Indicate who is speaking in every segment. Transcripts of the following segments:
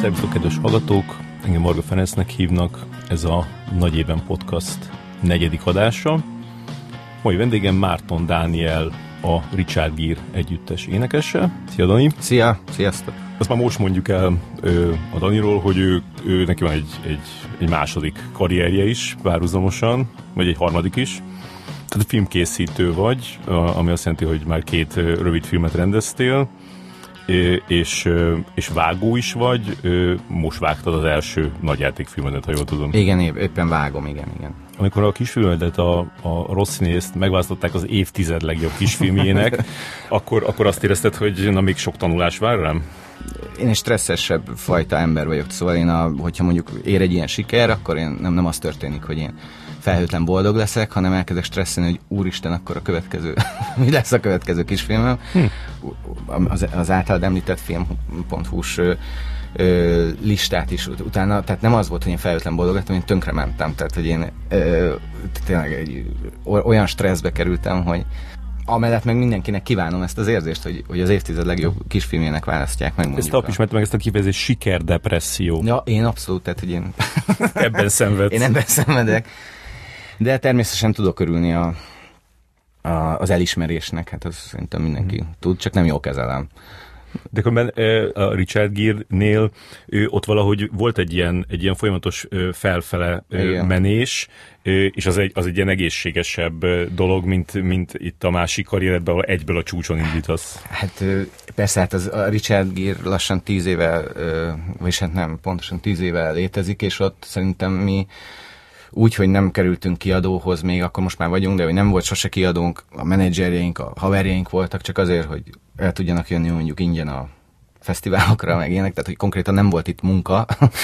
Speaker 1: Szervusztok, kedves hallgatók! Engem Marga Ferencnek hívnak, ez a Nagy Éven Podcast 4. adása. Mai vendégem Márton Dániel, a Richard Gere együttes énekese. Szia, Dani!
Speaker 2: Szia! Sziasztok!
Speaker 1: Azt már most mondjuk el a Daniról, hogy ő neki van egy második karrierje is párhuzamosan, vagy egy harmadik is. Tehát filmkészítő vagy, ami azt jelenti, hogy már 2 rövid filmet rendeztél, és vágó is vagy, most vágtad az első nagyjátékfilmedet, ha jól tudom.
Speaker 2: Igen, éppen vágom, igen.
Speaker 1: Amikor a kisfilmedet a Rosszinészt megválasztották az évtized legjobb kisfilmjének, akkor azt érezted, hogy na még sok tanulás vár rám?
Speaker 2: Én egy stresszesebb fajta ember vagyok, szóval hogyha mondjuk ér egy ilyen siker, akkor én nem az történik, hogy én felhőtlen boldog leszek, hanem elkezdek stresszelni, hogy úristen, akkor a következő, mi lesz a következő kisfilmem. Az általad említett film.hu-s listát is utána, tehát nem az volt, hogy én felhőtlen boldog lettem, én tönkre mentem, tehát hogy én tényleg olyan stresszbe kerültem, hogy amellett meg mindenkinek kívánom ezt az érzést, hogy az évtized legjobb kisfilmjének választják meg.
Speaker 1: Ezt a ismertem meg ezt a kifejezést, sikerdepresszió.
Speaker 2: Ja, én abszolút, tehát hogy én
Speaker 1: ebben szenvedsz.
Speaker 2: Én ebben szenvedek. De természetesen tudok örülni az elismerésnek, hát az szerintem mindenki tud, csak nem jól kezelem.
Speaker 1: De akkor a Richard Gere-nél ott valahogy volt egy ilyen folyamatos felfele menés, és az egy ilyen egészségesebb dolog, mint itt a másik karrieredben, ahol egyből a csúcson indítasz.
Speaker 2: Hát persze, hát a Richard Gere lassan 10 éve, vagyis hát nem, pontosan 10 éve létezik, és ott szerintem mi úgy, hogy nem kerültünk kiadóhoz még, akkor most már vagyunk, de hogy nem volt sose kiadónk, a menedzserjeink, a haverjaink voltak, csak azért, hogy el tudjanak jönni mondjuk ingyen a fesztiválokra, meg ilyenek, tehát hogy konkrétan nem volt itt munka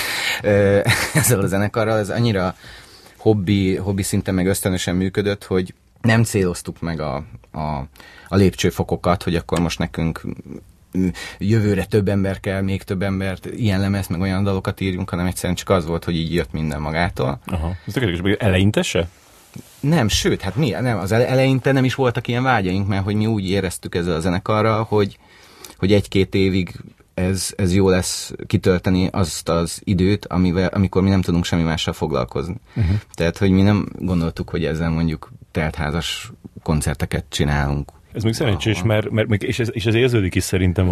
Speaker 2: ezzel a zenekarral, ez annyira hobbi szinten meg ösztönösen működött, hogy nem céloztuk meg a lépcsőfokokat, hogy akkor most nekünk jövőre több ember kell, még több embert, ilyen lemezt, meg olyan dalokat írjunk, hanem egyszerűen csak az volt, hogy így jött minden magától.
Speaker 1: Aha. Ez tökéletes, eleinte se?
Speaker 2: Nem, sőt, hát nem, az eleinte nem is voltak ilyen vágyaink, mert hogy mi úgy éreztük ezzel a zenekarral, hogy 1-2 évig ez jó lesz kitölteni azt az időt, amikor mi nem tudunk semmi mással foglalkozni. Tehát, hogy mi nem gondoltuk, hogy ezzel mondjuk teltházas koncerteket csinálunk.
Speaker 1: Ez még szerencsés, mert és ez érződik is szerintem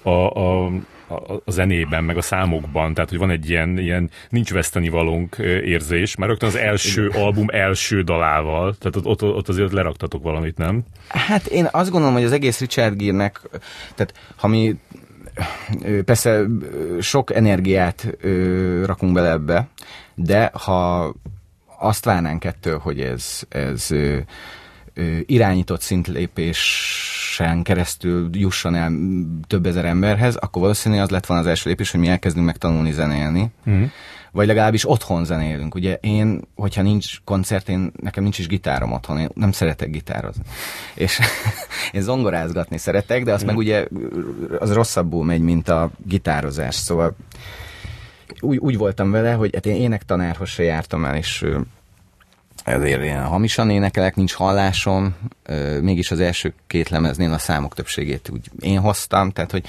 Speaker 1: a zenében, meg a számokban, tehát, hogy van egy ilyen nincs vesztenivalónk érzés, már rögtön az első album első dalával, tehát ott azért leraktatok valamit, nem?
Speaker 2: Hát én azt gondolom, hogy az egész Richard Gere-nek, tehát ha mi persze sok energiát rakunk bele ebbe, de ha azt várnánk ettől, hogy ez irányított szintlépésen keresztül jusson el több ezer emberhez, akkor valószínűleg az lett volna az első lépés, hogy mi elkezdünk megtanulni zenélni. Vagy legalábbis otthon zenélünk. Ugye én, hogyha nincs koncert, nekem nincs is gitárom otthon, én nem szeretek gitározni. És én zongorázgatni szeretek, de azt meg ugye az rosszabbul megy, mint a gitározás. Szóval úgy voltam vele, hogy hát én énektanárhoz se jártam el, és ezért ilyen hamisan énekelek, nincs hallásom, mégis az első 2 lemeznél a számok többségét úgy én hoztam, tehát hogy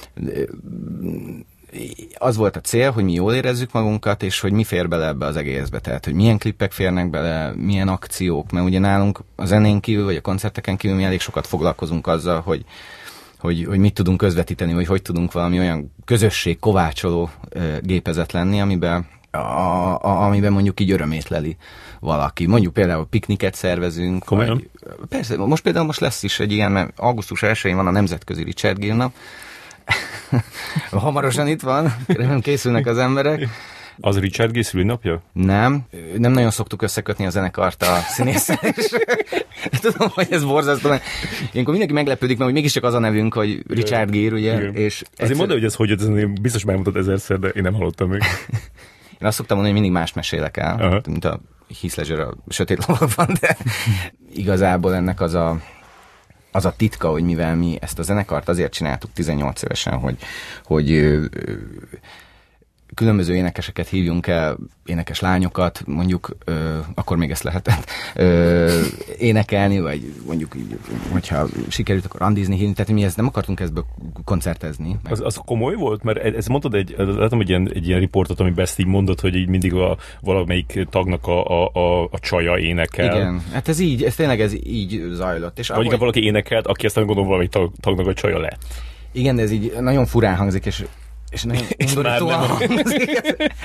Speaker 2: az volt a cél, hogy mi jól érezzük magunkat, és hogy mi fér bele ebbe az egészbe, tehát hogy milyen klippek férnek bele, milyen akciók, mert ugye nálunk a zenén kívül, vagy a koncerteken kívül mi elég sokat foglalkozunk azzal, hogy mit tudunk közvetíteni, vagy hogy tudunk valami olyan közösség kovácsoló gépezet lenni, amiben mondjuk így örömét leli valaki. Mondjuk például pikniket szervezünk.
Speaker 1: Komolyan?
Speaker 2: Persze, most lesz is egy ilyen, mert augusztus 1-én van a Nemzetközi Richard Gere nap. Hamarosan itt van, nem készülnek az emberek.
Speaker 1: Az Richard Gere szülinapja?
Speaker 2: Nem nagyon szoktuk összekötni a zenekart a színésszel, és tudom, hogy ez borzasztó, mert ilyenkor mindenki meglepődik, mert mégiscsak az a nevünk, hogy Richard Gere, ugye? És
Speaker 1: azért mondd, hogy ez hogy jött, biztos megmondtad 1000-szer, de én nem hallottam még.
Speaker 2: Én azt szoktam mondani, hogy mindig más mesélek el, mint a Heath Ledger a Sötét Lovagban, de igazából ennek az a titka, hogy mivel mi ezt a zenekart azért csináltuk 18 évesen, hogy különböző énekeseket hívjunk el, énekes lányokat, mondjuk akkor még ezt lehetett énekelni, vagy mondjuk így, hogyha sikerült, akkor randizni, hívni, tehát mi ezt nem akartunk ezből koncertezni.
Speaker 1: Az komoly volt? Mert ez mondtad látom egy ilyen riportot, amiben ezt így mondod, hogy így mindig valamelyik tagnak a csaja énekel.
Speaker 2: Igen, hát ez tényleg így zajlott. És
Speaker 1: vagy inkább valaki énekelt, aki aztán gondolom valamelyik tagnak a csaja lett.
Speaker 2: Igen, de ez így nagyon furán hangzik, és nagyon undorítóan hangzik.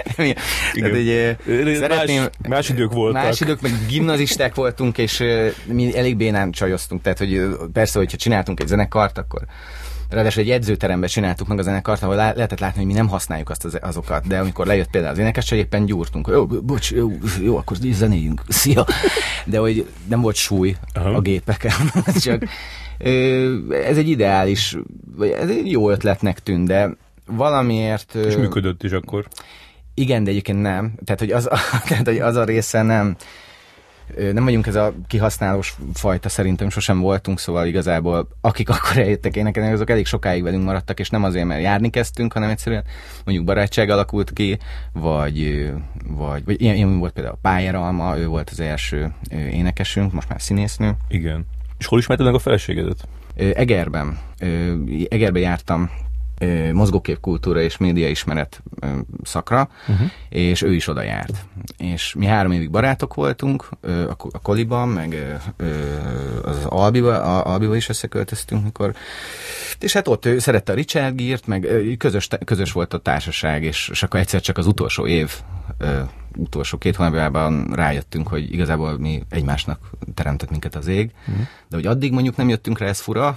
Speaker 1: Más idők voltak.
Speaker 2: Más idők, meg gimnazisták voltunk, és mi elég bénán csajoztunk. Tehát, hogy persze, hogyha csináltunk egy zenekart, akkor ráadásul egy edzőteremben csináltuk meg a zenekart, ahol lehetett látni, hogy mi nem használjuk azokat, de amikor lejött például az énekes, csak éppen gyúrtunk. Bocs, jó, akkor zenéljünk. Szia! De hogy nem volt súly a gépeken, csak ez egy ideális, vagy ez egy jó ötletnek tűnt, de valamiért...
Speaker 1: És működött is akkor?
Speaker 2: Igen, de egyébként nem. Tehát, hogy az a része nem vagyunk ez a kihasználós fajta, szerintem sosem voltunk, szóval igazából akik akkor eljöttek énekelni, azok elég sokáig velünk maradtak, és nem azért, mert járni kezdtünk, hanem egyszerűen mondjuk barátság alakult ki, vagy ilyen volt például a Pályára Alma, ő volt az első énekesünk, most már színésznő.
Speaker 1: Igen. És hol ismerted meg a feleségedet?
Speaker 2: Egerben. Egerben jártam mozgóképkultúra és média ismeret szakra, és ő is oda járt. És mi 3 évig barátok voltunk, a Koliban, meg az Albiba is összeköltöztünk, mikor. És hát ott ő szerette a Richard Gere-t, meg közös volt a társaság, és akkor egyszer csak az utolsó 2 hónapjában rájöttünk, hogy igazából mi egymásnak teremtett minket az ég, de hogy addig mondjuk nem jöttünk rá, ez fura.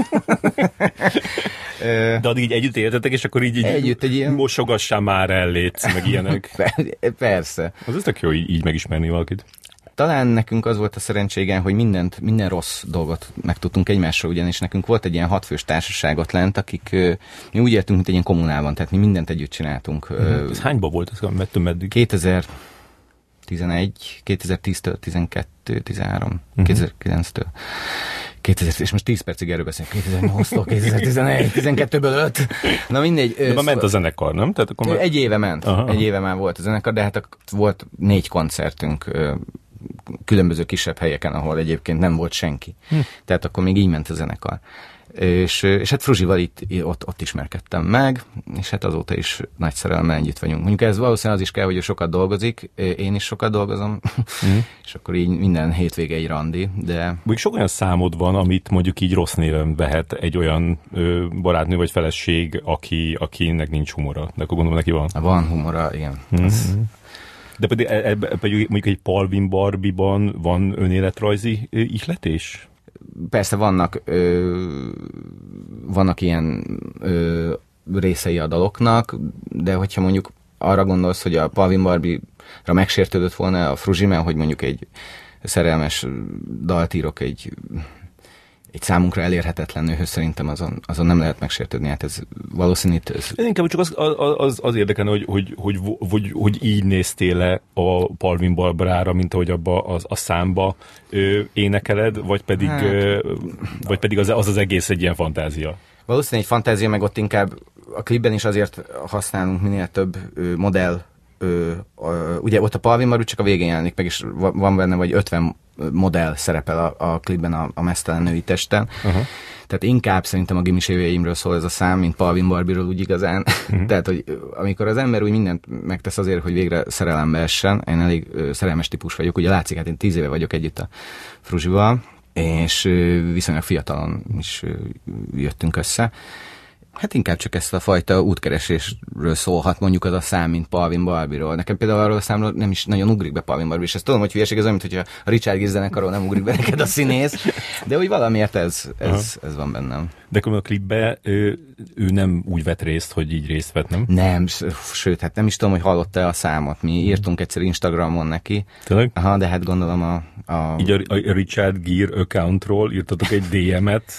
Speaker 1: De addig így együtt éltetek, és akkor így
Speaker 2: együtt egy ilyen...
Speaker 1: mosogassál már ellétsz, meg ilyenek.
Speaker 2: Persze.
Speaker 1: Az tök jó így megismerni valakit.
Speaker 2: Talán nekünk az volt a szerencségen, hogy minden rossz dolgot megtudtunk egymásról, ugyanis nekünk volt egy ilyen 6 fős társaság ott lent, akik mi úgy éltünk, mint egy ilyen kommunálban, tehát mi mindent együtt csináltunk.
Speaker 1: Ez hányban volt ez, mettől meddig?
Speaker 2: 2011, 2010-től 12, 13, 2009-től. 2000, és most 10 percig erről beszélünk, 2008-tól 2011, 12-ből 5. Na mindegy.
Speaker 1: De ment a zenekar, nem? Tehát akkor
Speaker 2: egy éve ment. Aha. Egy éve már volt a zenekar, de hát volt 4 koncertünk különböző kisebb helyeken, ahol egyébként nem volt senki. Tehát akkor még így ment a zenekar. És hát Fruzsival ott ismerkedtem meg, és hát azóta is nagy szerelemmel együtt vagyunk. Mondjuk ez valószínűleg az is kell, hogy ő sokat dolgozik, én is sokat dolgozom, és akkor így minden hétvége egy randi, de...
Speaker 1: Mondjuk sok olyan számod van, amit mondjuk így rossz néven vehet egy olyan barátnő vagy feleség, akinek nincs humora. De akkor gondolom neki van.
Speaker 2: Van humora, igen.
Speaker 1: De pedig mondjuk egy Palvin Barbie-ban van önéletrajzi ihletés?
Speaker 2: Persze vannak ilyen részei a daloknak, de hogyha mondjuk arra gondolsz, hogy a Palvin Barbie-ra megsértődött volna a Fruzsi, mert hogy mondjuk egy szerelmes dalt írok egy számunkra elérhetetlen nőhöz, szerintem azon nem lehet megsértődni, hát ez valószínű.
Speaker 1: Inkább csak az érdekelne, hogy így néztél le a Palvin Barbrára, mint ahogy abba a számba énekeled, vagy pedig az egész egy ilyen fantázia?
Speaker 2: Valószínűleg egy fantázia, meg ott inkább a klipben is azért használunk minél több modell. Ugye ott a Palvin Barbie csak a végén jelenik meg, és van benne vagy 50 modell szerepel a klipben a meztelen női testen. Tehát inkább szerintem a gimis évjeimről szól ez a szám, mint Palvin Barbie-ról úgy igazán. Tehát, hogy amikor az ember úgy mindent megtesz azért, hogy végre szerelembe essen, én elég szerelmes típus vagyok, ugye látszik, hát én 10 éve vagyok együtt a Fruzsival, és viszonylag fiatalon is jöttünk össze. Hát inkább csak ezt a fajta útkeresésről szólhat mondjuk az a szám, mint Palvin Barbie-ról. Nekem például arról a számról nem is nagyon ugrik be Palvin Barbie, és ezt tudom, hogy hülyeség, ez olyan, mint hogyha a Richard Gere zenekarról nem ugrik be neked a színész, de úgy valamiért ez van bennem.
Speaker 1: De akkor a klipben ő nem úgy vett részt, hogy így részt vett, nem?
Speaker 2: Nem, sőt, hát nem is tudom, hogy hallotta-e a számot. Mi írtunk egyszer Instagramon neki.
Speaker 1: Tényleg?
Speaker 2: Aha, de hát gondolom
Speaker 1: Így a Richard Gere accountról írtatok egy DM-et?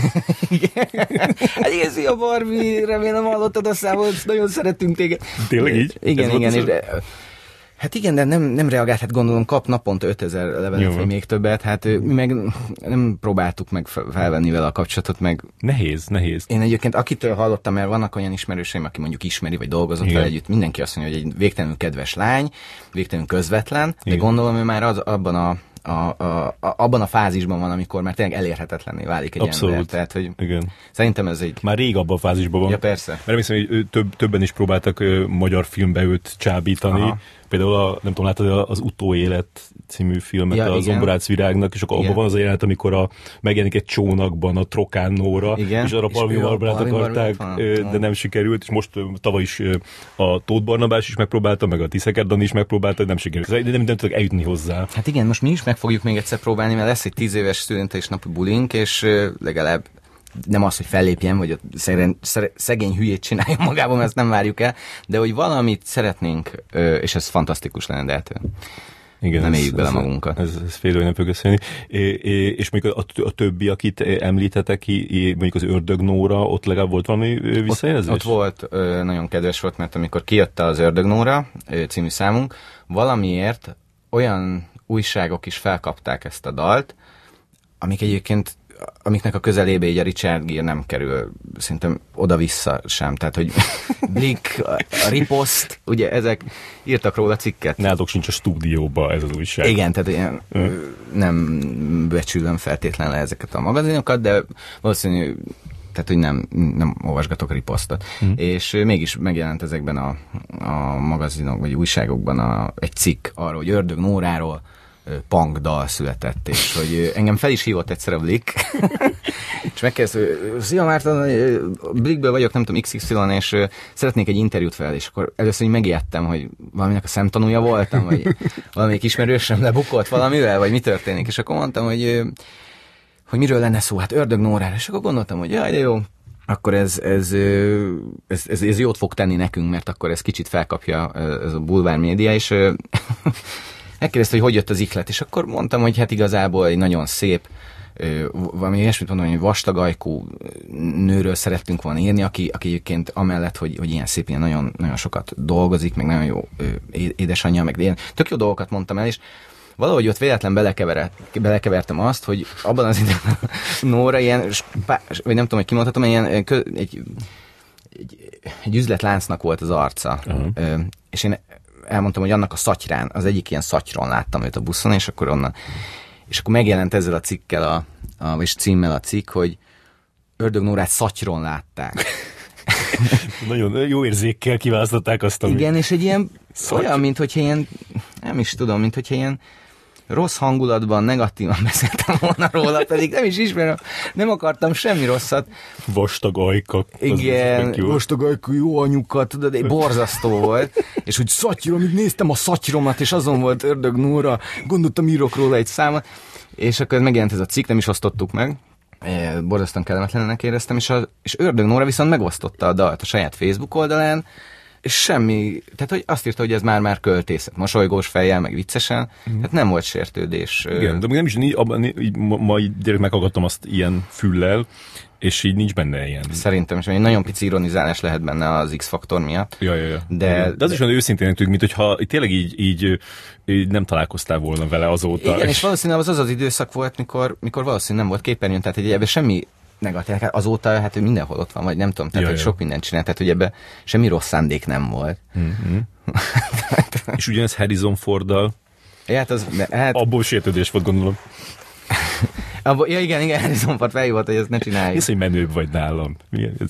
Speaker 2: Hát igen, szia Barbie, remélem hallottad a számot, nagyon szeretünk téged.
Speaker 1: Tényleg így?
Speaker 2: Igen. Hát igen, de nem reagált, hát gondolom kap naponta 5000 levelet, vagy még többet, hát mi meg nem próbáltuk meg felvenni vele a kapcsolatot, meg...
Speaker 1: Nehéz. Én
Speaker 2: egyébként akitől hallottam, mert vannak olyan ismerőseim, aki mondjuk ismeri, vagy dolgozott vele együtt, mindenki azt mondja, hogy egy végtelenül kedves lány, végtelenül közvetlen, de gondolom, hogy már abban a fázisban van, amikor már tényleg elérhetetlenné válik egy ember. Tehát, hogy
Speaker 1: igen.
Speaker 2: Szerintem ez egy...
Speaker 1: Már rég abban a fázisban van.
Speaker 2: Ja, persze.
Speaker 1: Mert hiszem, hogy többen is próbáltak magyar filmbe őt csábítani. Aha. Például nem tudom, láttad az Utóélet című filmet a Zomborác Virágnak, és akkor abban van az a jelenet, amikor megjelenik egy csónakban a Trokán Nóra, és arra Palmi Barbarát akarták, de nem sikerült, és most tavaly is a Tóth Barnabás is megpróbálta, meg a Tiszeker Dani is megpróbálta, de nem sikerült. De nem tudok eljutni hozzá.
Speaker 2: Hát igen, most mi is meg fogjuk még egyszer próbálni, mert lesz egy 10 éves születésnapi bulink, és legalább nem az, hogy fellépjen, vagy a szegény hülyét csinálja magában, ezt nem várjuk el, de hogy valamit szeretnénk, és ez fantasztikus lenne, de hát igen, nem éljük bele magunkat.
Speaker 1: Ez fél, hogy nem fog összejönni. És mondjuk a többi, akit említetek, mondjuk az Ördög Nóra, ott legalább volt valami visszajelzés?
Speaker 2: Ott volt, nagyon kedves volt, mert amikor kijött az Ördög Nóra című számunk, valamiért olyan újságok is felkapták ezt a dalt, amiknek a közelébe így a Richard Gere nem kerül, szerintem oda-vissza sem. Tehát, hogy Blick, a Ripost, ugye ezek írtak róla cikket.
Speaker 1: Nálatok sincs a stúdióba ez az újság.
Speaker 2: Igen, tehát ilyen, nem becsülöm feltétlenül ezeket a magazinokat, de valószínű, tehát, hogy nem olvasgatok Ripostot. És mégis megjelent ezekben a magazinok, vagy újságokban egy cikk arról, hogy Ördög Nóráról punk dal született, és hogy engem fel is hívott egyszer a Blick, és megkérdezte, szia Márton, Blickből vagyok, nem tudom, XY, és szeretnék egy interjút fel, és akkor először így megijedtem, hogy valaminek a szemtanúja voltam, vagy valamelyik ismerősöm lebukott valamivel, vagy mi történik, és akkor mondtam, hogy miről lenne szó, hát Ördög Nórára, és akkor gondoltam, hogy jaj, de jó, akkor ez jót fog tenni nekünk, mert akkor ez kicsit felkapja ez a bulvár média, és megkérdezte, hogy jött az ihlet, és akkor mondtam, hogy hát igazából egy nagyon szép, valami ilyesmit mondom, hogy vastagajkú nőről szerettünk volna írni, aki egyébként amellett, hogy ilyen szép, ilyen nagyon, nagyon sokat dolgozik, meg nagyon jó édesanyja, meg ilyen tök jó dolgokat mondtam el, és valahogy ott véletlen belekevertem azt, hogy abban az időben Nóra ilyen, vagy nem tudom, hogy kimondhatom, egy üzletláncnak volt az arca. És én elmondtam, hogy annak a szatyrán, az egyik ilyen szatyron láttam őt a buszon, és akkor onnan. És akkor megjelent ezzel a cikkel, és címmel a cikk, hogy Ördög Nórát szatyron látták.
Speaker 1: Nagyon jó érzékkel kiválasztották azt, amit...
Speaker 2: Igen, és egy ilyen, olyan, mint hogyha ilyen, nem is tudom, mint hogyha ilyen rossz hangulatban, negatívan beszéltem volna róla, pedig nem is ismerem, nem akartam semmi rosszat.
Speaker 1: Vastag ajkak.
Speaker 2: Igen, vastag ajkú jó anyukat, tudod, egy borzasztó volt, és hogy szatyrom, így néztem a szatyromat, és azon volt Ördög Nóra, gondoltam írok róla egy számot, és akkor megjelent ez a cikk, nem is osztottuk meg, borzasztóan kellemetlennek éreztem, és Ördög Nóra viszont megosztotta a dalt a saját Facebook oldalán, és semmi, tehát hogy azt írta, hogy ez már költészet, mosolygós fejjel, meg viccesen, tehát nem volt sértődés.
Speaker 1: Igen, de nem is így, ma így direkt meghallgattam azt ilyen füllel, és így nincs benne ilyen.
Speaker 2: Szerintem is, egy nagyon pici ironizálás lehet benne az X-faktor miatt.
Speaker 1: Ja. De az is olyan őszintén tűnik, mint hogyha tényleg így nem találkoztál volna vele azóta.
Speaker 2: Igen, és valószínűleg az időszak volt, mikor valószínűleg nem volt képernyőn, tehát hogy ebben semmi negatív, azóta hát ő mindenhol ott van, vagy nem tudom, tehát hogy sok mindent csinál, tehát hogy ebben semmi rossz szándék nem volt.
Speaker 1: És ugyanez Harrison Forddal.
Speaker 2: Ja,
Speaker 1: abból sértődés volt, gondolom.
Speaker 2: Ja, igen, Harrison Ford felhívott, hogy ezt ne csináljuk.
Speaker 1: Hisz, hogy menőbb vagy nálam. Milyen ez?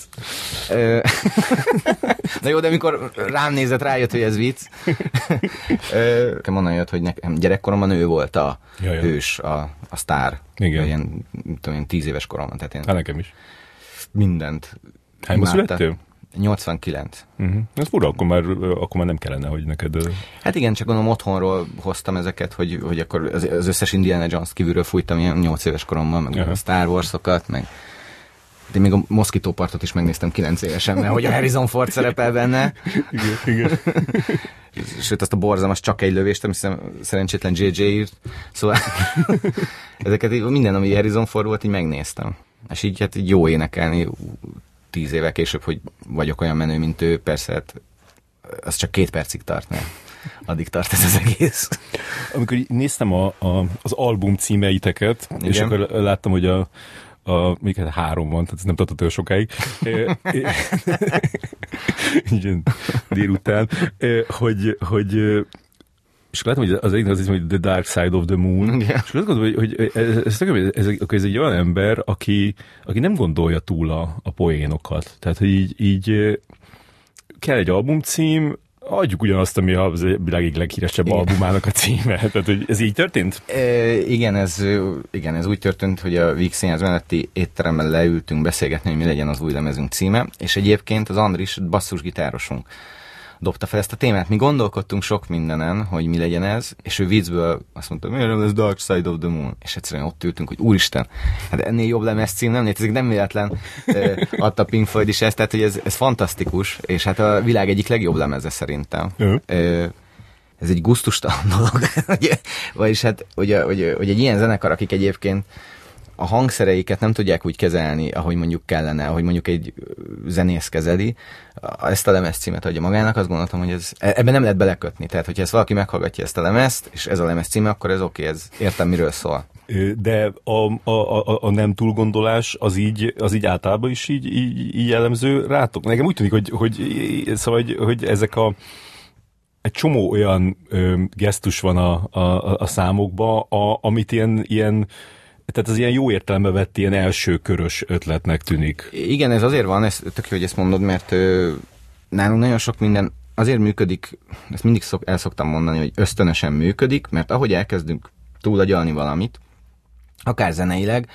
Speaker 2: Na jó, de amikor rám nézett, rájött, hogy ez vicc. Nekem onnan jött, hogy nekem gyerekkoromban ő volt a hős, a sztár.
Speaker 1: Igen.
Speaker 2: Ilyen 10 éves koromban. Tehát
Speaker 1: hát nekem is.
Speaker 2: Mindent.
Speaker 1: Hányban születtél?
Speaker 2: 89.
Speaker 1: Ez fura, akkor már nem kellene, hogy neked...
Speaker 2: Hát igen, csak gondolom otthonról hoztam ezeket, hogy akkor az összes Indiana Jones kívülről fújtam ilyen 8 éves koromban, meg a Star Wars-okat, meg de még a Moszkitópartot is megnéztem 9 évesen, mert hogy a Harrison Ford szerepel benne.
Speaker 1: Igen.
Speaker 2: Sőt, azt a borzalmas csak egy lövést, hiszem szerencsétlen JJ írt. Szóval ezeket minden, ami Harrison Ford volt, így megnéztem. És így hát így jó énekelni 10 évvel később, hogy vagyok olyan menő, mint ő, persze, hát az csak 2 percig tart, ne? addig tart ez az egész.
Speaker 1: Amikor néztem az album címeiteket, igen. És akkor láttam, hogy még 3 van, tehát ez nem tartott olyan sokáig. Délután. És láttam, hogy az egyik az hogy The Dark Side of the Moon. Yeah. És azt gondolom, hogy ez egy olyan ember, aki nem gondolja túl a poénokat. Tehát, hogy így kell egy albumcím, adjuk ugyanazt, ami a világ leghíresebb albumának a címe. Tehát, hogy ez így történt?
Speaker 2: Igen, ez úgy történt, hogy a Víg Színház melletti étteremben leültünk beszélgetni, hogy mi legyen az új lemezünk címe, és egyébként az Andris basszusgitárosunk dobta fel ezt a témát. Mi gondolkodtunk sok mindenen, hogy mi legyen ez, és ő viccből azt mondta, miért nem ez Dark Side of the Moon? És egyszerűen ott ültünk, hogy úristen, hát ennél jobb lemezcím nem létezik, nem véletlen adta Pink Floyd is ezt, tehát hogy ez fantasztikus, és hát a világ egyik legjobb lemeze szerintem. Ez egy gusztustalan dolog. Vagyis hát, hogy egy ilyen zenekar, akik egyébként a hangszereiket nem tudják úgy kezelni, ahogy mondjuk kellene, ahogy mondjuk egy zenész kezeli, ezt a lemezcímet adja magának, azt gondoltam, hogy ebben nem lehet belekötni. Tehát, hogyha ezt valaki meghallgatja ezt a lemezt, és ez a lemez címe, akkor ez oké, ez értem, miről szól.
Speaker 1: De a nem túlgondolás az így általában is így jellemző rátok. Nekem úgy tűnik, hogy ezek egy csomó olyan gesztus van a számokban, amit ilyen tehát az ilyen jó értelembe vett ilyen első körös ötletnek tűnik.
Speaker 2: Igen, ez azért van, ez tök jó, hogy ezt mondod, mert nálunk nagyon sok minden azért működik, ezt mindig el szoktam mondani, hogy ösztönösen működik, mert ahogy elkezdünk túlagyalni valamit, akár zeneileg,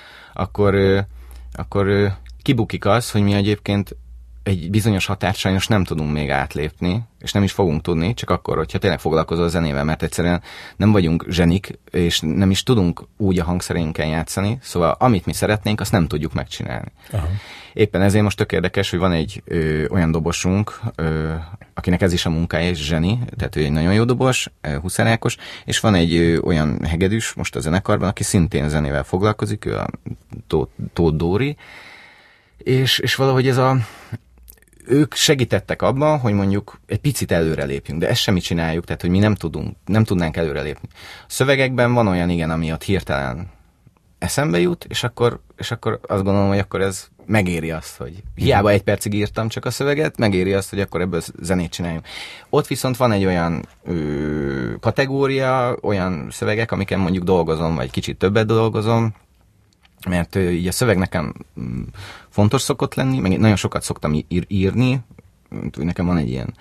Speaker 2: akkor kibukik az, hogy mi egyébként egy bizonyos határt sajnos nem tudunk még átlépni, és nem is fogunk tudni, csak akkor, hogyha tényleg foglalkozol a zenével, mert egyszerűen nem vagyunk zsenik, és nem is tudunk úgy a hangszerénkkel játszani, szóval amit mi szeretnénk, azt nem tudjuk megcsinálni. Aha. Éppen ezért most tök érdekes, hogy van egy dobosunk, akinek ez is a munkája, és zseni, tehát ő egy nagyon jó dobos, Huszárákos, és van egy olyan hegedűs most a zenekarban, aki szintén zenével foglalkozik, ő a Tóth Dóri, és valahogy ők segítettek abban, hogy mondjuk egy picit előrelépjünk, de ezt semmit csináljuk, tehát hogy mi nem tudnánk előrelépni. A szövegekben van olyan, igen, ami ott hirtelen eszembe jut, és akkor azt gondolom, hogy akkor ez megéri azt, hogy hiába 1 percig írtam csak a szöveget, megéri azt, hogy akkor ebből zenét csináljunk. Ott viszont van egy olyan kategória, olyan szövegek, amiken mondjuk dolgozom, vagy kicsit többet dolgozom, mert így a szöveg nekem fontos szokott lenni, meg nagyon sokat szoktam írni, nekem van egy ilyen,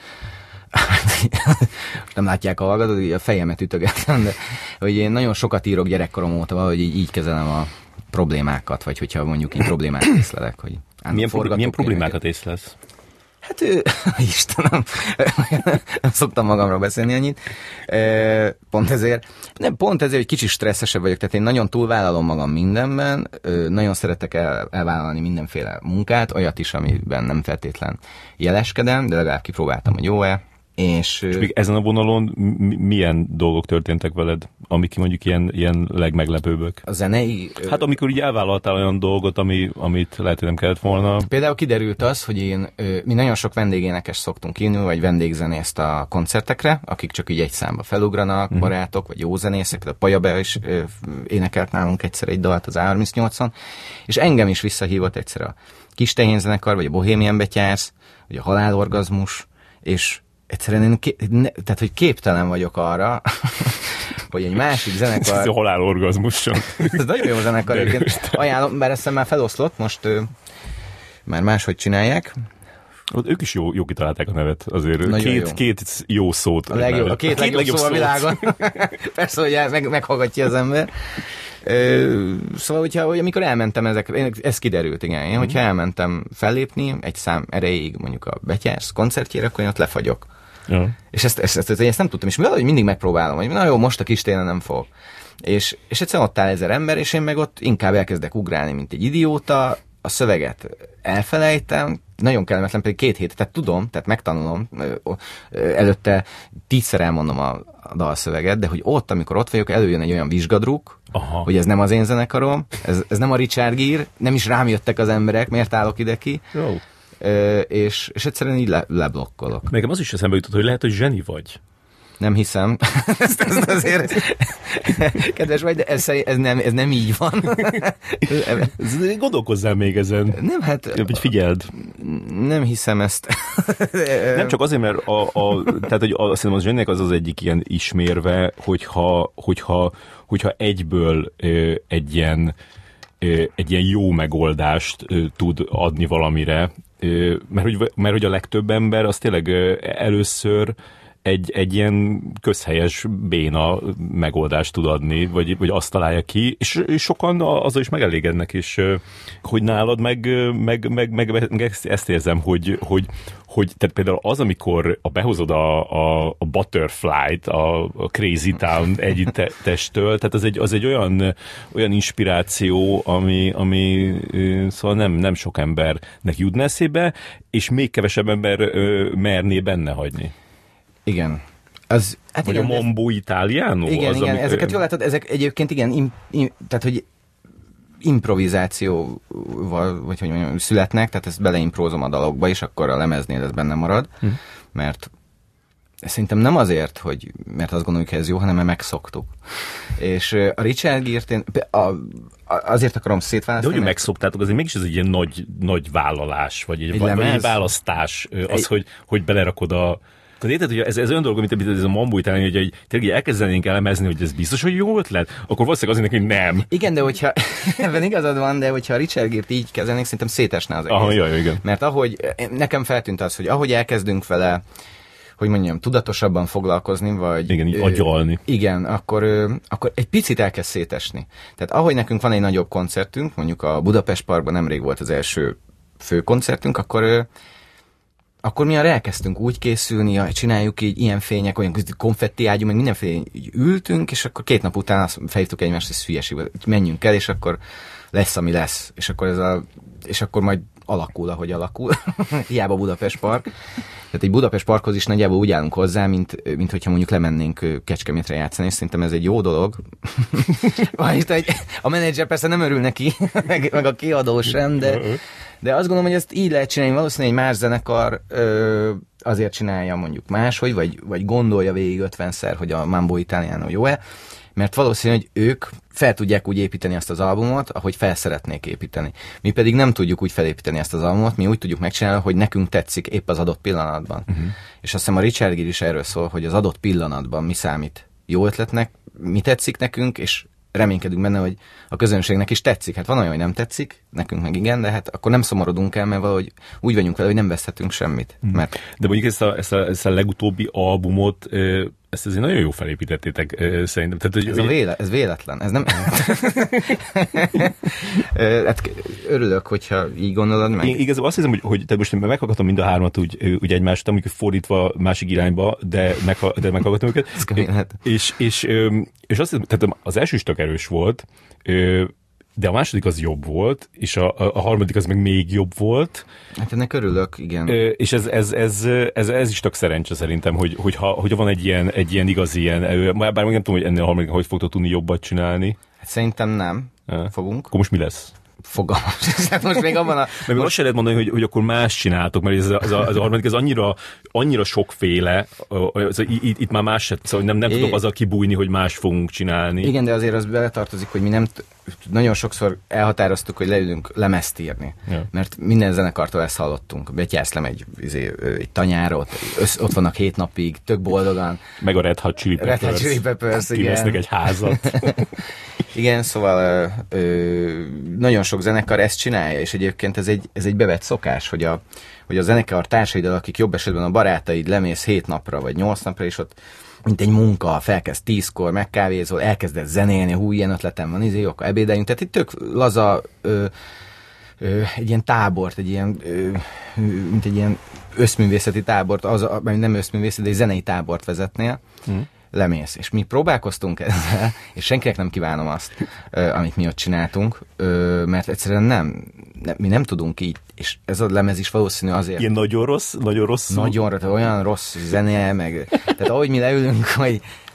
Speaker 2: nem látják a hallgatót, így a fejemet ütögetem, de hogy én nagyon sokat írok gyerekkorom óta, valahogy így kezelem a problémákat, vagy hogyha mondjuk így problémát észlelek, hogy
Speaker 1: milyen problémákat észlelsz?
Speaker 2: Hát, Istenem, nem szoktam magamról beszélni annyit. Pont ezért, hogy kicsit stresszesebb vagyok, tehát én nagyon túlvállalom magam mindenben, nagyon szeretek elvállalni mindenféle munkát, olyat is, amiben nem feltétlen jeleskedem, de legalább kipróbáltam, hogy jó-e. És
Speaker 1: még ezen a vonalon milyen dolgok történtek veled, amik mondjuk ilyen legmeglepőbbek?
Speaker 2: A zenei...
Speaker 1: Hát amikor így elvállaltál olyan dolgot, amit lehet, hogy nem kellett volna.
Speaker 2: Például kiderült az, hogy mi nagyon sok vendégénekes szoktunk írni, vagy vendégzenészt a koncertekre, akik csak így egy számba felugranak, barátok, vagy jó zenészek, a Pajabe is énekelt nálunk egyszer egy dalt az A38-on, és engem is visszahívott egyszer a Kis Tehén zenekar, vagy a Bohemian Betyársz, vagy a Halálorgazmus, és egyszerűen tehát, hogy képtelen vagyok arra, hogy egy másik zenekar...
Speaker 1: Ez a Halálorgazmus sem.
Speaker 2: Ez nagyon jó zenekar, egyébként ajánlom, bár ezt már feloszlott, most már máshogy csinálják.
Speaker 1: Ők is jó kitalálták a nevet, azért két jó szót.
Speaker 2: A két legjobb szó a világon. Persze, hogy meghallgatja az ember. Szóval, hogy amikor elmentem ez kiderült, igen. Én, hogyha elmentem fellépni egy szám erejéig, mondjuk a Betyársz koncertjére, akkor én ott lefagyok. Ja. És ezt nem tudtam, és valahogy mindig megpróbálom, hogy na jó, most a Kis Téren nem fog. És egyszerűen ott áll 1000 ember, és én meg ott inkább elkezdek ugrálni, mint egy idióta, a szöveget elfelejtem, nagyon kellemetlen, pedig 2 hét, tehát tudom, tehát megtanulom, előtte 10-szer elmondom a dalszöveget, de hogy ott, amikor ott vagyok, előjön egy olyan vizsgadruk, hogy ez nem az én zenekarom, ez nem a Richard Gere, nem is rám jöttek az emberek, miért állok ide ki, és egyszerűen így leblokkolok.
Speaker 1: Nekem az is eszembe jutott, hogy lehet, hogy zseni vagy.
Speaker 2: Nem hiszem. ezt azért kedves vagy, de ez nem így van.
Speaker 1: Gondolkozzál még ezen.
Speaker 2: Nem, hát...
Speaker 1: Figyeld.
Speaker 2: Nem hiszem ezt.
Speaker 1: Nem csak azért, mert tehát, hogy azt hiszem, az zsennek az egyik ilyen ismérve, hogyha egyből egy ilyen jó megoldást tud adni valamire, mert hogy a legtöbb ember az tényleg először egy ilyen közhelyes béna megoldást tud adni, vagy azt találja ki, és sokan azzal is megelégednek, és hogy nálad meg ezt érzem, hogy tehát például az, amikor behozod a Butterfly-t, a Crazy Town együttestől, tehát az egy olyan inspiráció, ami szóval nem sok embernek jutna eszébe, és még kevesebb ember merné benne hagyni.
Speaker 2: Igen.
Speaker 1: Hát vagy igen, a Mambo Italiano?
Speaker 2: Igen, ezeket jól látod, ezek egyébként igen, tehát hogy improvizációval, vagy hogy mondjam, születnek, tehát ezt beleimprózom a dalokba, és akkor a lemeznél ez benne marad, mert szerintem nem azért, mert azt gondoljuk, hogy ez jó, hanem mert megszoktuk. És a Richard Gere-t én azért akarom szétválasztani.
Speaker 1: De hogy megszoktátok, azért mégis ez egy ilyen nagy vállalás, vagy egy választás, az, hogy belerakod Tehát érted, hogy ez olyan dolog, amit ez a Mambo Italiano, hogy tényleg elkezdenénk elemezni, hogy ez biztos, hogy jó ötlet, akkor valószínűleg azért, hogy nem.
Speaker 2: Igen, de hogyha ebben igazad van, de hogyha a Richard Gere-t így kezelnénk, szerintem szétesne az egész.
Speaker 1: Aha, jaj, igen.
Speaker 2: Mert nekem feltűnt az, hogy ahogy elkezdünk vele, hogy mondjam, tudatosabban foglalkozni, vagy...
Speaker 1: Igen, így agyalni.
Speaker 2: Igen, akkor egy picit elkezd szétesni. Tehát ahogy nekünk van egy nagyobb koncertünk, mondjuk a Budapest Parkban nemrég volt az első főkoncertünk, akkor mi arra elkezdtünk úgy készülni, hogy csináljuk így ilyen fények, olyan konfetti ágyú, meg mindenféle így ültünk, és akkor 2 nap után azt felhívtuk egymást, hogy ez hülyeség, menjünk el, és akkor lesz, ami lesz. És akkor majd alakul, ahogy alakul. Hiába Budapest Park. Tehát egy Budapest Parkhoz is nagyjából úgy állunk hozzá, mint hogyha mondjuk lemennénk Kecskemétre játszani, és szerintem ez egy jó dolog. A menedzser persze nem örül neki, meg a kiadó sem, de azt gondolom, hogy ezt így lehet csinálni. Valószínűleg egy más zenekar azért csinálja mondjuk máshogy, vagy gondolja végig 50-szer, hogy a Mambo Italiano jó-e, mert valószínű, hogy ők fel tudják úgy építeni azt az albumot, ahogy fel szeretnék építeni. Mi pedig nem tudjuk úgy felépíteni ezt az albumot, mi úgy tudjuk megcsinálni, hogy nekünk tetszik épp az adott pillanatban. És azt hiszem a Richard Gere is erről szól, hogy az adott pillanatban mi számít jó ötletnek, mi tetszik nekünk, és reménykedünk benne, hogy a közönségnek is tetszik. Hát van olyan, hogy nem tetszik, nekünk meg igen, de hát akkor nem szomorodunk el, mert valahogy úgy vagyunk vele, hogy nem veszhetünk semmit. Mert...
Speaker 1: De mondjuk ezt a legutóbbi albumot, ezt azért nagyon jó felépítettétek szerintem. Tehát, hogy
Speaker 2: ez véletlen, ez nem... hát örülök, hogyha így gondolod meg.
Speaker 1: Én igazából azt hiszem, hogy te most meghallgatom mind a hármat úgy egymást, amikor fordítva másik irányba, de meghallgatom őket. És azt hiszem, tehát az első is tök erős volt, de a második az jobb volt, és a harmadik az meg még jobb volt.
Speaker 2: Hát ennek örülök, igen.
Speaker 1: És ez is tök szerencse szerintem, hogy van egy ilyen igazi ilyen, bár még nem tudom, hogy ennél a harmadik hogy fogtok tudni jobbat csinálni.
Speaker 2: Hát szerintem nem fogunk.
Speaker 1: Akkor most mi lesz?
Speaker 2: Fogalmam. Most még abban
Speaker 1: Mert azt se lehet mondani, hogy akkor más csináltok, mert ez a harmadik, ez annyira sokféle, itt már más se, szóval nem tudok azzal kibújni, hogy más fogunk csinálni.
Speaker 2: Igen, de azért az beletartozik, hogy mi nem nagyon sokszor elhatároztuk, hogy leülünk lemezt írni. Ja. Mert minden zenekartól ezt hallottunk. Betyászlem egy tanyára, ott vannak 7 napig, tök boldogan.
Speaker 1: Meg a Red Hot Chili
Speaker 2: Peppers,
Speaker 1: kivesznek egy házat.
Speaker 2: Igen, szóval nagyon sok zenekar ezt csinálja, és egyébként ez egy bevett szokás, hogy a zenekar társaiddal, akik jobb esetben a barátaid, lemész 7 napra, vagy 8 napra, és ott mint egy munka, felkezd 10-kor, megkávézol, elkezded zenélni, hú, ilyen ötletem van, akkor ebédeljünk. Tehát egy tök laza, egy ilyen tábort, mint egy ilyen összművészeti tábort, nem összművészeti, de egy zenei tábort vezetnél, lemész. És mi próbálkoztunk ezzel, és senkinek nem kívánom azt, amit mi ott csináltunk, mert egyszerűen mi nem tudunk így, és ez a lemez is valószínű azért...
Speaker 1: Ilyen nagyon rossz?
Speaker 2: Nagyon rossz, olyan rossz zene, meg... Tehát ahogy mi leülünk, hogy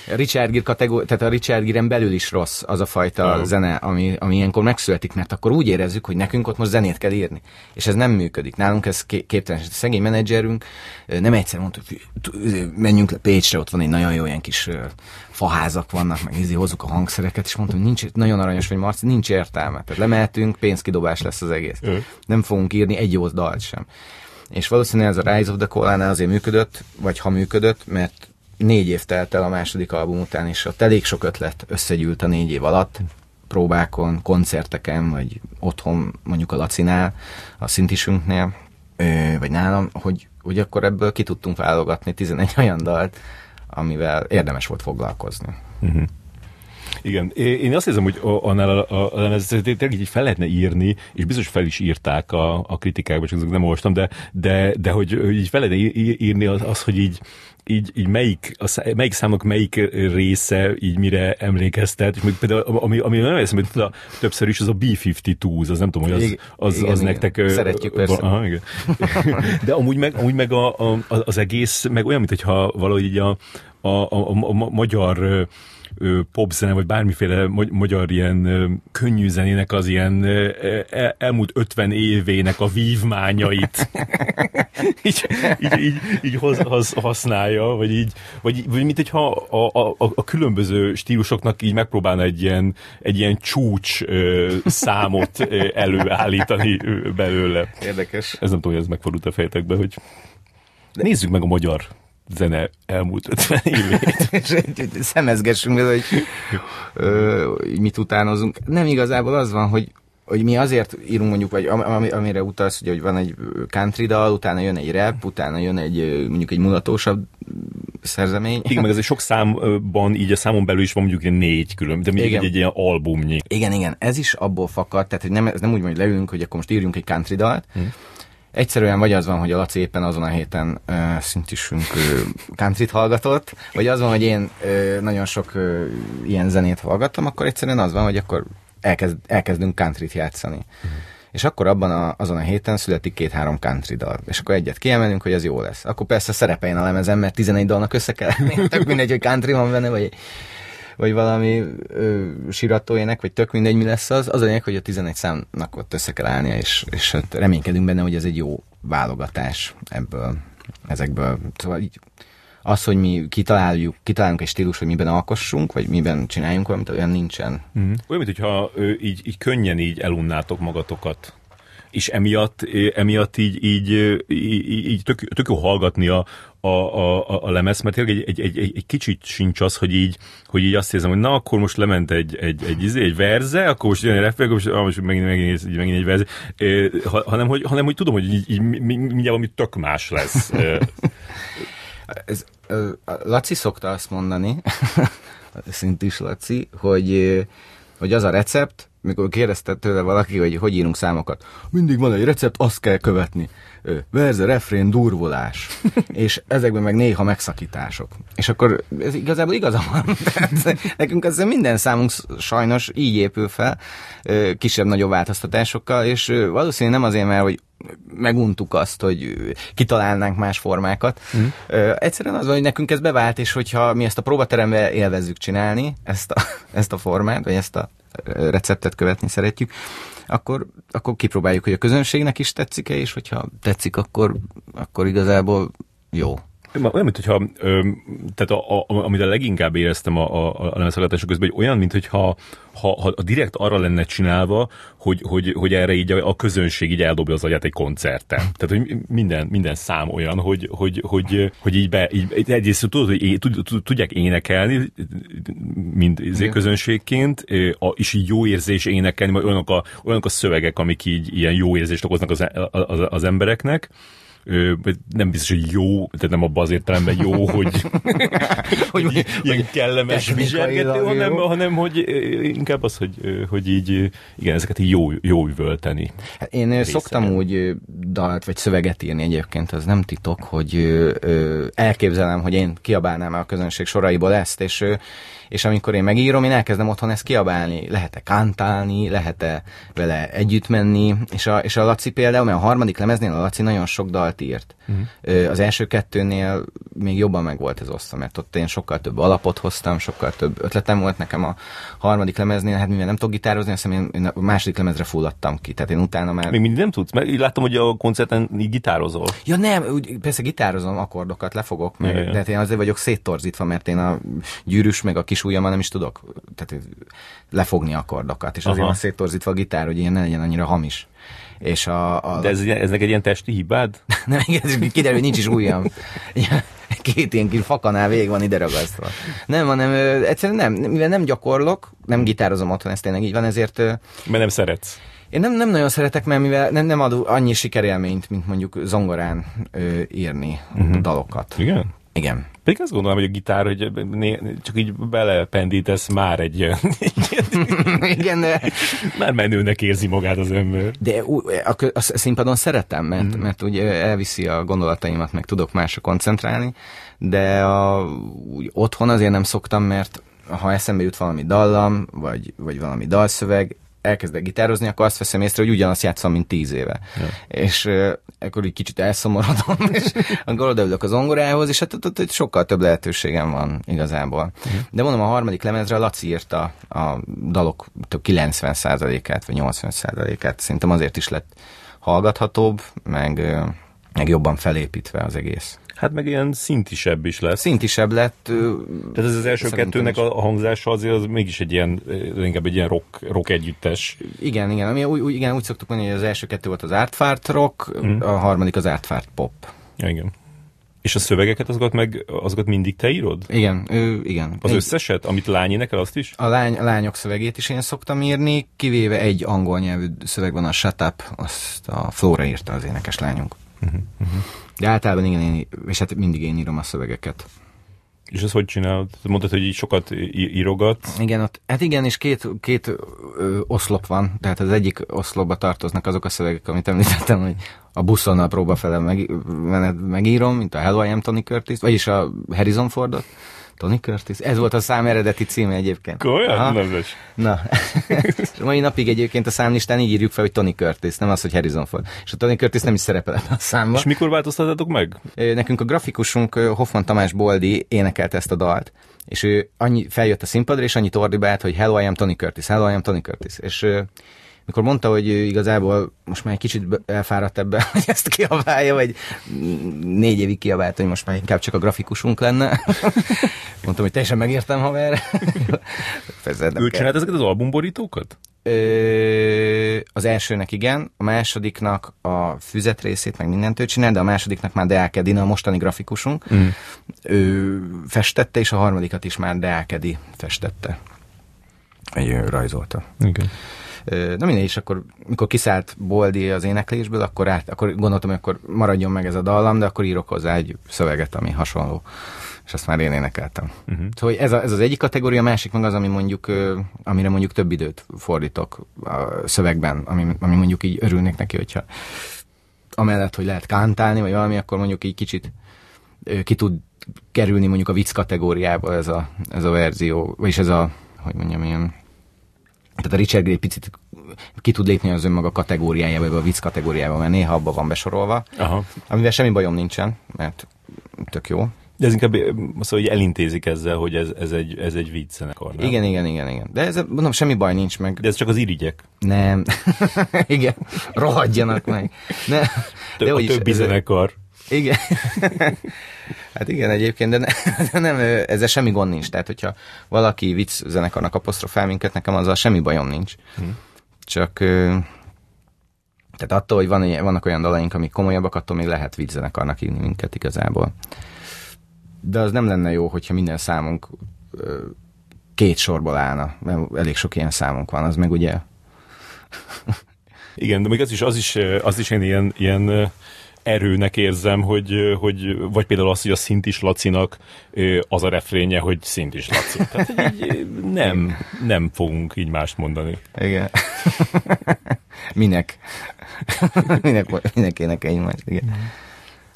Speaker 2: Richard Gere tehát a Richard Gere-en belül is rossz az a fajta zene, ami ilyenkor megszületik, mert akkor úgy érezzük, hogy nekünk ott most zenét kell írni. És ez nem működik. Nálunk ez képtelen. Szegény menedzserünk nem egyszer mondta, hogy menjünk le Pécsre, ott van egy nagyon jó ilyen kis faházak vannak, meg hozzuk a hangszereket, és mondtam, hogy nincs, nagyon aranyos vagy Marci, nincs értelme. Tehát lemehetünk, pénzkidobás lesz az egész. Nem fogunk írni egy jó dalt sem. És valószínűleg ez a Rise of the Colánál azért működött, vagy ha működött, mert 4 év telt el a második album után, és ott elég sok ötlet összegyűlt a 4 év alatt, próbákon, koncerteken, vagy otthon mondjuk a Lacinál, a szintisünknél, vagy nálam, hogy akkor ebből ki tudtunk válogatni 11 olyan dalt, amivel érdemes volt foglalkozni.
Speaker 1: Uh-huh. Igen, én azt hiszem, hogy annál a lemezet tényleg így fel lehetne írni, és biztos fel is írták a kritikákban, csak nem olvastam, de hogy így fel lehetne írni az, hogy így melyik számnak melyik része így mire emlékeztet, és még például ami nem eszem, hogy többször is az a B-52s, az nem tudom, hogy az
Speaker 2: igen,
Speaker 1: nektek...
Speaker 2: Szeretjük persze.
Speaker 1: Aha, igen. De amúgy meg az egész, meg olyan, mintha valahogy így a magyar popzene, vagy bármiféle magyar ilyen könnyű zenének az ilyen elmúlt 50 évének a vívmányait így használja, vagy mint hogyha a különböző stílusoknak így megpróbálna egy ilyen csúcs számot előállítani belőle.
Speaker 2: Érdekes.
Speaker 1: Ez nem tudom, hogy ez megfordult a fejetekbe, hogy nézzük meg a magyar zene elmúlt 50 évét.
Speaker 2: És szemezgessünk vele, hogy mit utánozunk. Nem igazából az van, hogy mi azért írunk mondjuk, vagy amire utalsz, ugye, hogy van egy country dal, utána jön egy rap, utána jön mondjuk egy mulatósabb szerzemény.
Speaker 1: Igen, meg azért sok számban, így a számon belül is van mondjuk 4 külön, de még egy ilyen albumnyi.
Speaker 2: Igen, ez is abból fakad, tehát hogy ez nem úgy van, hogy leülünk, hogy akkor most írjunk egy country dalt. Egyszerűen vagy az van, hogy a Laci éppen azon a héten szintisünk countryt hallgatott, vagy az van, hogy én nagyon sok ilyen zenét hallgattam, akkor egyszerűen az van, hogy akkor elkezdünk countryt játszani. És akkor azon a héten születik 2-3 country dal. És akkor egyet kiemelünk, hogy az jó lesz. Akkor persze szerepeljen a lemezen, mert 11 dalnak össze kell lenni. Tök mindegy, hogy country van benne, vagy valami síratóének, vagy tök mindegy, mi lesz az. Az a lényeg, hogy a 11 számnak ott össze kell állnia, és hát reménykedünk benne, hogy ez egy jó válogatás ezekből. Szóval így az, hogy mi kitalálunk egy stílus, hogy miben alkossunk, vagy miben csináljunk valamit, olyan nincsen.
Speaker 1: Mm. Olyan, mintha így könnyen így elunnátok magatokat. És emiatt így tök jó hallgatni a lemez, mert tényleg egy kicsit sincs az, hogy így azt érzem, hogy na, akkor most lement egy verze, akkor most jön egy refrén, akkor most megint egy verze, hanem hogy tudom, hogy így mindjárt valami tök más lesz.
Speaker 2: Laci szokta azt mondani, szintis Laci, hogy az a recept, mikor kérdezte tőle valaki, hogy írunk számokat, mindig van egy recept, azt kell követni. Verze, refrén, durvulás. És ezekben meg néha megszakítások. És akkor ez igazából igaza van. Nekünk ez minden számunk sajnos így épül fel, kisebb-nagyobb változtatásokkal, és valószínűleg nem azért, mert hogy meguntuk azt, hogy kitalálnánk más formákat. Egyszerűen az van, hogy nekünk ez bevált, és hogyha mi ezt a próbateremben élvezzük csinálni, ezt a formát, vagy ezt a receptet követni szeretjük, akkor kipróbáljuk, hogy a közönségnek is tetszik-e, és hogyha tetszik, akkor igazából jó.
Speaker 1: Olyan, mintha, tehát amit a leginkább éreztem a lemezhallgatások közben, hogy olyan, mintha ha direkt arra lenne csinálva, hogy erre így a közönség így eldobja az agyát egy koncerten. Tehát, hogy minden szám olyan, hogy így egyrészt tudod, hogy tudják énekelni, mint közönségként, és így jó érzés énekelni, vagy olyanok a szövegek, amik így ilyen jó érzést okoznak az embereknek. Nem biztos, hogy jó, tehát nem abban az értelemben jó, hogy ilyen kellemes vizsgálgető, hanem hogy inkább az, hogy így igen, ezeket így jó üvölteni.
Speaker 2: Hát én szoktam úgy dalt vagy szöveget írni egyébként, az nem titok, hogy elképzelem, hogy én kiabálnám a közönség soraiból ezt, és amikor én megírom, én elkezdem otthon ezt kiabálni. Lehet-e kántálni, lehet-e vele együtt menni, és a Laci például, mert a harmadik lemeznél a Laci nagyon sok dalt írt. Az első kettőnél még jobban meg volt ez osztva, mert ott én sokkal több alapot hoztam, sokkal több ötletem volt nekem a harmadik lemeznél, hát mivel nem tudok gitározni, azt hiszem én a második lemezre fulladtam ki, tehát én utána már...
Speaker 3: Még mindig nem tudsz? Mert így láttam, hogy a koncerten így gitározol.
Speaker 2: Ja nem, persze gitározom, akkordokat lefogok, de hát én azért vagyok széttorzítva, mert én a gyűrűs meg a kis ujjammal nem is tudok tehát lefogni akkordokat, és azért van széttorzítva a gitár, hogy ilyen ne legyen annyira hamis. És
Speaker 3: De ez neked egy ilyen testi hibád?
Speaker 2: Nem, kiderül, hogy nincs is ujjam. Két ilyen kis fakanál végig van ide ragasztva. Nem, hanem egyszerűen nem, mivel nem gyakorlok, nem gitározom otthon, ez tényleg így van, ezért...
Speaker 3: Mert nem szeretsz.
Speaker 2: Én nem nagyon szeretek, mert mivel nem ad annyi sikerélményt, mint mondjuk zongorán írni dalokat.
Speaker 3: Igen?
Speaker 2: Igen.
Speaker 3: Pedig azt gondolom, hogy a gitár, hogy csak így belependítesz, már egy ilyen...
Speaker 2: Igen, de...
Speaker 3: Már menőnek érzi magát az ember.
Speaker 2: De a színpadon szeretem, mert ugye elviszi a gondolataimat, meg tudok másra koncentrálni, de úgy otthon azért nem szoktam, mert ha eszembe jut valami dallam, vagy valami dalszöveg, elkezdek gitározni, akkor azt veszem észre, hogy ugyanazt játszom, mint 10 éve. Ja. És akkor így kicsit elszomorodom, és akkor odaülök az zongorához, és hát ott sokkal több lehetőségem van igazából. De mondom, a harmadik lemezre a Laci írta a dalok 90%-át, vagy 80%-át. Szerintem azért is lett hallgathatóbb, meg jobban felépítve az egész.
Speaker 3: Hát meg ilyen szintisebb is lesz.
Speaker 2: Szintisebb lett.
Speaker 3: Tehát ez az első kettőnek a hangzása azért az mégis egy ilyen, inkább egy ilyen rock együttes.
Speaker 2: Igen. Ami úgy szoktuk mondani, hogy az első kettő volt az artfart rock, a harmadik az artfart pop.
Speaker 3: Ja, igen. És a szövegeket azokat mindig te írod?
Speaker 2: Igen, igen.
Speaker 3: Az összeset, amit lány énekel, azt is?
Speaker 2: A lányok szövegét is én szoktam írni, kivéve egy angol nyelvű szöveg van, a Shut Up, azt a Flóra írta, az énekes lányunk. De általában igen, és hát mindig én írom a szövegeket.
Speaker 3: És ezt hogy csinálod? Mondtad, hogy így sokat írogatsz?
Speaker 2: Igen, hát igen, és két oszlop van, tehát az egyik oszlopba tartoznak azok a szövegek, amit említettem, hogy a buszon a próbafele megírom, mint a Hello, I am Tony Curtis, vagyis a Harrison Fordot. Tony Curtis? Ez volt a szám eredeti címe egyébként.
Speaker 3: Olyan? Neves.
Speaker 2: Na. Mai napig egyébként a számlistán így írjuk fel, hogy Tony Curtis, nem az, hogy Harrison Ford. És a Tony Curtis nem is szerepel ebben a számban.
Speaker 3: És mikor változtattatok meg?
Speaker 2: Nekünk a grafikusunk Hoffman Tamás Boldi énekelte ezt a dalt. És ő feljött a színpadra, és annyit ordibált, hogy Hello, I am Tony Curtis, Hello, I am Tony Curtis. És mikor mondta, hogy igazából most már egy kicsit elfáradt ebbe, hogy ezt kiabálja, vagy 4 évig kiabált, hogy most már inkább csak a grafikusunk lenne. Mondtam, hogy teljesen megértem, haver.
Speaker 3: Ő csinált ezeket az albumborítókat?
Speaker 2: Az elsőnek igen, a másodiknak a füzet részét, meg mindent ő csinál, de a másodiknak már Deák Edina, a mostani grafikusunk. Ő festette, és a harmadikat is már Deák Edi festette. Ő rajzolta.
Speaker 3: Okay.
Speaker 2: Na mindegy, és akkor, mikor kiszállt Boldi az éneklésből, akkor gondoltam, hogy akkor maradjon meg ez a dallam, de akkor írok hozzá egy szöveget, ami hasonló. És azt már én énekeltem. Szóval ez az egyik kategória, a másik meg az, amire mondjuk több időt fordítok a szövegben, ami mondjuk így örülnék neki, hogyha amellett, hogy lehet kántálni, vagy valami, akkor mondjuk így kicsit ki tud kerülni mondjuk a vicc kategóriába ez a verzió, vagyis ez a, hogy mondjam, ilyen. Tehát a Richard Gere picit ki tud lépni az önmaga kategóriájába, vagy a vicc kategóriába, mert néha abba van besorolva. Aha. Amivel semmi bajom nincsen, mert tök jó.
Speaker 3: De ez inkább szóval, hogy elintézik ezzel, hogy ez egy vicc zenekar, nem?
Speaker 2: Igen. De ez, mondom, semmi baj nincs meg.
Speaker 3: De ez csak az irigyek.
Speaker 2: Nem. Igen. Rohadjanak meg.
Speaker 3: De a többi zenekar.
Speaker 2: Igen. Hát igen, egyébként, de nem, ezzel semmi gond nincs. Tehát, hogyha valaki vicc zenekarnak apostrofál minket, nekem azzal semmi bajom nincs. Csak tehát attól, hogy vannak olyan dalaink, amik komolyabbak, attól még lehet vicc zenekarnak írni minket igazából. De az nem lenne jó, hogyha minden számunk 2 sorból állna, mert elég sok ilyen számunk van, az meg ugye...
Speaker 3: Igen, de még az is én ilyen erőnek érzem, hogy vagy például az, hogy a Szintis Lacinak az a refrénye, hogy Szintis Laci. Tehát így nem fogunk így mást mondani.
Speaker 2: Igen. Minek? Minek énekeljünk majd, igen.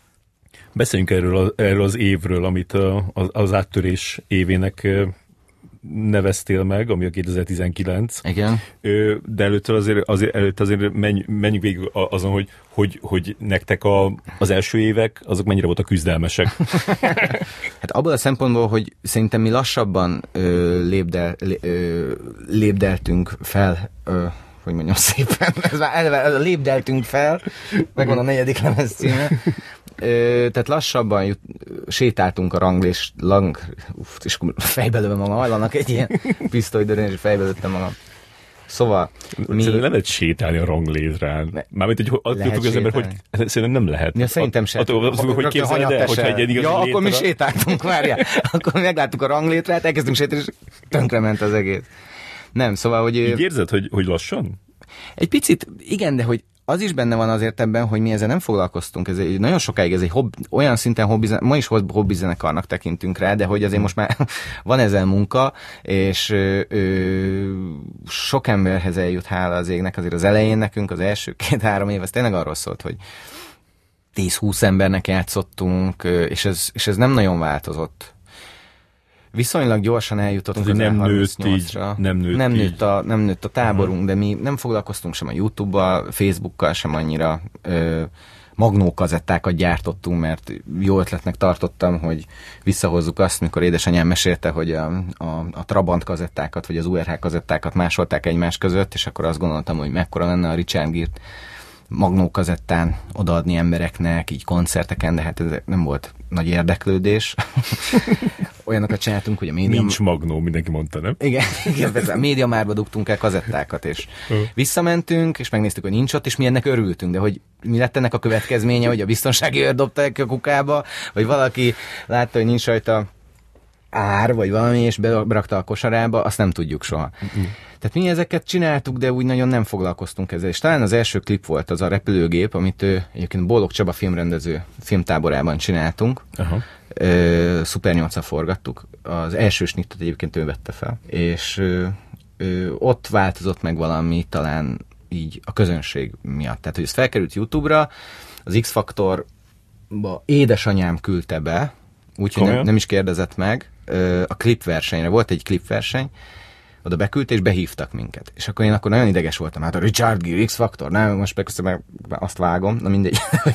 Speaker 3: Beszéljünk erről az évről, amit az áttörés évének neveztél meg, ami a 2019.
Speaker 2: Igen.
Speaker 3: De előtte azért menjünk végig azon, hogy nektek az első évek, azok mennyire voltak küzdelmesek.
Speaker 2: Hát abból a szempontból, hogy szerintem mi lassabban lépdeltünk fel, hogy mondjam szépen, lépdeltünk fel, megvan a 4. lemez címe. Tehát lassabban sétáltunk a és fejbe lövöm magam, hajlanak egy ilyen pisztolydörén, és fejbe lőttem magam. Szóval
Speaker 3: szerintem nem lehet sétálni a ranglétrán. Mármint, hogy azt tudtuk az ember, hogy szerintem nem lehet.
Speaker 2: Ja, szerintem sem.
Speaker 3: Hogy képzeled el, hogyha egy igazi
Speaker 2: ja, akkor mi sétáltunk, várjál. Akkor mi megláttuk a ranglétrát, elkezdtünk sétálni, és tönkrement az egész. Nem, szóval, hogy...
Speaker 3: Így érzed, hogy lassan?
Speaker 2: Egy picit, igen, de hogy az is benne van azért ebben, hogy mi ezzel nem foglalkoztunk. Nagyon sokáig ez egy olyan szinten ma is hobbizenekarnak tekintünk rá, de hogy azért most már van ezzel munka, és sok emberhez eljut, hála az égnek. Azért az elején nekünk az első 2-3 év, az tényleg arról szólt, hogy 10-20 embernek játszottunk, és ez nem nagyon változott. Viszonylag gyorsan eljutottunk az
Speaker 3: E38-ra.
Speaker 2: Nem nőtt a táborunk, de mi nem foglalkoztunk sem a YouTube-bal, Facebookkal sem annyira. Magnókazettákat gyártottunk, mert jó ötletnek tartottam, hogy visszahozzuk azt, mikor édesanyám mesélte, hogy a Trabant kazettákat, vagy az URH kazettákat másolták egymás között, és akkor azt gondoltam, hogy mekkora lenne a Richard Gere-t magnókazettán odaadni embereknek, így koncerteken, de hát ez nem volt nagy érdeklődés. Olyanokat csináltunk, hogy a média...
Speaker 3: Nincs magnó, mindenki mondta, nem?
Speaker 2: Igen, a médiamárba dugtunk el kazettákat, és visszamentünk, és megnéztük, hogy nincs ott, és mi ennek örültünk, de hogy mi lett ennek a következménye, hogy a biztonsági őr dobták a kukába, vagy valaki látta, hogy nincs rajta ár, vagy valami, és berakta a kosarába, azt nem tudjuk soha. Tehát mi ezeket csináltuk, de úgy nagyon nem foglalkoztunk ezzel. És talán az első klip volt az a repülőgép, amit egyébként Boldog Csaba filmrendező filmtáborában csináltunk. Super 8-al forgattuk. Az első snittet egyébként ő vette fel. És ott változott meg valami talán így a közönség miatt. Tehát, hogy ez felkerült YouTube-ra, az X-Faktorba édesanyám küldte be, úgyhogy nem is kérdezett meg, a klipversenyre. Volt egy klipverseny, oda beküldte, és behívtak minket. És akkor én nagyon ideges voltam. Hát a Richard Gere, X-Faktor, nem, most meg azt vágom, na mindegy.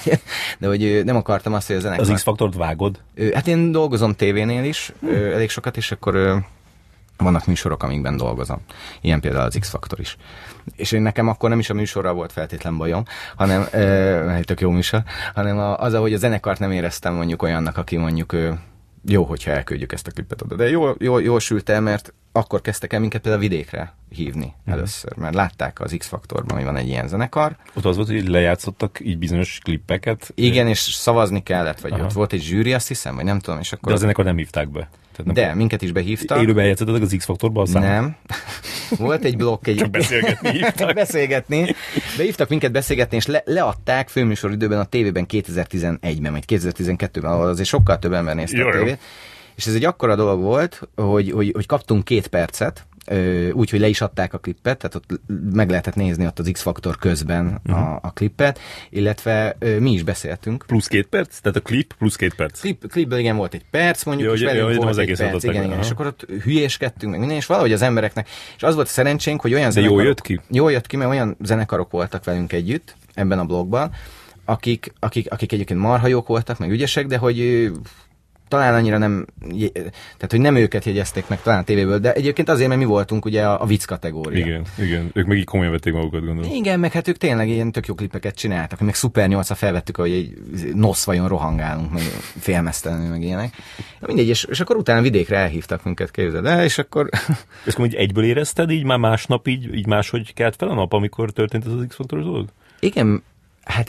Speaker 2: De hogy nem akartam azt, hogy a zenekar...
Speaker 3: Az X-Faktort vágod?
Speaker 2: Hát én dolgozom tévénél is elég sokat, és akkor vannak műsorok, amikben dolgozom. Ilyen például az X-Faktor is. És én nekem akkor nem is a műsorral volt feltétlen bajom, hanem, tök jó műsor, hanem az, hogy a zenekart nem éreztem mondjuk olyannak, aki mondjuk jó, hogyha elküldjük ezt a klipet oda. De jól sült el, mert akkor kezdtek el minket például vidékre hívni először, mert látták az X-Faktorban, hogy van egy ilyen zenekar.
Speaker 3: Ott az volt, hogy lejátszottak így bizonyos klippeket.
Speaker 2: Igen, és szavazni kellett, vagy ott volt egy zsűri, azt hiszem, vagy nem tudom, és akkor...
Speaker 3: De a zenekar nem hívták be.
Speaker 2: De, minket is behívtak.
Speaker 3: Élőben játszottatok az X-Faktorban?
Speaker 2: Nem. Volt egy blokk,
Speaker 3: csak beszélgetni hívtak.
Speaker 2: Beszélgetni. Behívtak minket beszélgetni, és leadták főműsoridőben a tévében 2011-ben, vagy 2012-ben, ahol azért sokkal több ember nézte a tévét. És ez egy akkora dolog volt, hogy kaptunk 2 percet, úgy, hogy le is adták a klippet, tehát ott meg lehetett nézni ott az X-Faktor közben a klippet, illetve mi is beszéltünk.
Speaker 3: Plusz 2 perc? Tehát a klip plusz 2 perc?
Speaker 2: Klipből igen, volt egy perc mondjuk, és velünk volt egy perc, igen, és akkor ott hülyéskedtünk, meg minden, és valahogy az embereknek, és az volt a szerencsénk, hogy olyan
Speaker 3: zenekarok... De jól jött ki?
Speaker 2: Jól jött ki, mert olyan zenekarok voltak velünk együtt, ebben a blogban, akik egyébként marha jók voltak, meg ügyesek, de hogy talán annyira nem, tehát hogy nem őket jegyezték meg talán a tévéből, de egyébként azért, mert mi voltunk ugye a vicc kategória.
Speaker 3: Igen, ők meg így komolyan vették magukat, gondolom.
Speaker 2: Igen, meg hát ők tényleg ilyen tök jó klipeket csináltak, meg Super 8-ra felvettük, hogy egy nosz vajon rohangálunk, meg félmeztelenül, meg ilyenek. Mindegy, és akkor utána vidékre elhívtak minket, képzeld el, és akkor...
Speaker 3: Ezt mondjuk egyből érezted, így már másnap így máshogy kelt fel a nap, amikor történt ez az X-Faktoros dolog?
Speaker 2: Igen, hát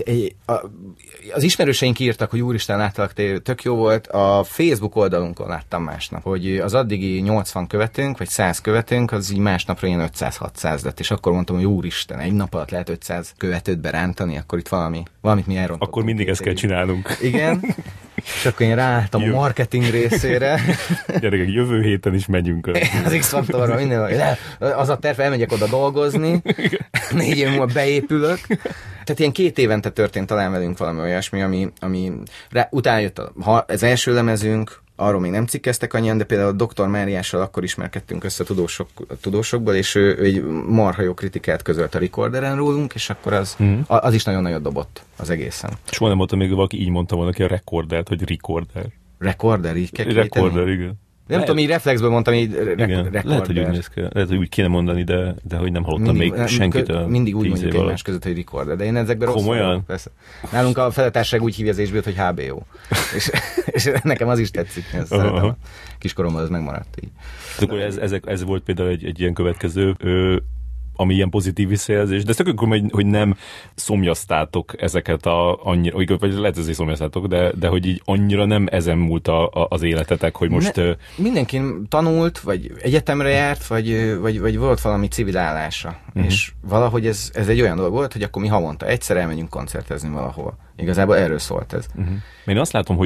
Speaker 2: az ismerőseink írtak, hogy úristen, láttalak, tök jó volt. A Facebook oldalunkon láttam másnap, hogy az addigi 80 követőnk, vagy 100 követőnk, az így másnapra ilyen 500-600 lett, és akkor mondtam, hogy úristen, egy nap alatt lehet 500 követőt berántani, akkor itt valamit mi elrontottunk.
Speaker 3: Akkor mindig ezt kell csinálnunk.
Speaker 2: Igen. És akkor én ráálltam a marketing részére.
Speaker 3: Gyerekek, jövő héten is megyünk.
Speaker 2: Az X-Faktorra minden, az a terv, elmegyek oda dolgozni, 4 év múlva beépülök. Tehát ilyen 2 évente történt talán velünk valami olyasmi, ami utána jött az első lemezünk, arról még nem cikkeztek annyian, de például a Dr. Máriással akkor ismerkedtünk össze tudósokból, és ő egy marha jó kritikát közölt a Recorderen rólunk, és akkor az is nagyon nagyot dobott az egészen.
Speaker 3: Soha nem mondta még, valaki így mondta volna ki a Recordert, hogy Recorder.
Speaker 2: Recorder, így kell
Speaker 3: Recorder, igen.
Speaker 2: Nem tudom, így reflexből mondtam, így
Speaker 3: Recorder. Lehet, hogy úgy néz ki. Lehet, hogy úgy kéne mondani, de hogy nem hallottam mindig, még senkit.
Speaker 2: Mindig úgy mondjuk egymás között, hogy Recorder, de én ezekben rossz vagyok. Persze. Nálunk a feletárság úgy hívja az HBO-t, hogy HBO. és nekem az is tetszik. Kiskoromban ez megmaradt így.
Speaker 3: Akkor ez volt például egy ilyen következő ami ilyen pozitív visszajelzés, de ezt akkor, hogy nem szomjaztátok ezeket annyira, vagy lehet, hogy szomjaztátok, de hogy így annyira nem ezen múlt az életetek, hogy most...
Speaker 2: Mindenki tanult, vagy egyetemre járt, vagy volt valami civil állása. És valahogy ez egy olyan dolog volt, hogy akkor mi havonta egyszer elmegyünk koncertezni valahol. Igazából erről szólt ez.
Speaker 3: Én azt látom,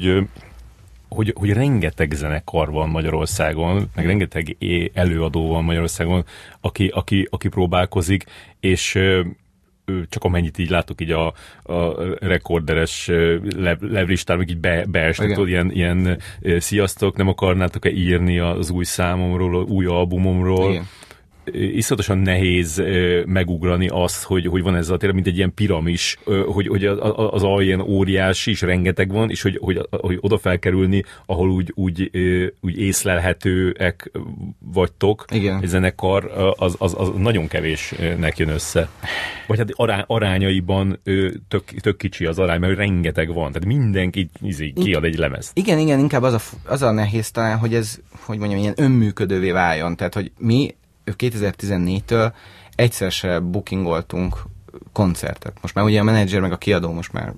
Speaker 3: hogy rengeteg zenekar van Magyarországon, meg rengeteg előadó van Magyarországon, aki próbálkozik, és csak amennyit így látok így a rekorderes levristár, meg így beesnek, ilyen sziasztok, nem akarnátok-e írni az új számomról, új albumomról? Igen. Iszonyatosan nehéz megugrani azt, hogy van ez a tényleg, mint egy ilyen piramis, hogy az alján óriási is rengeteg van, és hogy oda felkerülni, ahol úgy észlelhetőek vagytok, igen. Egy zenekar, az nagyon kevésnek jön össze. Vagy hát arányaiban tök kicsi az arány, mert rengeteg van, tehát mindenki kiad egy lemezt.
Speaker 2: Igen, inkább az a nehéz talán, hogy ez, hogy mondjam, ilyen önműködővé váljon, tehát hogy mi 2014-től egyszer se bookingoltunk koncertet. Most már ugye a menedzser meg a kiadó most már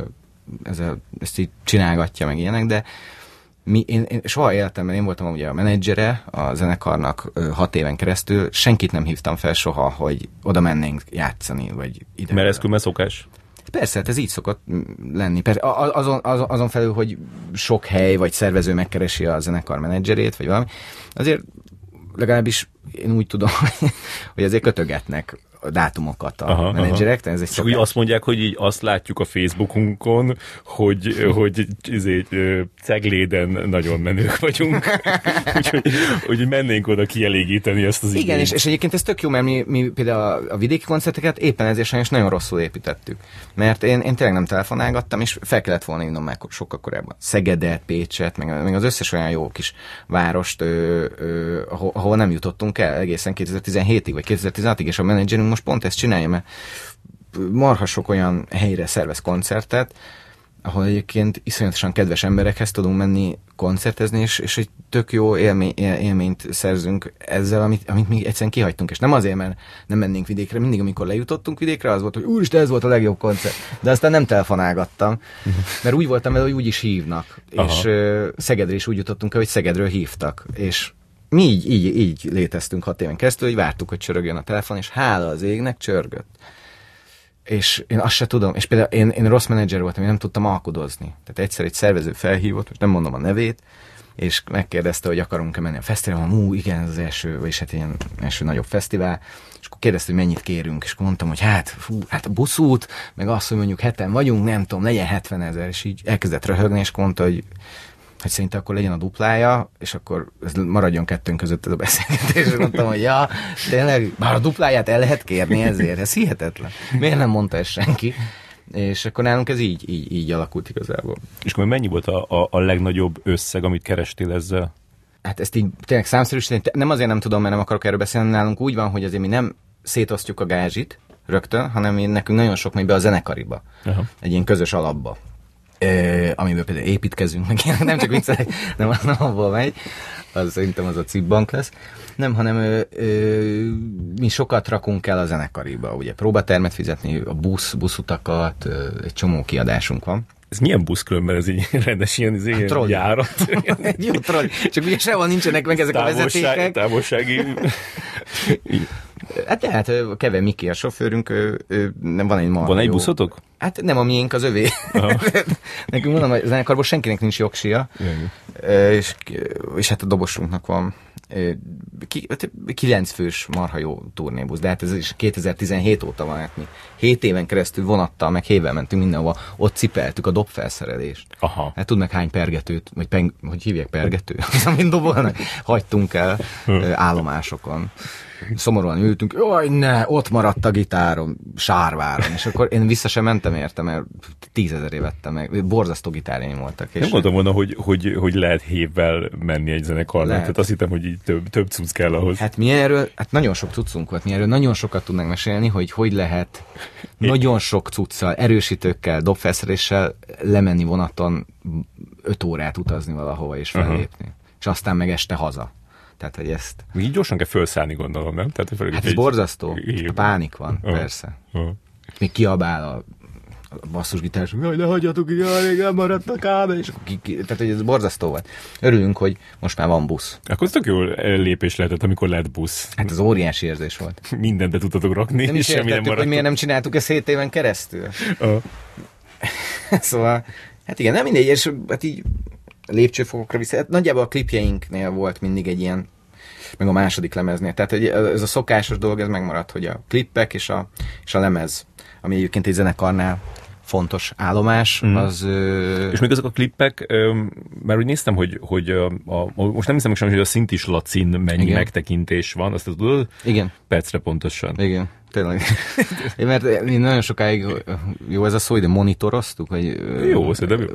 Speaker 2: ezt így csinálgatja meg ilyenek, de én soha életemben, én voltam ugye a menedzsere a zenekarnak 6 éven keresztül, senkit nem hívtam fel soha, hogy oda mennénk játszani, vagy ide.
Speaker 3: Mert ez különben szokás?
Speaker 2: Persze, hát ez így szokott lenni. Persze, azon felül, hogy sok hely vagy szervező megkeresi a zenekar menedzserét, vagy valami, azért legalábbis én úgy tudom, hogy azért kötögetnek a dátumokat a menedzserek. Ez egy
Speaker 3: és úgy azt mondják, hogy így azt látjuk a Facebookunkon, hogy Cegléden nagyon menők vagyunk. Úgyhogy mennénk oda kielégíteni ezt az igényt.
Speaker 2: Igen, és egyébként ez tök jó, mert mi például a vidéki koncerteket éppen ezért sajnos nagyon rosszul építettük. Mert én tényleg nem telefonálgattam, és fel kellett volna írnom már sokkal korábban Szegedet, Pécset, meg az összes olyan jó kis várost, ahol nem jutottunk el egészen 2017-ig, vagy 2016-ig, és a menedzserünk most pont ezt csinálja, mert marha sok olyan helyre szervez koncertet, ahol egyébként iszonyatosan kedves emberekhez tudunk menni koncertezni, és egy tök jó élményt szerzünk ezzel, amit mi egyszerűen kihagytunk. És nem azért, mert nem mennénk vidékre, mindig, amikor lejutottunk vidékre, az volt, hogy úristen, ez volt a legjobb koncert. De aztán nem telefonálgattam, mert úgy voltam vele, hogy úgy is hívnak. És Szegedre is úgy jutottunk el, hogy Szegedről hívtak. És mi így léteztünk 6 éven keresztül, hogy vártuk, hogy csörögjön a telefon, és hála az égnek csörgött. És én azt se tudom, és például én rossz menedzser voltam, én nem tudtam alkudozni. Tehát egyszer egy szervező felhívott, most nem mondom a nevét, és megkérdezte, hogy akarunk-e menni a fesztiválon. Igen, ez az első, vagyis hát ilyen első nagyobb fesztivál, és akkor kérdezte, hogy mennyit kérünk, és akkor mondtam, hogy hát a buszút, meg azt, hogy mondjuk 7-en vagyunk, nem tudom, legyen 70 000, és így elkezdett röhögni, és mondta, hogy szerintem akkor legyen a duplája, és akkor ez maradjon kettőnk között ez a beszélgetés, és mondtam, hogy ja, tényleg, bár a dupláját el lehet kérni ezért, ez hihetetlen. Miért nem mondta ezt senki? És akkor nálunk ez így alakult igazából.
Speaker 3: És akkor mennyi volt a legnagyobb összeg, amit kerestél ezzel?
Speaker 2: Hát ezt így tényleg számszerűsíteni, nem azért nem tudom, mert nem akarok erről beszélni, nálunk úgy van, hogy azért mi nem szétosztjuk a gázsit rögtön, hanem nekünk nagyon sok megy be a zenekariba, egy ilyen közös alapba. Amiből például építkezünk, meg ilyen, nem csak viccelek, nem abból megy, az szerintem az a cipbank lesz, nem, hanem mi sokat rakunk el a zenekariba, ugye próbatermet fizetni, a buszutakat, egy csomó kiadásunk van.
Speaker 3: Ez milyen busz különben, ez így rendes ilyen járat?
Speaker 2: Egy jó troll, csak ugye sehol nincsenek meg ezek a vezetékek.
Speaker 3: Távolsági...
Speaker 2: Hát tehát Keve Miki a sofőrünk, nem van egy marha.
Speaker 3: Van egy buszotok?
Speaker 2: Hát nem a miénk, az övé. Nekünk mondom, hogy a zenekarból senkinek nincs jogsia, és hát a dobosunknak van. 9 fős marha jó turnébusz, de hát ez is 2017 óta van, hát mi 7 éven keresztül vonattal, meg hévvel mentünk mindenhova, ott cipeltük a dobfelszerelést.
Speaker 1: Aha.
Speaker 2: Hát tud meg hány pergetőt, vagy hogy hívják pergető, az, amit dobolnak, hagytunk el állomásokon. Szomorúan ültünk, jaj, ne, ott maradt a gitárom, Sárváron, és akkor én vissza sem mentem érte, mert 10 000 vettem meg, borzasztó gitárjaim voltak.
Speaker 1: Nem mondtam volna, hogy lehet hévvel menni egy zenekarnak, tehát azt hittem, hogy így több cucc kell ahhoz.
Speaker 2: Hát mi erről, hát nagyon sok cuccunk volt, mi erről nagyon sokat tudnánk mesélni, hogy lehet nagyon sok cuccal, erősítőkkel, dobfelszereléssel lemenni vonaton 5 órát utazni valahova és fellépni. És aztán meg este haza. Tehát, hogy ezt...
Speaker 1: Így gyorsan kell felszállni, gondolom, nem? Tehát,
Speaker 2: hát ez borzasztó. A pánik van, persze. Még kiabál a basszusgitáros, hogy ne hagyjatok, így nem maradt a kábel, és tehát, hogy ez borzasztó volt. Örülünk, hogy most már van busz.
Speaker 1: Akkor ez tök jó lépés lehetett, amikor lett busz.
Speaker 2: Hát az óriási érzés volt.
Speaker 1: Mindent be tudtatok rakni,
Speaker 2: nem is
Speaker 1: semmi nem maradt.
Speaker 2: hogy miért nem csináltuk ezt 7 éven keresztül. Szóval, hát igen, nem mindegy, és hát így lépcsőfokokra vissza. Hát nagyjából a klipjeinknél volt mindig egy ilyen, meg a második lemeznél. Tehát ez a szokásos dolog, ez megmaradt, hogy a klippek és a lemez, ami egyébként egy zenekarnál fontos állomás, az...
Speaker 1: És még azok a klippek, mert úgy néztem, hogy most nem hiszem, hogy a Szintis Lacin mennyi megtekintés van, azt tudod?
Speaker 2: Igen.
Speaker 1: Percre pontosan.
Speaker 2: Igen, tényleg. Mert mi nagyon sokáig, jó ez a szó, de monitoroztuk, vagy...
Speaker 1: Jó, szerintem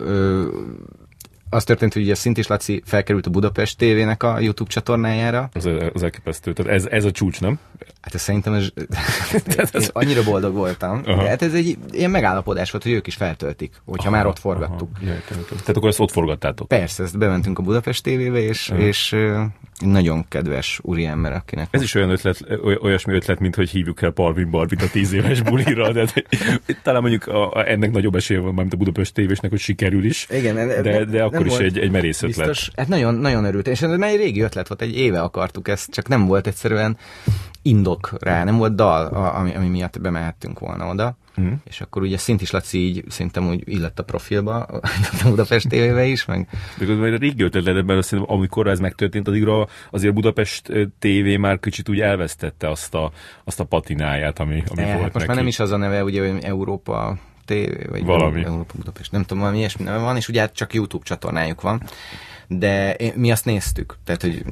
Speaker 2: az történt, hogy ugye Szintis Laci felkerült a Budapest TV-nek a YouTube csatornájára.
Speaker 1: Az elképesztő. Tehát ez a csúcs, nem?
Speaker 2: Hát szerintem én annyira boldog voltam. Hát ez egy ilyen megállapodás volt, hogy ők is feltöltik, hogyha már ott forgattuk.
Speaker 1: Tehát akkor ezt ott forgattátok?
Speaker 2: Persze, ezt bementünk a Budapest TV-be, és nagyon kedves úriember, akinek...
Speaker 1: Ez is olyan olyasmi ötlet, mint hogy hívjuk el Parvin Barbit a 10 éves bulira, de talán mondjuk ennek nagyobb esélye van, mint a Budapest TV-snek, hogy sikerül is.
Speaker 2: Igen,
Speaker 1: de akkor is egy merész ötlet.
Speaker 2: Biztos, hát nagyon, nagyon örültem, és ez már egy régi ötlet volt, egy éve akartuk ezt, csak nem volt egyszerűen indok rá, nem volt dal, ami miatt bemehettünk volna oda. És akkor ugye Szintis Laci így szerintem úgy illett a profilba, a Budapest TV-be is, meg...
Speaker 1: De majd a régi ötlet, mert szerintem amikor ez megtörtént, addigra azért Budapest TV már kicsit úgy elvesztette azt a patináját, ami volt
Speaker 2: hát most
Speaker 1: neki.
Speaker 2: már nem is az a neve, ugye, hogy Európa TV, vagy
Speaker 1: valami.
Speaker 2: Európa Budapest, nem tudom, valami ilyesmi neve van, és ugye hát csak YouTube csatornájuk van, de mi azt néztük, tehát, hogy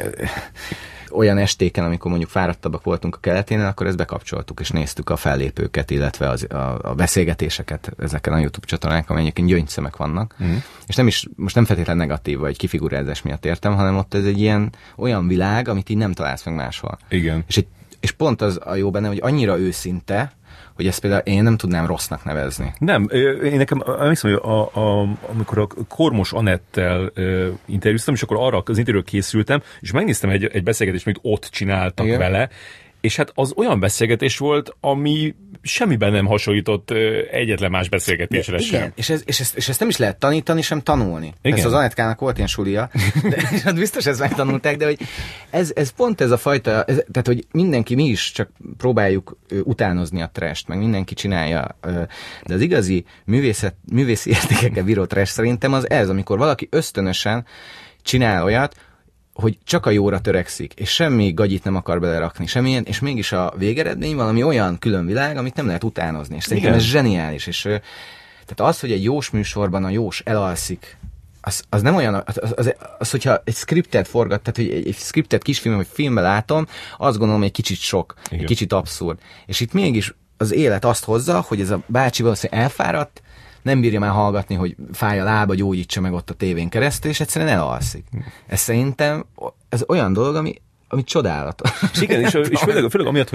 Speaker 2: olyan estéken, amikor mondjuk fáradtabbak voltunk a Keleténél, akkor ezt bekapcsoltuk, és néztük a fellépőket, illetve a beszélgetéseket ezeken a YouTube csatornákon, amelyeken gyöngyszemek vannak. És most nem feltétlenül negatív, vagy kifigurázás miatt értem, hanem ott ez egy ilyen olyan világ, amit így nem találsz meg máshol.
Speaker 1: Igen.
Speaker 2: És pont az a jó benne, hogy annyira őszinte, hogy ezt például én nem tudnám rossznak nevezni.
Speaker 1: Nem, én nekem emlékszem, hogy amikor a Kormos Anettel interjúztam, és akkor arra az interjúra készültem, és megnéztem egy beszélgetést, amit ott csináltak vele, és hát az olyan beszélgetés volt, ami semmiben nem hasonlított egyetlen más beszélgetésre sem.
Speaker 2: És ezt nem is lehet tanítani, sem tanulni. Ez az Anetkának volt ilyen sulia, és hát biztos ezt megtanulták, de hogy ez pont ez a fajta, tehát hogy mindenki, mi is csak próbáljuk utánozni a trash-t, meg mindenki csinálja, de az igazi művészi értékekkel bíró trash szerintem az ez, amikor valaki ösztönösen csinál olyat, hogy csak a jóra törekszik, és semmi gagyit nem akar belerakni, semmilyen, és mégis a végeredmény valami olyan külön világ, amit nem lehet utánozni, és szerintem ez zseniális, és tehát az, hogy egy jós műsorban a jós elalszik, az nem olyan, az hogyha egy scriptet forgat, tehát hogy egy scriptet kisfilm, vagy filmben látom, azt gondolom, hogy egy kicsit sok, egy kicsit abszurd. És itt mégis az élet azt hozza, hogy ez a bácsi valószínűleg elfáradt, nem bírja már hallgatni, hogy fáj a lába, gyógyítsa meg ott a tévén keresztül, és egyszerűen elalszik. Ez szerintem ez olyan dolog, ami csodálatos.
Speaker 1: Igen, és főleg amiatt,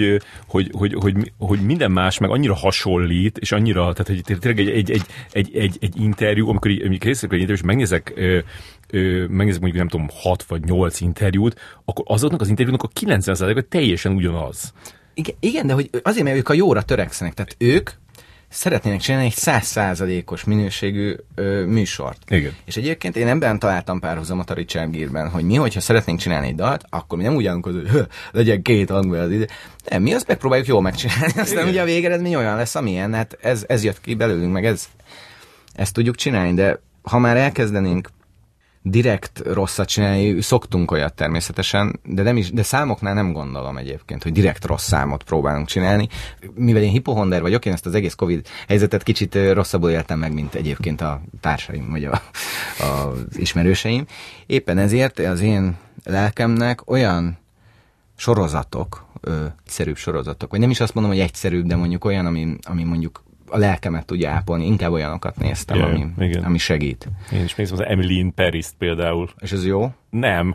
Speaker 1: hogy minden más meg annyira hasonlít, és annyira, tehát hogy tényleg egy interjú, amikor készülök egy interjú, és megnézek mondjuk nem tudom 6 vagy 8 interjút, akkor azoknak az interjúnak a 90%-a teljesen ugyanaz.
Speaker 2: Igen, de hogy azért, mert ők a jóra törekszenek, tehát ők szeretnének csinálni egy 100%-os minőségű műsort.
Speaker 1: Igen.
Speaker 2: És egyébként én ebben találtam párhuzamot a Richard Gere-ben, hogy mi, hogyha szeretnénk csinálni egy dalt, akkor mi nem úgy állunk, hogy legyen 2 hangból az ide. Nem, mi azt megpróbáljuk jól megcsinálni, aztán ugye a végeredmény olyan lesz, amilyen, hát ez jött ki belőlünk, meg ezt tudjuk csinálni, de ha már elkezdenénk direkt rosszat csinálni, szoktunk olyat természetesen, de számoknál nem gondolom egyébként, hogy direkt rossz számot próbálunk csinálni. Mivel én hipohonder vagyok, én ezt az egész Covid helyzetet kicsit rosszabbul éltem meg, mint egyébként a társaim, vagy az ismerőseim. Éppen ezért az én lelkemnek olyan sorozatok, egyszerűbb sorozatok, vagy nem is azt mondom, hogy egyszerűbb, de mondjuk olyan, ami mondjuk a lelkemet tudja ápolni, inkább olyanokat néztem, ami segít.
Speaker 1: Én is nézem az Emily in Paris-t például.
Speaker 2: És ez jó?
Speaker 1: Nem.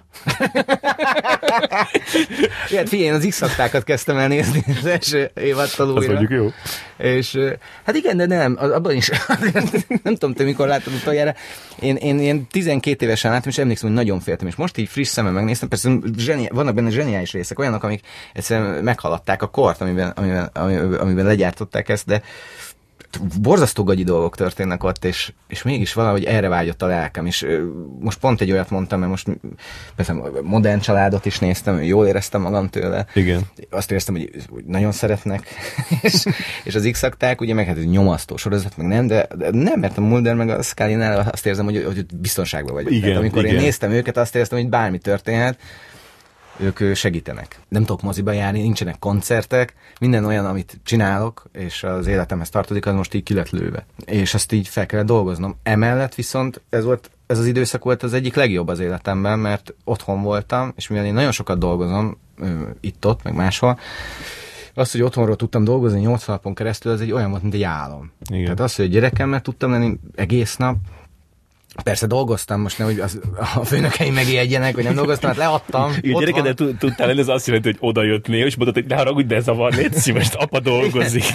Speaker 2: Hát figyelj, én az X-aktákat kezdtem el nézni az első évattól újra.
Speaker 1: Az mondjuk jó.
Speaker 2: És hát igen, de nem, abban is, nem tudom, te mikor láttad utoljára. Én 12 évesen láttam, és emlékszem, hogy nagyon féltem, és most így friss szemmel megnéztem, persze vannak benne zseniális részek, olyanok, amik egyszerűen meghaladták a kort, amiben legyártották ezt, de borzasztó gagyi dolgok történnek ott, és mégis valahogy erre vágyott a lelkem, és most pont egy olyat mondtam, mert most persze Modern Családot is néztem, jól éreztem magam tőle.
Speaker 1: Igen.
Speaker 2: Azt éreztem, hogy nagyon szeretnek, és az X-akták, ugye meg hát egy nyomasztó sorozat, meg nem, de nem, mert a Mulder meg a Scully-nál azt érzem, hogy biztonságban vagyok.
Speaker 1: Igen,
Speaker 2: tehát amikor
Speaker 1: igen.
Speaker 2: én néztem őket, azt éreztem, hogy bármi történhet, ők segítenek. Nem tudok moziba járni, nincsenek koncertek, minden olyan, amit csinálok, és az életemhez tartozik, az most így ki lett lőve. És azt így fel kellett dolgoznom. Emellett viszont ez az időszak volt az egyik legjobb az életemben, mert otthon voltam, és mivel én nagyon sokat dolgozom, itt-ott, meg máshol, az, hogy otthonról tudtam dolgozni 8 napon keresztül, az egy olyan volt, mint egy álom.
Speaker 1: Igen.
Speaker 2: Tehát az, hogy a gyerekemmel tudtam lenni egész nap, persze dolgoztam, most nem, hogy a főnökeim megijedjenek, hogy nem dolgoztam, hát leadtam.
Speaker 1: Igen, gyerekedet tudtál lenni, ez azt jelenti, hogy oda jött néha, és mondod, hogy ne haragudj, de zavar, légy szíves, apa dolgozik.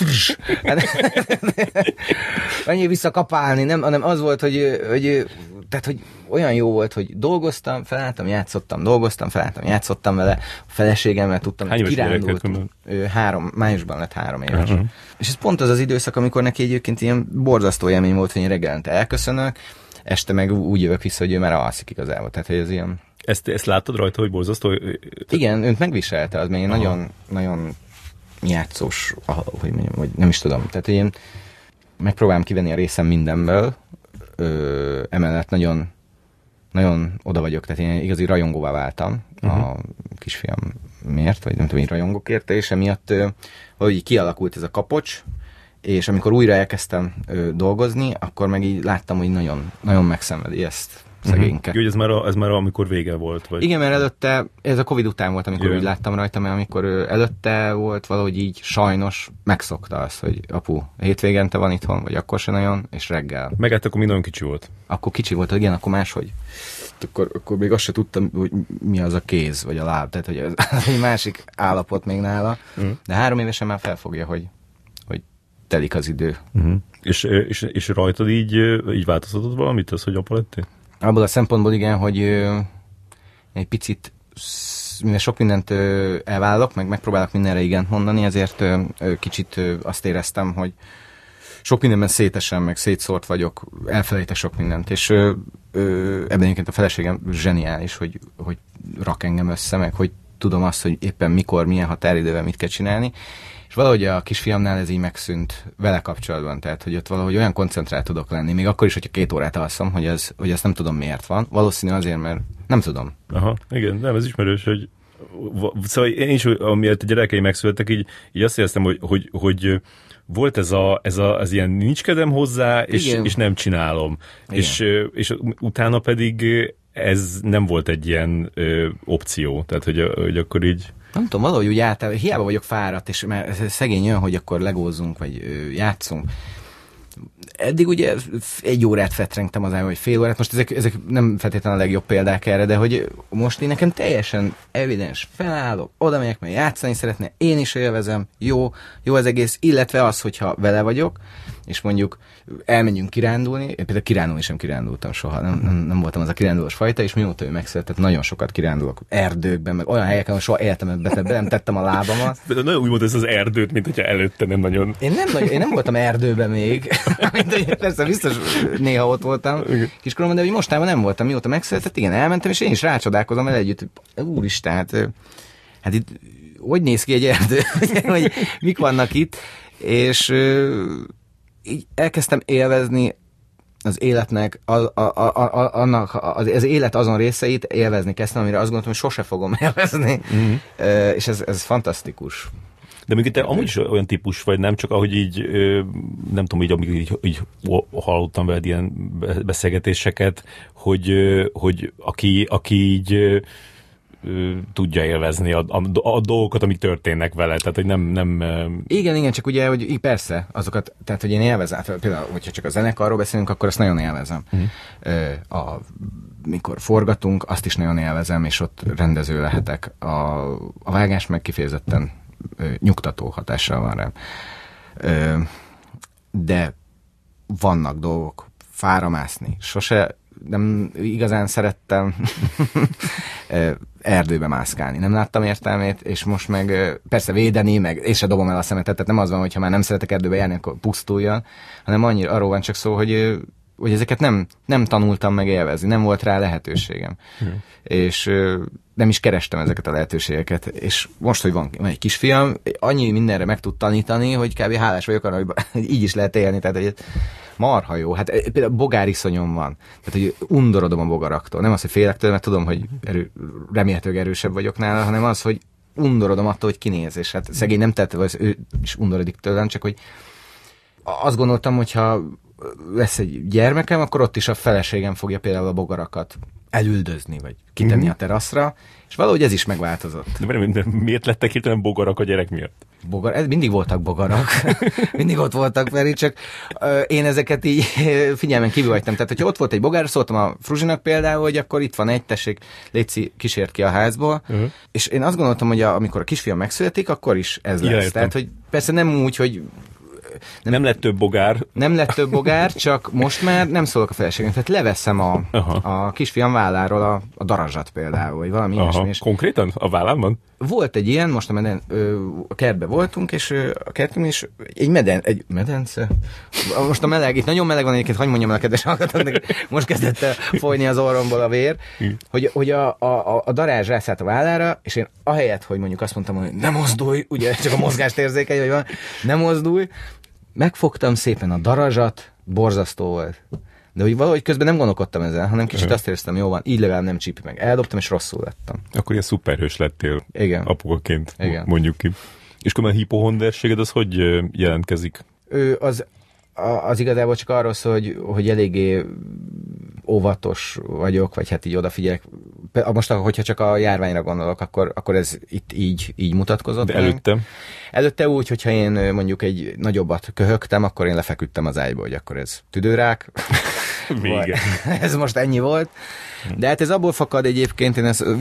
Speaker 2: Annyi visszakapálni, nem, hanem az volt, hogy olyan jó volt, hogy dolgoztam, felálltam, játszottam, dolgoztam, felálltam, játszottam vele, a feleségemmel tudtam,
Speaker 1: hogy
Speaker 2: kirándult. 3, májusban lett 3 éves. Uh-huh. És ez pont az időszak, amikor neki egyébként ilyen borzasztó élmény volt, hogy én reggelente elköszönök, este meg úgy jövök vissza, hogy ő már alszik igazából. Tehát, hogy ez ilyen...
Speaker 1: Ezt láttad rajta, hogy borzasztó?
Speaker 2: Igen, önt megviselte, az még nagyon, nagyon játszós, hogy mondjam, vagy nem is tudom. Tehát én megpróbálom kivenni a részem mindenből, emellett nagyon, nagyon oda vagyok, tehát én igazi rajongóvá váltam a kisfiamért, vagy nem tudom, én rajongok érte, és emiatt hogy kialakult ez a kapocs, és amikor újra elkezdtem dolgozni, akkor meg így láttam, hogy nagyon, nagyon megszenvedi ezt szegényke.
Speaker 1: Jó, hogy ez már amikor vége volt? Vagy?
Speaker 2: Igen, mert előtte, ez a Covid után volt, amikor úgy láttam rajta, mert amikor előtte volt, valahogy így sajnos megszokta azt, hogy apu, hétvégente van itthon, vagy akkor se nagyon, és reggel.
Speaker 1: Meg hát akkor mi nagyon kicsi volt.
Speaker 2: Akkor kicsi volt, igen, akkor máshogy. Akkor még azt se tudtam, hogy mi az a kéz, vagy a láb, tehát hogy ez egy másik állapot még nála. De 3 évesen már felfogja, hogy telik az idő.
Speaker 1: És rajtad így változtatott valamit, az, hogy apa lettél?
Speaker 2: Abból a szempontból igen, hogy egy picit, mivel sok mindent elvállalok, meg megpróbálok mindenre igent mondani, ezért kicsit azt éreztem, hogy sok mindenben szétesem, meg szétszórt vagyok, elfelejtek sok mindent, és ebben egyébként a feleségem zseniális, hogy rak engem össze, meg hogy tudom azt, hogy éppen mikor, milyen határidővel mit kell csinálni, és valahogy a kisfiamnál ez így megszűnt vele kapcsolatban, tehát hogy ott valahogy olyan koncentrált tudok lenni, még akkor is, hogyha 2 órát alszom, hogy ezt nem tudom miért van. Valószínű azért, mert nem tudom.
Speaker 1: Aha, igen, nem, ez ismerős, hogy szóval én is, amiért a gyerekeim megszülettek, így azt éreztem, hogy volt ez ilyen nincs kedvem hozzá, és nem csinálom. És utána pedig ez nem volt egy ilyen opció, tehát hogy akkor így...
Speaker 2: Nem tudom, valahogy úgy általában, hiába vagyok fáradt, és mert szegény olyan, hogy akkor legózzunk, vagy játszunk. Eddig ugye 1 órát fetrengtem az vagy fél órát, most ezek nem feltétlenül a legjobb példák erre, de hogy most én nekem teljesen evidens, felállok, oda megyek, mert játszani szeretne, én is élvezem, jó az egész, illetve az, hogyha vele vagyok, és mondjuk elmegyünk kirándulni, én például kirándulni sem kirándultam soha, nem voltam az a kirándulós fajta, és mióta ő megszületett, nagyon sokat kirándulok, erdőkben, meg olyan helyeken, ahol soha életemben be nem tettem a lábamat.
Speaker 1: De nagyon úgy mondod ez az erdőt, mint hogyha előtte nem nagyon...
Speaker 2: Én nem voltam erdőben még, persze biztos néha ott voltam kiskoromban, de hogy mostában nem voltam, mióta megszületett, igen, elmentem, és én is rácsodálkozom vele együtt, úristen, hát itt hogy néz ki egy erdő, hogy mik vannak itt, és így elkezdtem élvezni az életnek, az élet azon részeit élvezni kezdtem, amire azt gondoltam, hogy sose fogom élvezni. És ez fantasztikus.
Speaker 3: De még te amúgy is olyan típus vagy, nem csak ahogy így, nem tudom, így hallottam veled ilyen beszélgetéseket, hogy aki így tudja élvezni a dolgokat, amik történnek vele, tehát hogy nem...
Speaker 2: Igen, csak ugye, hogy persze, azokat, tehát hogy én élvezem, például, hogyha csak a zenekarról beszélünk, akkor azt nagyon élvezem. Mikor forgatunk, azt is nagyon élvezem, és ott rendező lehetek. A vágás meg kifejezetten nyugtató hatással van rám. De vannak dolgok, fára mászni. Sose nem igazán szerettem erdőbe mászkálni. Nem láttam értelmét, és most meg persze védeni, meg és se dobom el a szemetet, tehát nem az van, hogyha már nem szeretek erdőbe járni, akkor pusztuljon, hanem annyira arról van csak szó, hogy ezeket nem tanultam meg élvezni, nem volt rá lehetőségem. És nem is kerestem ezeket a lehetőségeket, és most, hogy van egy kisfiam, annyi mindenre meg tud tanítani, hogy kb. Hálás vagyok arra, hogy így is lehet élni, tehát hogy marha jó. Hát például bogáriszonyom van, tehát hogy undorodom a bogaraktól. Nem az, hogy félek tőle, mert tudom, hogy remélhetőleg erősebb vagyok nála, hanem az, hogy undorodom attól, hogy kinéz, és hát szegény nem tette, vagy ő is undorodik tőlem, csak hogy azt gondoltam, hogyha lesz egy gyermekem, akkor ott is a feleségem fogja például a bogarakat elüldözni, vagy kitenni a teraszra, és valahogy ez is megváltozott.
Speaker 3: De miért lettek hirtelen bogarak a gyerek miatt?
Speaker 2: Mindig voltak bogarak. Mindig ott voltak, Feri, csak én ezeket így figyelmen kívül hagytam. Tehát, hogyha ott volt egy bogár, szóltam a Fruzsinak például, hogy akkor itt van egy, tessék, légy kísért ki a házból. És én azt gondoltam, hogy amikor a kisfiam megszületik, akkor is ez lesz.
Speaker 3: Értem.
Speaker 2: Tehát, hogy persze nem úgy, hogy
Speaker 3: nem lett több bogár.
Speaker 2: Nem lett több bogár, csak most már nem szólok a feleségem. Tehát leveszem a kisfiam válláról a darazsat például, vagy valami ilyesmi.
Speaker 3: Konkrétan? A vállámban?
Speaker 2: Volt egy ilyen, most a kertben voltunk, és a kertben is egy medence. Most a meleg, itt nagyon meleg van egyébként, hogy mondjam el a kedves hallgatóknak, most kezdett folyni az orromból a vér, hogy a darázs rászállt a vállára, és én ahelyett, hogy mondjuk azt mondtam, hogy ne mozdulj, ugye csak a mozgást érzékelj, vagy van, ne mozdulj, megfogtam szépen a darazsat, borzasztó volt. De hogy valahogy közben nem gondolkodtam ezen, hanem kicsit azt éreztem, jó van, így legalább nem csípi meg. Eldobtam, és rosszul lettem.
Speaker 3: Akkor ilyen szuperhős lettél.
Speaker 2: Igen.
Speaker 3: Apukaként,
Speaker 2: igen.
Speaker 3: Mondjuk ki. És akkor a hipohonderséged az hogy jelentkezik?
Speaker 2: Az igazából csak arról szól, hogy eléggé óvatos vagyok, vagy hát így odafigyelek. Most, hogyha csak a járványra gondolok, akkor ez itt így mutatkozott.
Speaker 3: De előtte?
Speaker 2: Előtte úgy, hogyha én mondjuk egy nagyobbat köhögtem, akkor én lefeküdtem az ágyba, hogy akkor ez tüdőrák.
Speaker 3: Vége.
Speaker 2: Ez most ennyi volt. De hát ez abból fakad egyébként, én ezt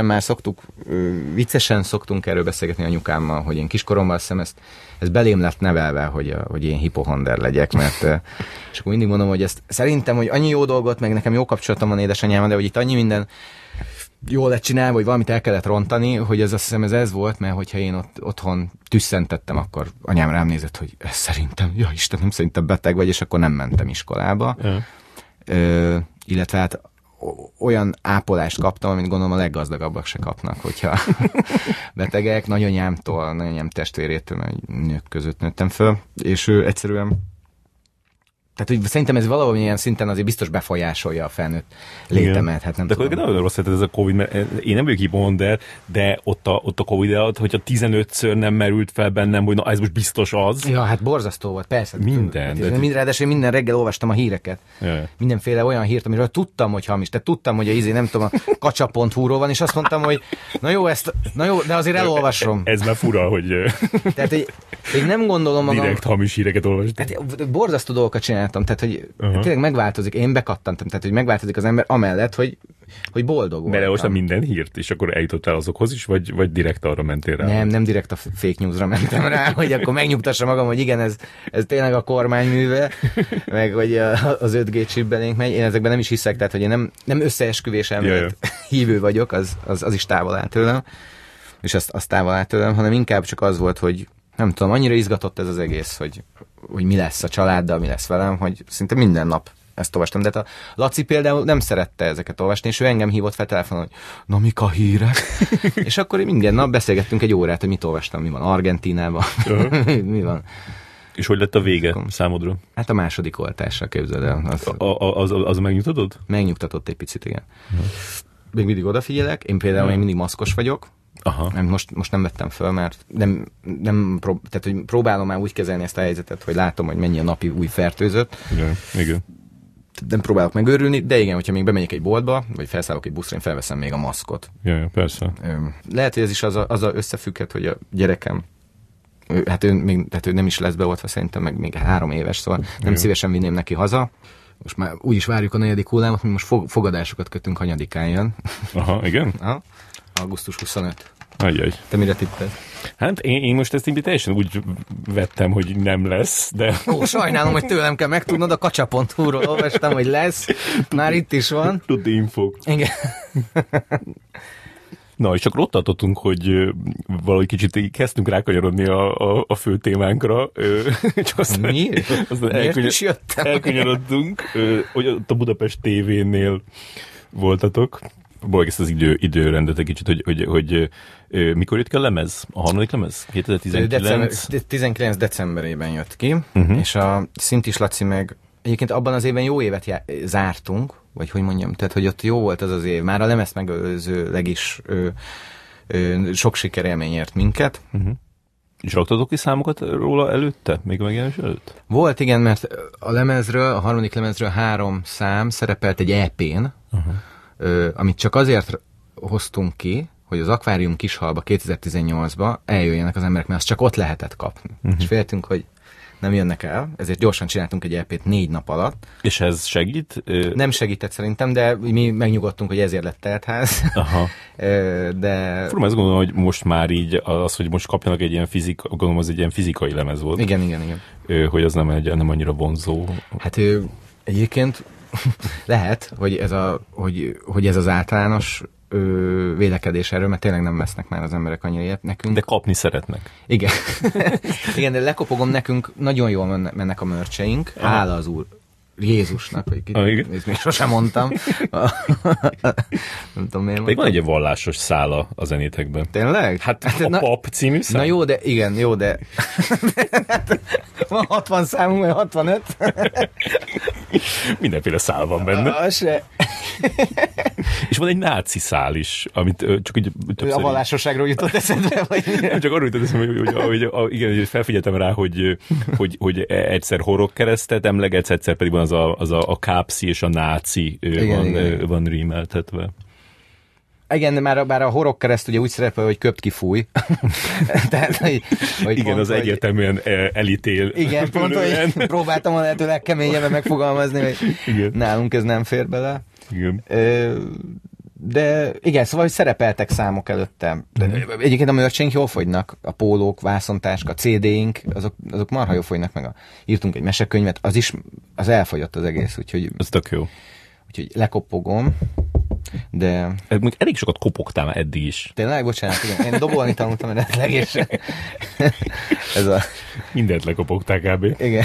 Speaker 2: viccesen szoktunk erről beszélgetni anyukámmal, hogy én kiskoromban azt hiszem ez belém lett nevelve, hogy én hipohonder legyek, mert és akkor mindig mondom, hogy ezt szerintem, hogy annyi jó dolgot, meg nekem jó kapcsolatom van édesanyámmal, de hogy itt annyi minden jól lett csinálva, hogy valamit el kellett rontani, hogy ez azt hiszem ez volt, mert hogyha én otthon tüsszentettem, akkor anyám rám nézett, hogy ez szerintem, ja Istenem, szerintem beteg vagy, és akkor nem mentem iskolába. Illetve hát olyan ápolást kaptam, amit gondolom a leggazdagabbak se kapnak, hogyha betegek, nagyanyám testvérétől, mert nők között nőttem föl, és ő egyszerűen tehát, hogy szerintem ez valamilyen szinten azért biztos befolyásolja a felnőtt létemet. Hát nem
Speaker 3: de akkor nagyon rossz ez a Covid, mert én nem vagyok hipohonder, de ott a Covid alatt, hogyha 15-ször nem merült fel bennem, hogy na ez most biztos az.
Speaker 2: Ja, hát borzasztó volt, persze.
Speaker 3: Minden.
Speaker 2: Minden reggel olvastam a híreket.
Speaker 3: Ja.
Speaker 2: Mindenféle olyan hírt, amiről tudtam, hogy hamis. Tehát tudtam, hogy nem tudom, a kacsa.hu-ról van, és azt mondtam, hogy na jó, de azért elolvasom.
Speaker 3: Ez már fura, hogy
Speaker 2: tehát, én nem gondolom magam...
Speaker 3: direkt hamis híreket olvastam.
Speaker 2: Tehát borzasztó dolgokat csináltam, tehát hogy tényleg megváltozik, én bekattantam, tehát hogy megváltozik az ember amellett, hogy boldog voltam.
Speaker 3: Beleolvastam minden hírt, és akkor eljutottál azokhoz is, vagy direkt arra mentél rá?
Speaker 2: Nem direkt a fake newsra mentem rá, hogy akkor megnyugtassa magam, hogy igen, ez tényleg a kormány műve, meg hogy az 5G chipbelénk megy. Én ezekben nem is hiszek, tehát hogy én nem összeesküvés elmélet hívő vagyok, az is távol áll tőlem, és azt távol áll tőlem, hanem inkább csak az volt, hogy nem tudom, annyira izgatott ez az egész, hogy mi lesz a családdal, mi lesz velem, hogy szinte minden nap ezt olvastam. De hát a Laci például nem szerette ezeket olvasni, és ő engem hívott fel telefonon, hogy na mik a hírek? És akkor minden nap beszélgettünk egy órát, hogy mit olvastam, mi van Argentínában, mi van.
Speaker 3: És hogy lett a vége számodra?
Speaker 2: Hát a második oltásra, képzeld el.
Speaker 3: Az megnyugtatott?
Speaker 2: Megnyugtatott egy picit, igen. Még mindig odafigyelek, én például még mindig maszkos vagyok.
Speaker 3: Aha.
Speaker 2: Most nem vettem föl, mert tehát, hogy próbálom már úgy kezelni ezt a helyzetet, hogy látom, hogy mennyi a napi új fertőzött.
Speaker 3: Igen.
Speaker 2: Nem próbálok megőrülni, de igen, hogyha még bemegyek egy boltba, vagy felszállok egy buszra, én felveszem még a maszkot.
Speaker 3: Ja, persze.
Speaker 2: Lehet, hogy ez is az a összefügghet, hogy a gyerekem, ő nem is lesz beoltva, szerintem meg még 3 éves, szóval nem szívesen vinném neki haza. Most már úgy is várjuk a 4. hullámot, hogy most fogadásokat kötünk, hanyadikán jön.
Speaker 3: Aha, igen?
Speaker 2: Aha. Augusztus 25.
Speaker 3: Ajjaj.
Speaker 2: Te mire tipped?
Speaker 3: Hát én most ezt teljesen úgy vettem, hogy nem lesz, de...
Speaker 2: Ó, sajnálom, hogy tőlem kell megtudnod, a kacsa.hu-ról olvastam, hogy lesz. Már itt is van.
Speaker 3: Tudod, infók.
Speaker 2: Igen.
Speaker 3: Na, és csak ott tartottunk, hogy valahogy kicsit kezdtünk rákanyarodni a fő témánkra. Csak aztán
Speaker 2: Miért is jöttem?
Speaker 3: Elkanyarodtunk, hogy ott a Budapest TV-nél voltatok. Ezt az időrendet egy kicsit, hogy mikor jött ki a lemez? A 3. lemez? 2019?
Speaker 2: 19 decemberében jött ki, és a Szintis Laci meg egyébként abban az évben jó évet zártunk, vagy hogy mondjam, tehát hogy ott jó volt az év. Már a lemezt megelőzőleg is sok sikerélmény ért minket.
Speaker 3: És raktatok ki számokat róla előtte? Még a megjelenés előtt?
Speaker 2: Volt, igen, mert a lemezről, a 3. lemezről 3 szám szerepelt egy EP-n, amit csak azért hoztunk ki, hogy az Akvárium Kishalba 2018-ba eljöjjenek az emberek, mert azt csak ott lehetett kapni. És féltünk, hogy nem jönnek el, ezért gyorsan csináltunk egy EP-t 4 nap alatt.
Speaker 3: És ez segít?
Speaker 2: Nem segített szerintem, de mi megnyugodtunk, hogy ezért lett teltház.
Speaker 3: Aha.
Speaker 2: De...
Speaker 3: Fura, ezt gondolom, hogy most már így az, hogy most kapjanak egy ilyen gondolom, az egy ilyen fizikai lemez volt.
Speaker 2: Igen.
Speaker 3: Hogy az nem annyira vonzó.
Speaker 2: Hát egyébként lehet, hogy ez az általános vélekedés erről, mert tényleg nem vesznek már az emberek annyira ilyet nekünk.
Speaker 3: De kapni szeretnek.
Speaker 2: Igen. Igen, de lekopogom, nekünk nagyon jól mennek a mörcseink. Hála az Úr Jézusnak, hogy ezt még sosem mondtam. Nem tudom miért
Speaker 3: mondtam. Van egy vallásos szála a zenétekben.
Speaker 2: Tényleg?
Speaker 3: Hát a Pap című szám.
Speaker 2: Na jó, de igen, jó, de van 60 számú, vagy 65.
Speaker 3: Mindenféle szál van benne. És van egy náci szál is, amit csak így
Speaker 2: többször... A vallásosságról jutott eszedbe, vagy?
Speaker 3: Nem, csak arról jutott eszedbe, hogy felfigyeltem rá, hogy egyszer horogkeresztet emlegetsz, egyszer pedig van az a kápszi és a náci van rímeltetve.
Speaker 2: Igen, de bár a horogkereszt ugye úgy szerepel, hogy köpt ki fúj. Tehát, hogy
Speaker 3: igen, pont, az egyértelműen elítél.
Speaker 2: Igen, pont, hogy próbáltam a lehető legkeményebben megfogalmazni, hogy igen. Nálunk ez nem fér bele.
Speaker 3: Igen.
Speaker 2: De igen, szóval, hogy szerepeltek számok előtte. Egyébként a mörcseink jól fogynak, a pólók, vászontáska, CD-ink, azok marha jól fogynak, meg írtunk egy mesekönyvet, az elfogyott az egész, úgyhogy...
Speaker 3: Ez tök jó.
Speaker 2: Úgyhogy lekopogom, de...
Speaker 3: Elég sokat kopogtál már eddig is.
Speaker 2: Tényleg? Bocsánat, igen. Én dobolni tanultam eredetileg, és
Speaker 3: mindent lekopogtál kb.
Speaker 2: Igen.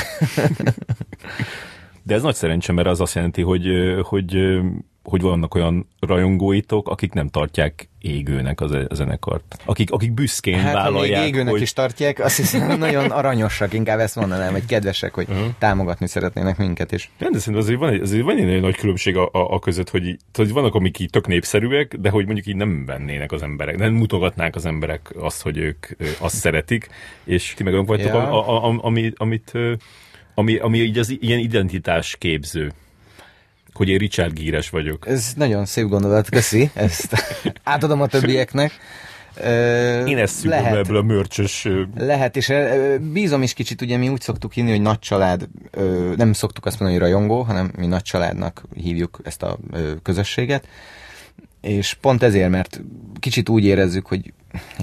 Speaker 3: De ez nagy szerencse, mert az azt jelenti, hogy vannak olyan rajongóitok, akik nem tartják égőnek a zenekart. Akik büszkén vállalják.
Speaker 2: Hát, égőnek is tartják, azt hiszem nagyon aranyosak, inkább ezt mondanám, hogy kedvesek, hogy támogatni szeretnének minket is.
Speaker 3: De szerintem azért van egy nagyon nagy különbség a között, hogy vannak, amik így tök népszerűek, de hogy mondjuk így nem vennének az emberek, nem mutogatnák az emberek azt, hogy ők azt szeretik, és ti meg olyanok vagytok, ami így az ilyen identitás képző. Hogy én Richard Gere-es vagyok.
Speaker 2: Ez nagyon szép gondolat, köszi. Ezt átadom a többieknek.
Speaker 3: Én ezt szűköm ebből a mörcsös...
Speaker 2: Lehet, és bízom is kicsit, ugye mi úgy szoktuk hinni, hogy nagy család, nem szoktuk azt mondani, hogy rajongó, hanem mi nagy családnak hívjuk ezt a közösséget. És pont ezért, mert kicsit úgy érezzük, hogy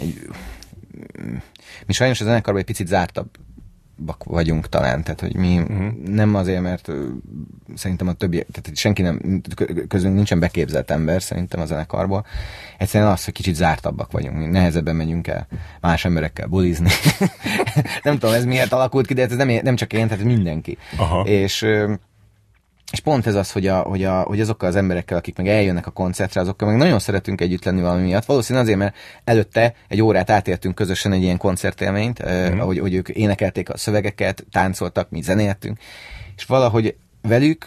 Speaker 2: mi sajnos a zenekarban egy picit zártabb vagyunk talán, tehát hogy mi nem azért, mert szerintem a többi, tehát senki nem, közünk nincsen beképzelt ember szerintem a zenekarból, egyszerűen az, hogy kicsit zártabbak vagyunk, mi nehezebben megyünk el más emberekkel bulizni. Nem tudom, ez miért alakult ki, de ez nem csak én, tehát mindenki.
Speaker 3: Aha.
Speaker 2: És És pont ez az, hogy azokkal az emberekkel, akik meg eljönnek a koncertre, azokkal meg nagyon szeretünk együtt lenni valami miatt. Valószínűleg azért, mert előtte egy órát átértünk közösen egy ilyen koncertélményt, hogy ők énekelték a szövegeket, táncoltak, mi zenéltünk, és valahogy velük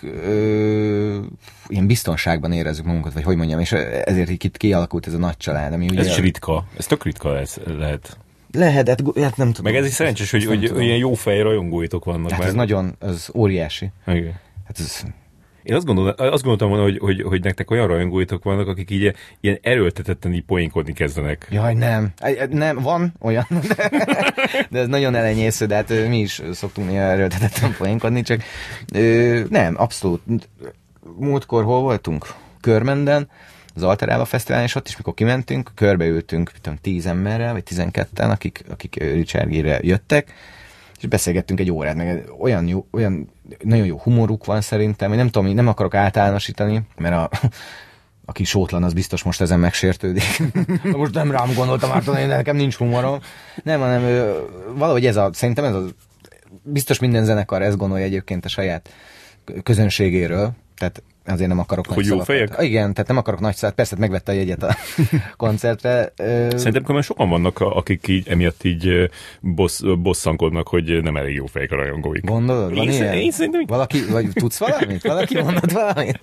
Speaker 2: ilyen biztonságban érezzük magunkat, vagy hogy mondjam, és ezért itt kialakult ez a nagy család. Ami
Speaker 3: ez is ritka, ez tök ritka lehet.
Speaker 2: Lehet, hát nem tudom.
Speaker 3: Meg ez is szerencsés, hogy ilyen jó fej rajongóitok vannak.
Speaker 2: Hát ez nagyon, az óriási.
Speaker 3: Igen.
Speaker 2: Hát ez...
Speaker 3: Én azt gondoltam volna, hogy nektek olyan rajongóitok vannak, akik így ilyen erőltetetten így poénkodni kezdenek.
Speaker 2: Jaj, nem, van olyan, de ez nagyon elenyésző, de hát mi is szoktunk néha erőltetetten poénkodni, csak nem, abszolút. Múltkor hol voltunk? Körmenden, az Alterába Fesztiválon, és ott is, mikor kimentünk, körbeültünk 10 emberrel, vagy 12-en, akik Richard Gere-re jöttek, és beszélgettünk egy órát, meg olyan nagyon jó humoruk van szerintem, én nem tudom, nem akarok általánosítani, mert aki sótlan, az biztos most ezen megsértődik. Most nem rám gondoltam, Márton, nekem nincs humorom. Nem, hanem valahogy szerintem ez biztos minden zenekar ezt gondolja egyébként a saját közönségéről, tehát azért nem akarok
Speaker 3: nagy szavakat. Hogy jó fejek?
Speaker 2: Igen, tehát nem akarok nagy szavakat. Persze, megvette a jegyet a koncertre.
Speaker 3: Szerintem különben sokan vannak, akik így emiatt így bosszankodnak, hogy nem elég jó fejek a rajongóik.
Speaker 2: Gondolod?
Speaker 3: Én szerintem...
Speaker 2: Valaki, vagy tudsz valamit? Valaki mondott valamit?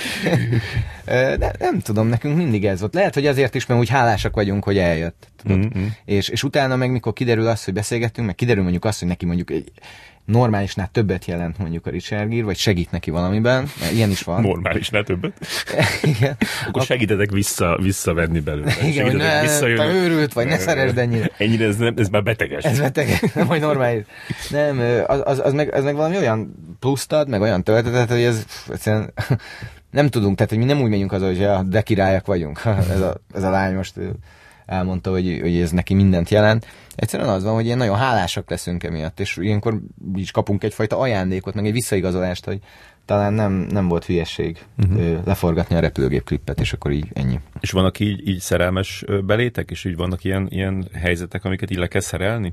Speaker 2: De nem tudom, nekünk mindig ez volt. Lehet, hogy azért is, mert úgy hálásak vagyunk, hogy eljött. És utána meg, mikor kiderül az, hogy beszélgettünk, meg kiderül mondjuk azt, hogy neki mondjuk egy normálisnál többet jelent mondjuk a Richard Gere, vagy segít neki valamiben, mert ilyen is van.
Speaker 3: Normálisnál többet?
Speaker 2: Igen.
Speaker 3: Akkor segítetek visszavenni belőle.
Speaker 2: Igen, hogy te őrült vagy, ne szeresd ennyire.
Speaker 3: Ennyire ez már beteges.
Speaker 2: Ez beteges, nem vagy normális. Nem, az meg valami olyan pluszt ad, meg olyan töltetet, hogy ez egyszerűen nem tudunk, tehát hogy mi nem úgy megyünk haza, hogy de királyak vagyunk. Ez a lány most elmondta, hogy ez neki mindent jelent. Egyszerűen az van, hogy ilyen nagyon hálásak leszünk emiatt, és ilyenkor is kapunk egyfajta ajándékot, meg egy visszaigazolást, hogy talán nem volt hülyesség leforgatni a repülőgép klippet, és akkor így ennyi.
Speaker 3: És vannak így szerelmes belétek, és így vannak ilyen helyzetek, amiket így le kell szerelni?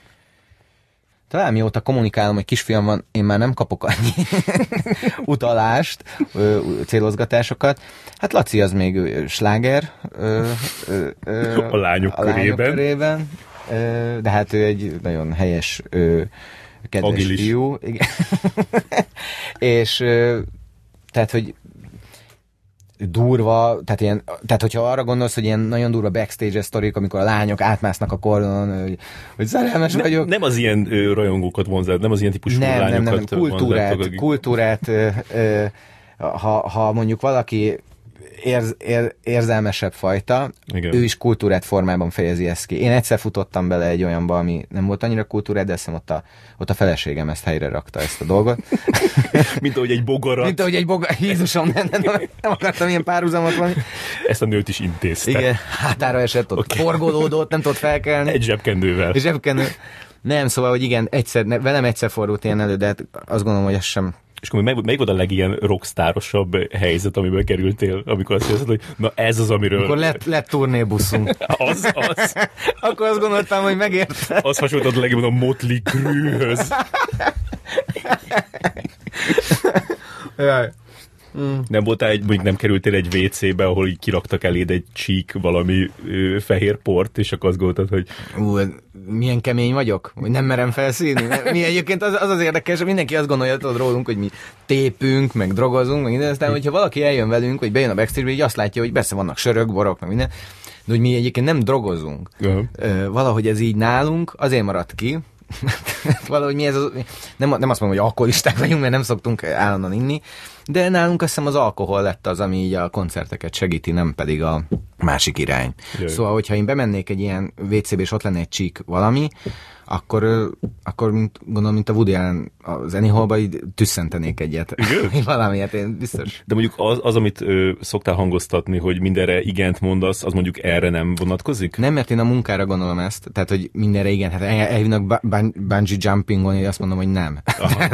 Speaker 2: Talán mióta kommunikálom, hogy kisfiam van, én már nem kapok annyi utalást, célozgatásokat. Hát Laci az még sláger.
Speaker 3: A lányok körében.
Speaker 2: De hát ő egy nagyon helyes, kedves
Speaker 3: agilis
Speaker 2: fiú. Igen. És tehát, hogy durva, tehát hogyha arra gondolsz, hogy ilyen nagyon durva backstage sztorik, amikor a lányok átmásznak a kordonon, hogy szerelmes vagyok.
Speaker 3: Nem az ilyen rajongókat vonzál, nem az ilyen típusú lányokat
Speaker 2: nem. Kultúrát, ha mondjuk valaki érzelmesebb fajta, igen. Ő is kultúrát formában fejezi ezt ki. Én egyszer futottam bele egy olyanba, ami nem volt annyira kultúrát, de azt ott a feleségem ezt helyre rakta, ezt a dolgot.
Speaker 3: Mint ahogy egy bogarat.
Speaker 2: Jézusom, nem akartam ilyen párhuzamot valami.
Speaker 3: Ezt a nőt is intézte.
Speaker 2: Igen, hátára esett, ott forgolódott, nem tudott felkelni.
Speaker 3: Egy zsebkendővel.
Speaker 2: Nem, szóval, hogy igen, velem egyszer fordult ilyen elő, de hát azt gondolom, hogy ez sem.
Speaker 3: És akkor melyik volt a legilyen rockstárosabb helyzet, amiben kerültél, amikor azt mondtad, hogy na ez az, amiről...
Speaker 2: Akkor lett turnébuszunk.
Speaker 3: Az.
Speaker 2: Akkor azt gondoltam, hogy megérte.
Speaker 3: Az hasonlított legjobban a Motley Crue-höz.
Speaker 2: Jaj.
Speaker 3: Nem voltál mondjuk nem kerültél egy WC-be, ahol így kiraktak eléd egy csík valami fehér port, és akkor azt gondoltad, hogy...
Speaker 2: milyen kemény vagyok, hogy nem merem felszínni. Mi egyébként az érdekes, hogy mindenki azt gondolja rólunk, hogy mi tépünk, meg drogozunk, meg minden, aztán, hogyha valaki eljön velünk, vagy bejön a backstage-be, így azt látja, hogy persze vannak sörök, borok, meg minden, de hogy mi egyébként nem drogozunk. Valahogy ez így nálunk azért maradt ki, valahogy mi ez nem azt mondom, hogy alkoholisták vagyunk, mert nem szoktunk állandóan inni, de nálunk azt hiszem az alkohol lett az, ami így a koncerteket segíti, nem pedig a másik irány. Jaj. Szóval, hogyha én bemennék egy ilyen WC-be, és ott lenne egy csík valami, akkor gondolom, mint a Woody Allen az Annie Hall-ba így tüsszentenék egyet. Valamiért, én biztos.
Speaker 3: De mondjuk az amit szoktál hangoztatni, hogy mindenre igent mondasz, az mondjuk erre nem vonatkozik?
Speaker 2: Nem, mert én a munkára gondolom ezt. Tehát, hogy mindenre igen. Hát elhívnak bungee jumpingon, én azt mondom, hogy nem.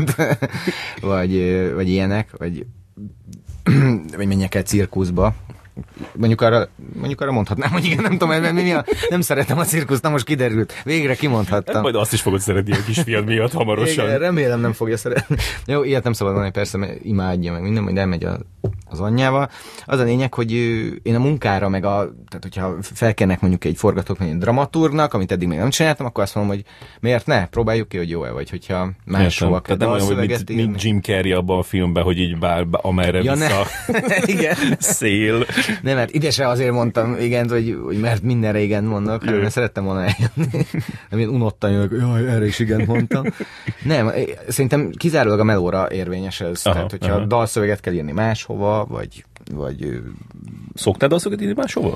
Speaker 2: vagy ilyenek, vagy menjek el cirkuszba. Mondjuk arra mondhatnám, hogy igen, nem tudom, nem szeretem a cirkuszt, most kiderült. Végre kimondhattam.
Speaker 3: Majd azt is fogod szeretni a kisfiad miatt hamarosan.
Speaker 2: Igen, remélem nem fogja szeretni. Jó, ilyet nem szabad mondani, persze, mert imádja meg minden, majd elmegy az anyjával. Az a lényeg, hogy én a munkára, tehát hogyha felkennek mondjuk egy forgatókönyv dramaturgnak, amit eddig még nem csináltam, akkor azt mondom, hogy miért ne? Próbáljuk ki, hogy jó-e, vagy hogyha máshova kell dalszöveget írni.
Speaker 3: Mint Jim Carrey abban a filmben, hogy így bár amerre vissza
Speaker 2: igen.
Speaker 3: szél.
Speaker 2: Nem, mert ide se azért mondtam igen, hogy mert mindenre igen mondok, hanem szerettem volna eljönni. Nem, én unottan jövök, jaj, erre is igen mondtam. Nem, szerintem kizárólag a melóra érvényes ez. Tehát, hogyha dalszöveget kell írni máshova, vagy
Speaker 3: Szoktál dalszöveget írni máshova?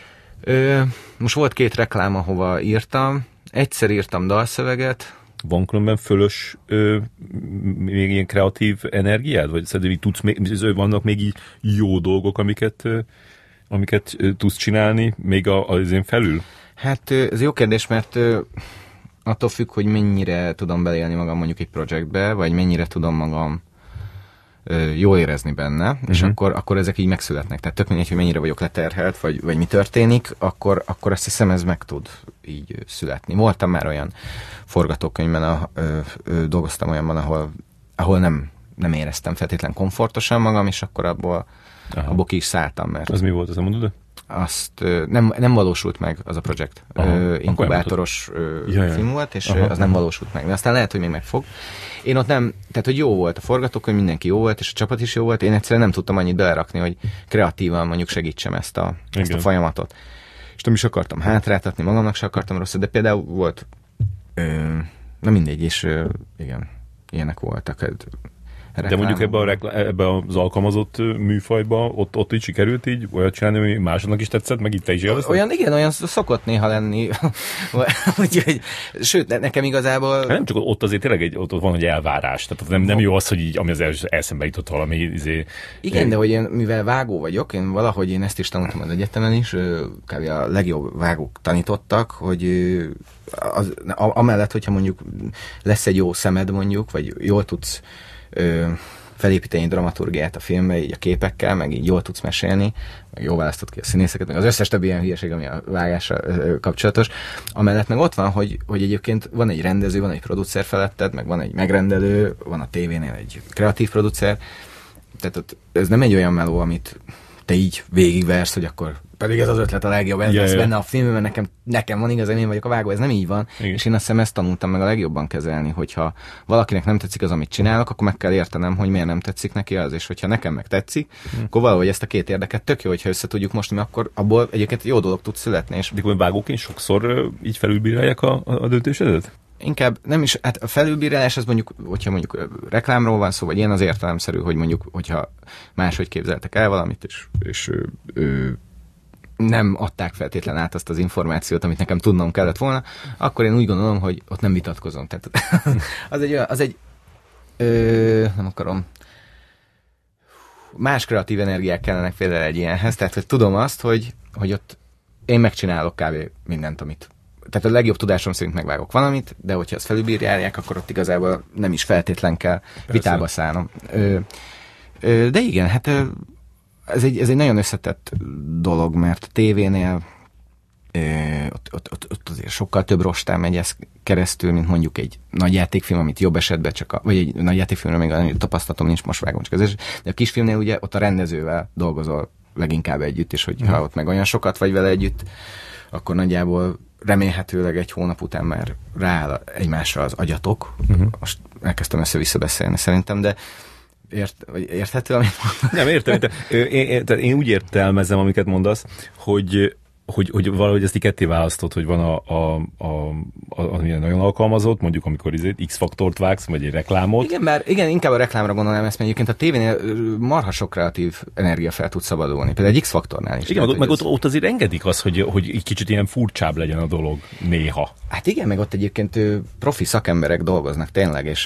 Speaker 2: Most volt 2 reklám, ahova írtam. Egyszer írtam dalszöveget.
Speaker 3: Van különben fölös még ilyen kreatív energiád? Vagy szerintem tudsz vannak még így jó dolgok, amiket tudsz csinálni még az én felül?
Speaker 2: Hát ez jó kérdés, mert attól függ, hogy mennyire tudom beleélni magam mondjuk egy projektbe, vagy mennyire tudom magam jól érezni benne, és akkor ezek így megszületnek. Tehát tök mindegy, hogy mennyire vagyok leterhelt, vagy mi történik, akkor azt hiszem ez meg tud így születni. Voltam már olyan forgatókönyvben, dolgoztam olyanban, ahol nem éreztem feltétlenül komfortosan magam, és akkor abból ki is szálltam. Mert
Speaker 3: az mi volt, az a mondod?
Speaker 2: Azt nem valósult meg az a projekt. Inkubátoros film volt, és az nem valósult meg. De aztán lehet, hogy még meg fog. Én ott nem, tehát hogy jó volt a forgatókönyv, mindenki jó volt, és a csapat is jó volt. Én egyszerűen nem tudtam annyit belerakni, hogy kreatívan mondjuk segítsem ezt a folyamatot. És nem is akartam hátráltatni, magamnak se akartam rosszat, de például volt, na mindegy, és igen, ilyenek voltak.
Speaker 3: De mondjuk ebbe az alkalmazott műfajba, ott így sikerült így olyat csinálni, hogy másodnak is tetszett, meg itt te is élvezted?
Speaker 2: Olyan szokott néha lenni. Úgyhogy, sőt, nekem igazából...
Speaker 3: Hát nem csak ott azért tényleg ott van egy elvárás, tehát nem jó az, hogy így, ami az eszembe jutott valami...
Speaker 2: Igen, de hogy én, mivel vágó vagyok, én ezt is tanultam az egyetemen is, kb. A legjobb vágók tanítottak, hogy amellett, hogyha mondjuk lesz egy jó szemed mondjuk, vagy jól tudsz felépíteni dramaturgiát a filmbe, így a képekkel, meg így jól tudsz mesélni, meg jól választod ki a színészeket, meg az összes többi ilyen hülyeség, ami a vágással kapcsolatos. Amellett meg ott van, hogy egyébként van egy rendező, van egy producer feletted, meg van egy megrendelő, van a tévénél egy kreatív producer, tehát ott ez nem egy olyan meló, amit te így végigversz, hogy akkor pedig ez az ötlet a legjobb, ez lesz benne a filmben, nekem van igazán, én vagyok a vágó, ez nem így van. Igen. És én azt hiszem ezt tanultam meg a legjobban kezelni, hogyha valakinek nem tetszik az, amit csinálok, akkor meg kell értenem, hogy miért nem tetszik neki az, és hogyha nekem meg tetszik, akkor valahogy ezt a 2 érdeket tök jó, hogyha össze tudjuk most, mert akkor abból egyébként jó dolog tud születni. És
Speaker 3: de vágóként sokszor így felülbírálják a döntésedet?
Speaker 2: Inkább nem is, hát a felülbírálás az mondjuk, hogyha mondjuk reklámról van szó, vagy ilyen az értelemszerű, hogy mondjuk, hogyha máshogy képzeltek el valamit, és nem adták feltétlen át azt az információt, amit nekem tudnom kellett volna, akkor én úgy gondolom, hogy ott nem vitatkozom. Tehát nem akarom. Más kreatív energiák kellenek például egy ilyenhez, tehát hogy tudom azt, hogy ott én megcsinálok kb. Mindent, amit. Tehát a legjobb tudásom szerint megvágok valamit, de hogyha ezt felülbírálják, akkor ott igazából nem is feltétlen kell vitába szállnom. De igen, hát ez egy nagyon összetett dolog, mert a tévénél ott azért sokkal több rostán megy ez keresztül, mint mondjuk egy nagy játékfilm, amit jobb esetben vagy egy nagy játékfilmről még annyi tapasztalatom nincs, most vágom csak ez. De a kisfilmnél ugye ott a rendezővel dolgozol leginkább együtt, és hogyha ott meg olyan sokat vagy vele együtt, akkor nagyjából remélhetőleg egy hónap után már rááll egymásra az agyatok. Most elkezdtem össze-vissza beszélni szerintem, de érthető, amit mondasz? Nem,
Speaker 3: értem. Én úgy értelmezem, amiket mondasz, hogy valahogy ezt így ketté választod, hogy van a nagyon alkalmazott, mondjuk amikor X-faktort vágsz, vagy egy reklámot.
Speaker 2: Igen, inkább a reklámra gondolnám ezt, mert egyébként a tévénél marha sok kreatív energia fel tud szabadulni. Például egy X-faktornál is.
Speaker 3: Igen, meg ott azért engedik az, hogy egy kicsit ilyen furcsább legyen a dolog néha.
Speaker 2: Hát igen, meg ott egyébként profi szakemberek dolgoznak tényleg, és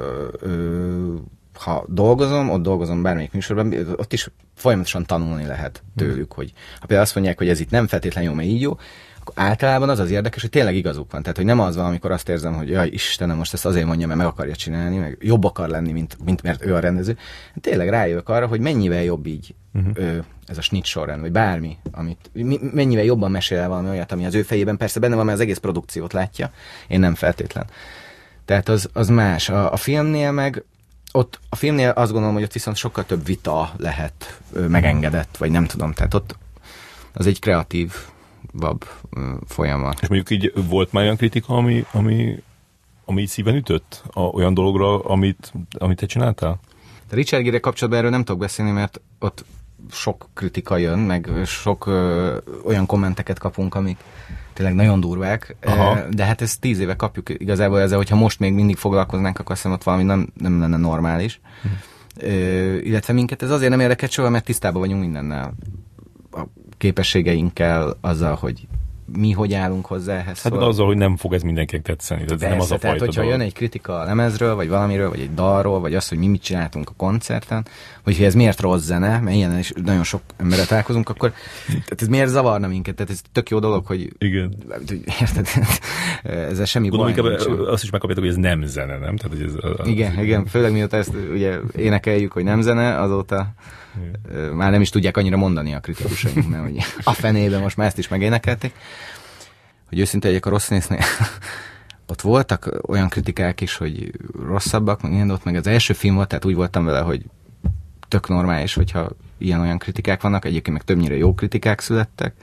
Speaker 2: ha ott dolgozom bármelyik műsorban, ott is folyamatosan tanulni lehet tőlük, hogy ha például azt mondják, hogy ez itt nem feltétlenül jó, mert így jó, akkor általában az érdekes, hogy tényleg igazuk van. Tehát, hogy nem az van, amikor azt érzem, hogy jaj, Istenem, most ezt azért mondja, mert meg akarja csinálni, meg jobb akar lenni, mint mert ő a rendező. Tényleg rájövök arra, hogy mennyivel jobb így ez a snitch sorrend, vagy bármi, amit mennyivel jobban mesél el valami olyat, ami az ő fejében persze benne van, mert az egész produkciót látja, én nem feltétlen. Tehát az más. A filmnél meg a filmnél azt gondolom, hogy ott viszont sokkal több vita lehet megengedett, vagy nem tudom, tehát ott az egy kreatívabb folyamat.
Speaker 3: És mondjuk így volt már olyan kritika, ami így szíven ütött olyan dologra, amit te csináltál?
Speaker 2: A Richard Gere kapcsolatban erről nem tudok beszélni, mert ott sok kritika jön, meg sok olyan kommenteket kapunk, amik tényleg nagyon durvák, de hát ezt 10 éve kapjuk igazából ezzel, hogyha most még mindig foglalkoznánk, akkor azt hiszem ott valami nem lenne normális. Illetve minket ez azért nem érdekelt soha, mert tisztában vagyunk mindennel. A képességeinkkel, azzal, hogy mi hogy állunk hozzá ehhez.
Speaker 3: Hát azzal, hogy nem fog ez mindenkinek tetszeni.
Speaker 2: Persze,
Speaker 3: nem az a
Speaker 2: tehát hogyha jön egy kritika a lemezről, vagy valamiről, vagy egy dalról, vagy az, hogy mi mit csináltunk a koncerten, vagy hogy ez miért rossz zene, mert ilyen is nagyon sok emberrel találkozunk, akkor tehát ez miért zavarna minket? Tehát ez tök jó dolog, hogy
Speaker 3: igen.
Speaker 2: Érted? Ezzel semmi baj nincs.
Speaker 3: Azt is megkapjátok, hogy ez nem zene, nem? Tehát, hogy ez
Speaker 2: igen, főleg mióta ezt ugye énekeljük, hogy nem zene, azóta már nem is tudják annyira mondani a kritikusaink, mert hogy a fenében most már ezt is megénekelték. Hogy őszinte legyek, a Rossz Színésznél ott voltak olyan kritikák is, hogy rosszabbak, meg ilyen, ott meg az első film volt, tehát úgy voltam vele, hogy tök normális, hogyha ilyen-olyan kritikák vannak, egyébként meg többnyire jó kritikák születtek.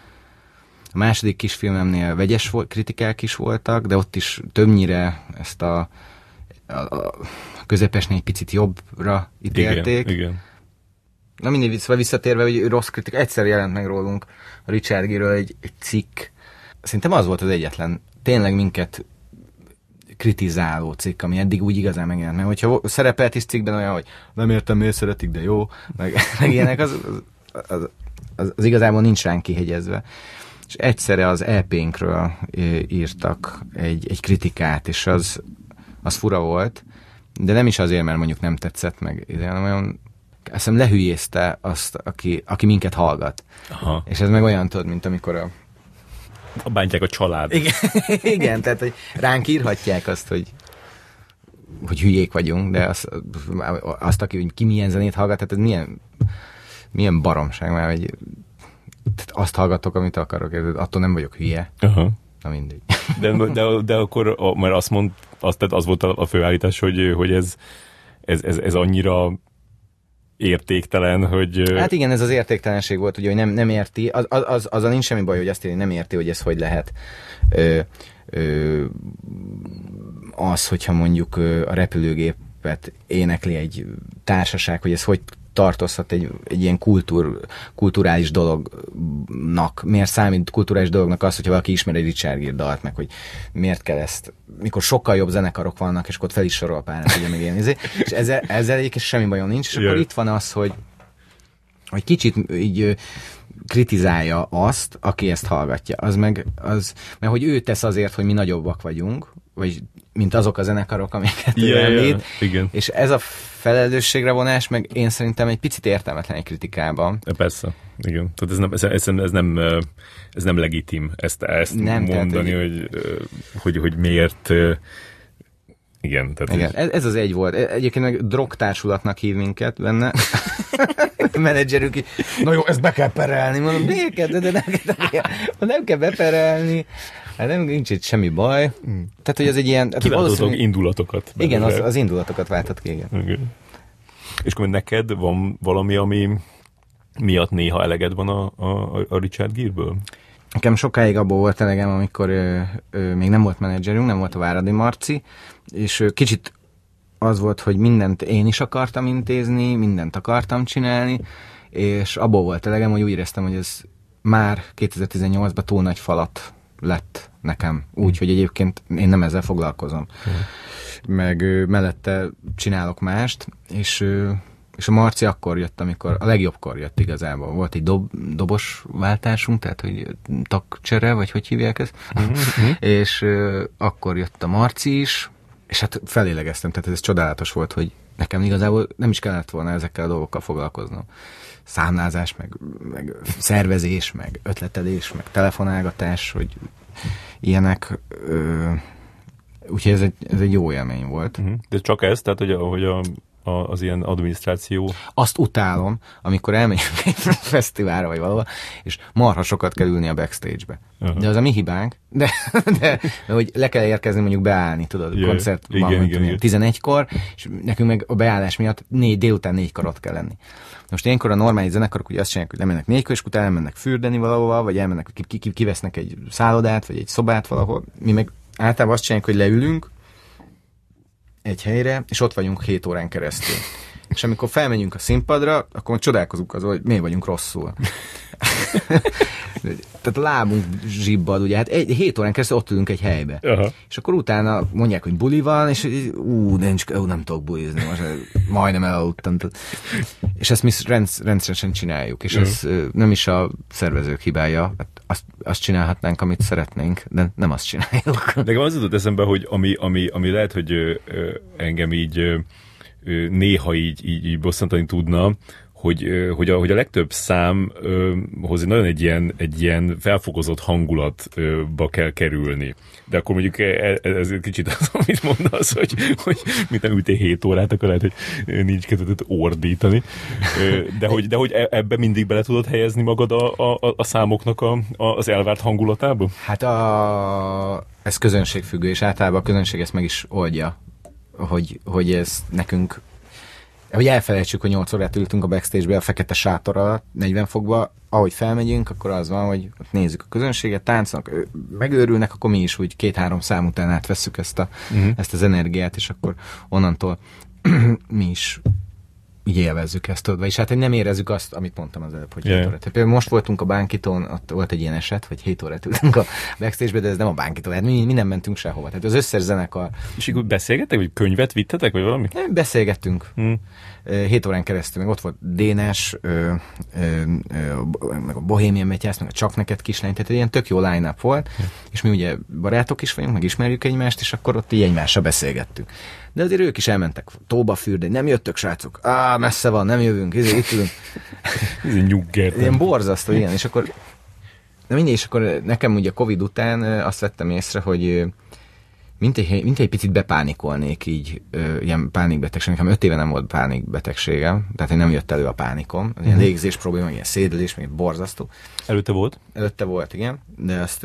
Speaker 2: A második kisfilmemnél vegyes kritikák is voltak, de ott is többnyire ezt a közepesnél egy picit jobbra ítélték.
Speaker 3: Igen.
Speaker 2: Na mindig visszatérve, hogy rossz kritika, egyszer jelent meg rólunk a Richard Gere-ről egy cikk. Szerintem az volt az egyetlen tényleg minket kritizáló cikk, ami eddig úgy igazán megjelent. Mert hogyha szerepelt is cikkben olyan, hogy nem értem, miért szeretik, de jó, meg ilyenek, az igazából nincs ránk kihegyezve. És egyszerre az EP-nkről írtak egy kritikát, és az fura volt, de nem is azért, mert mondjuk nem tetszett meg, hanem olyan azt hiszem lehülyézte azt, aki minket hallgat.
Speaker 3: Aha.
Speaker 2: És ez meg olyan, tudod, mint amikor
Speaker 3: bántják a család.
Speaker 2: Igen, tehát hogy ránk írhatják azt, hogy hülyék vagyunk, de azt aki ki milyen zenét hallgat, tehát ez milyen baromság már, hogy azt hallgatok, amit akarok, attól nem vagyok hülye.
Speaker 3: Aha.
Speaker 2: Na mindegy.
Speaker 3: De akkor, mert az volt a főállítás, hogy ez annyira értéktelen, hogy...
Speaker 2: Hát igen, ez az értéktelenség volt, ugye, hogy nem érti. Azzal nincs semmi baj, hogy azt írni, nem érti, hogy ez hogy lehet az, hogyha mondjuk a repülőgépet énekli egy társaság, hogy ez hogy tartozhat egy ilyen kulturális dolognak. Miért számít kulturális dolognak az, hogyha valaki ismer egy Richard Gere dalt, meg hogy miért kell ezt, mikor sokkal jobb zenekarok vannak, és akkor ott fel is sorol párat, ugye meg ilyen izé. És ezzel egyébként semmi bajom nincs, és akkor itt van az, hogy kicsit így kritizálja azt, aki ezt hallgatja. Mert hogy ő tesz azért, hogy mi nagyobbak vagyunk, vagy mint azok a zenekarok, amiket ő említ.
Speaker 3: Igen.
Speaker 2: És ez a felelősségre vonás, meg én szerintem egy picit értelmetlen egy kritikában.
Speaker 3: Persze, igen. Tehát ez nem legitim ezt nem, mondani, tehát, hogy miért... Igen. Tehát
Speaker 2: igen. Ez az egy volt. Egyébként meg drogtársulatnak hív minket benne. A menedzserünk így, na jó, ezt be kell perelni. Mondom, de nem kell beperelni. Hát nincs itt semmi baj. Tehát, hogy ez egy ilyen...
Speaker 3: Kiváltottak indulatokat.
Speaker 2: Igen, az indulatokat váltott ki, igen.
Speaker 3: És akkor neked van valami, ami miatt néha eleged van a Richard Gere-ből?
Speaker 2: Nekem sokáig abból volt elegem, amikor még nem volt menedzserünk, nem volt a Váradi Marci, és kicsit az volt, hogy mindent én is akartam intézni, mindent akartam csinálni, és abból volt elegem, hogy úgy éreztem, hogy ez már 2018-ban túl nagy falat lett nekem. Úgy, hogy egyébként én nem ezzel foglalkozom. Meg mellette csinálok mást, és a Marci akkor jött, amikor a legjobbkor jött igazából. Volt egy dobos váltásunk, tehát hogy tagcsere, vagy hogy hívják ezt. És akkor jött a Marci is, és hát felélegeztem, tehát ez csodálatos volt, hogy nekem igazából nem is kellett volna ezekkel a dolgokkal foglalkoznom. Számlázás, meg szervezés, meg ötletelés, meg telefonálgatás, hogy ilyenek. Úgyhogy ez egy jó élmény volt.
Speaker 3: De csak ez, tehát hogy az ilyen adminisztráció...
Speaker 2: Azt utálom, amikor elmegyünk egy fesztiválra vagy valahol, és marha sokat kell ülni a backstage-be. De az a mi hibánk, de hogy le kell érkezni, mondjuk beállni, tudod, koncert van, igen. 11-kor, és nekünk meg a beállás miatt délután 4-kor ott kell lenni. Most ilyenkor a normális zenekarok ugye azt csinálják, hogy lemennek 4-kor, és utána elmennek fürdeni valahova, vagy elmennek, kivesznek egy szállodát, vagy egy szobát valahol. Mi meg általában azt csináljuk, hogy leülünk egy helyre, és ott vagyunk 7 órán keresztül. És amikor felmegyünk a színpadra, akkor csodálkozunk azon, hogy miért vagyunk rosszul. Tehát a lábunk zsibbad, ugye, hát 7 órán keresztül ott ülünk egy helybe. Aha. És akkor utána mondják, hogy buli van, és nem tudok bulizni, most majdnem elaludtam. És ezt mi rendszeresen csináljuk, és ez nem is a szervezők hibája, azt csinálhatnánk, amit szeretnénk, de nem azt csináljuk.
Speaker 3: Nekem az jutott eszembe, hogy ami lehet, hogy engem így néha így bosszantani tudna, hogy a legtöbb számhoz nagyon egy ilyen felfokozott hangulatba kell kerülni. De akkor mondjuk ez kicsit az, amit mondasz, hogy mint nem ültél 7 órát, akkor lehet, hogy nincs kedved ordítani. De hogy ebbe mindig bele tudod helyezni magad a számoknak az elvárt hangulatába?
Speaker 2: Hát ez közönségfüggő, és általában a közönség ezt meg is oldja, hogy ez nekünk, hogy elfelejtsük, hogy 8 órát ültünk a backstage-be a fekete sátor alatt, 40 fokba, ahogy felmegyünk, akkor az van, hogy nézzük a közönséget, táncolnak, megőrülnek, akkor mi is úgy 2-3 szám után átvesszük ezt az energiát, és akkor onnantól mi is így élvezzük ezt, tudva. És hát hogy nem érezzük azt, amit mondtam az előbb, hogy 7 órát. Például most voltunk a Bánkitón, ott volt egy ilyen eset, hogy 7 órát ültünk a backstage-be, de ez nem a Bánkitó, hát mi nem mentünk sehova. Tehát az összes zenekar.
Speaker 3: És így beszélgettek, vagy könyvet vittetek, vagy valami?
Speaker 2: Beszélgettünk. 7 órán keresztül, meg ott volt Dénes, meg a Bohemian Matyász, meg a Csak neked kislány, tehát egy ilyen tök jó line-up volt, és mi ugye barátok is vagyunk, meg ismerjük egymást, és akkor ott így egymással beszélgettünk. De azért ők is elmentek tóba fürdeni, nem jöttök, srácok, messze van, nem jövünk, itt ülünk.
Speaker 3: Ez egy nyuggert.
Speaker 2: Ilyen borzasztó, igen, és akkor és akkor nekem ugye a Covid után azt vettem észre, hogy mint egy picit bepánikolnék így, ilyen pánikbetegség. Nekem 5 éve nem volt pánikbetegségem, tehát nem jött elő a pánikom. Ilyen légzés probléma, ilyen szédülés, még borzasztó.
Speaker 3: Előtte volt?
Speaker 2: Előtte volt, igen. De azt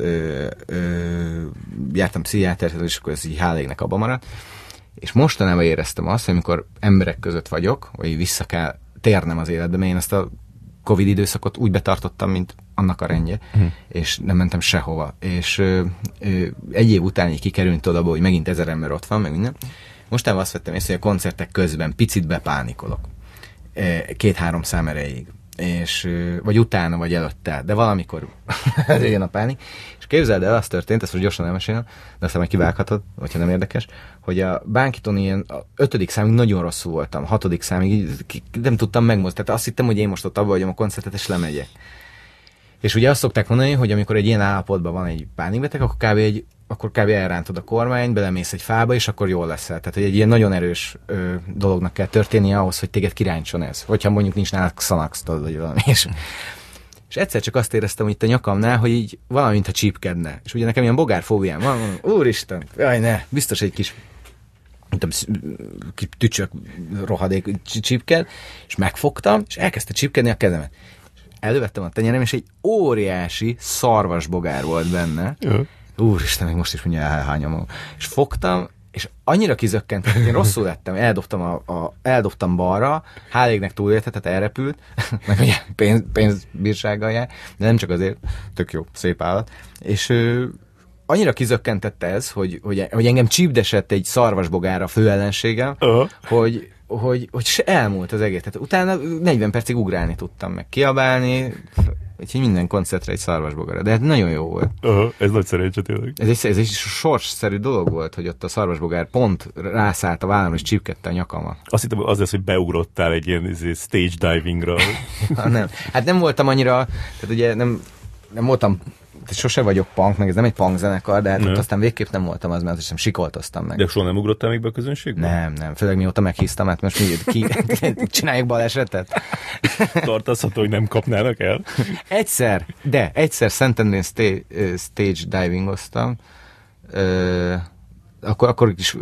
Speaker 2: jártam pszichiáterhez, és akkor ez így hál' égnek abba maradt. És mostanában éreztem azt, hogy amikor emberek között vagyok, vagy vissza kell térnem az életbe, mert én ezt a Covid időszakot úgy betartottam, mint annak a rendje, és nem mentem sehova. És egy év után így kikerült oda, hogy megint 1000 ember ott van, meg minden. Mostában azt vettem észre, hogy a koncertek közben picit bepánikolok. 2-3 szám erejéig. És, vagy utána, vagy előtte, de valamikor jön a pánik. És képzeld el, az történt, ezt most gyorsan elmesélem, de aztán majd kivághatod, hogyha nem érdekes, hogy a Bánkiton ilyen 5. számig nagyon rosszul voltam, 6. számig nem tudtam megmozdulni. Tehát azt hittem, hogy én most ott abba vagyom a koncertet, és lemegyek. És ugye azt szokták mondani, hogy amikor egy ilyen állapotban van egy pánikbeteg, akkor kb. Elrántod a kormányt, belemész egy fába, és akkor jól leszel. Tehát, hogy egy ilyen nagyon erős dolognak kell történnie ahhoz, hogy téged kirántson ez. Hogyha mondjuk nincs nálad Xanax, vagy valami. És egyszer csak azt éreztem, hogy itt a nyakamnál, hogy így valami, mintha csípkedne. És ugye nekem ilyen bogárfóbiám van, úristen, jaj ne, biztos egy kis tücsök rohadék csípked, és megfogtam, és elkezdte csípkedni a kezemet. Elővettem a tenyerem, és egy óriási szarvasbogár volt benne. Úristen, még most is mindjárt elhányom. És fogtam, és annyira kizökkent, hogy én rosszul lettem, eldobtam balra, hál' égnek túlélte, tehát elrepült, meg ugye pénzbírsággal jár, de nem csak azért, tök jó, szép állat. És annyira kizökkentette ez, hogy engem csípdesett egy szarvasbogár a főellenségem, hogy elmúlt az egész. Tehát utána 40 percig ugrálni tudtam, meg kiabálni, úgyhogy minden koncertre egy szarvasbogara. De hát nagyon jó volt.
Speaker 3: Ez nagy szerencse tényleg.
Speaker 2: Ez egy sorsszerű dolog volt, hogy ott a szarvasbogár pont rászállt a vállamra, és csípkedte a nyakamat.
Speaker 3: Azt hittem, az lesz, hogy beugrottál egy ilyen stage divingra.
Speaker 2: Nem. Hát nem voltam annyira, tehát ugye nem voltam sose vagyok punk, meg ez nem egy punk zenekar, de hát ott aztán végképp nem voltam az, mert azt sikoltoztam meg.
Speaker 3: De soha nem ugrottál még be a közönségbe?
Speaker 2: Nem, főleg mióta meghíztam, hát most csináljuk balesetet.
Speaker 3: Tartozható, hogy nem kapnának el?
Speaker 2: Egyszer Szentendrén stage divingoztam, akkor is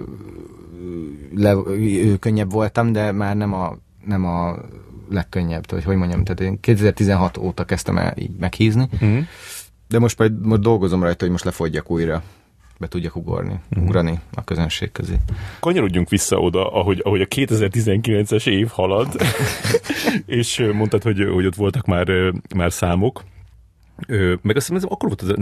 Speaker 2: könnyebb voltam, de már nem a legkönnyebb, hogy mondjam, tehát én 2016 óta kezdtem el így meghízni, de most dolgozom rajta, hogy most lefogyjak újra, be tudjak ugrani a közönség közé.
Speaker 3: Kanyarodjunk vissza oda, ahogy a 2019-es év halad, és mondtad, hogy ott voltak már számok, meg azt hiszem, akkor volt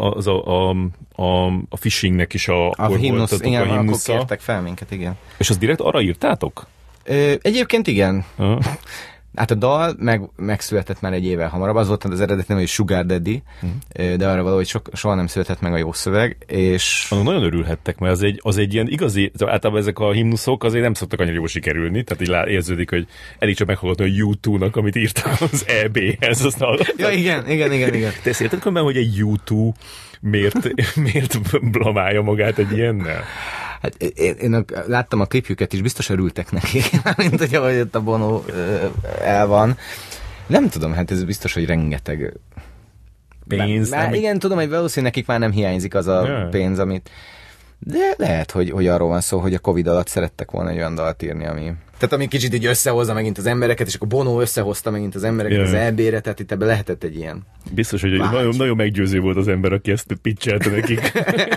Speaker 3: a phishingnek is
Speaker 2: a himnusz, igen, akkor kértek fel minket, igen.
Speaker 3: És azt direkt arra írtátok?
Speaker 2: Egyébként igen. Hát a dal megszületett már egy évvel hamarabb, az volt az eredeti, hogy Sugar Daddy, de arra valahogy soha nem született meg a jó szöveg, és...
Speaker 3: Nagyon örülhettek, mert az egy ilyen igazi, általában ezek a himnuszok azért nem szoktak annyira jól sikerülni, tehát így érződik, hogy elég csak meghallgatni a U2-nak, amit írtam az EB-hez.
Speaker 2: Ja, igen.
Speaker 3: Te ezt érted különben, hogy egy U2 miért blamálja magát egy ilyennel?
Speaker 2: Hát én láttam a klipjüket is, biztos örültek neki, mint hogy ahogy ott a Bono el van. Nem tudom, hát ez biztos, hogy rengeteg
Speaker 3: pénz.
Speaker 2: Igen, tudom, hogy valószínűleg nekik már nem hiányzik az a pénz, amit... De lehet, hogy arról van szó, hogy a Covid alatt szerettek volna egy olyan dalt írni, ami... Tehát ami kicsit így összehozza megint az embereket, és akkor Bono összehozta megint az embereket az EB-re, tehát itt ebben lehetett egy ilyen...
Speaker 3: Biztos, hogy nagyon meggyőző volt az ember, aki ezt pitchelte nekik.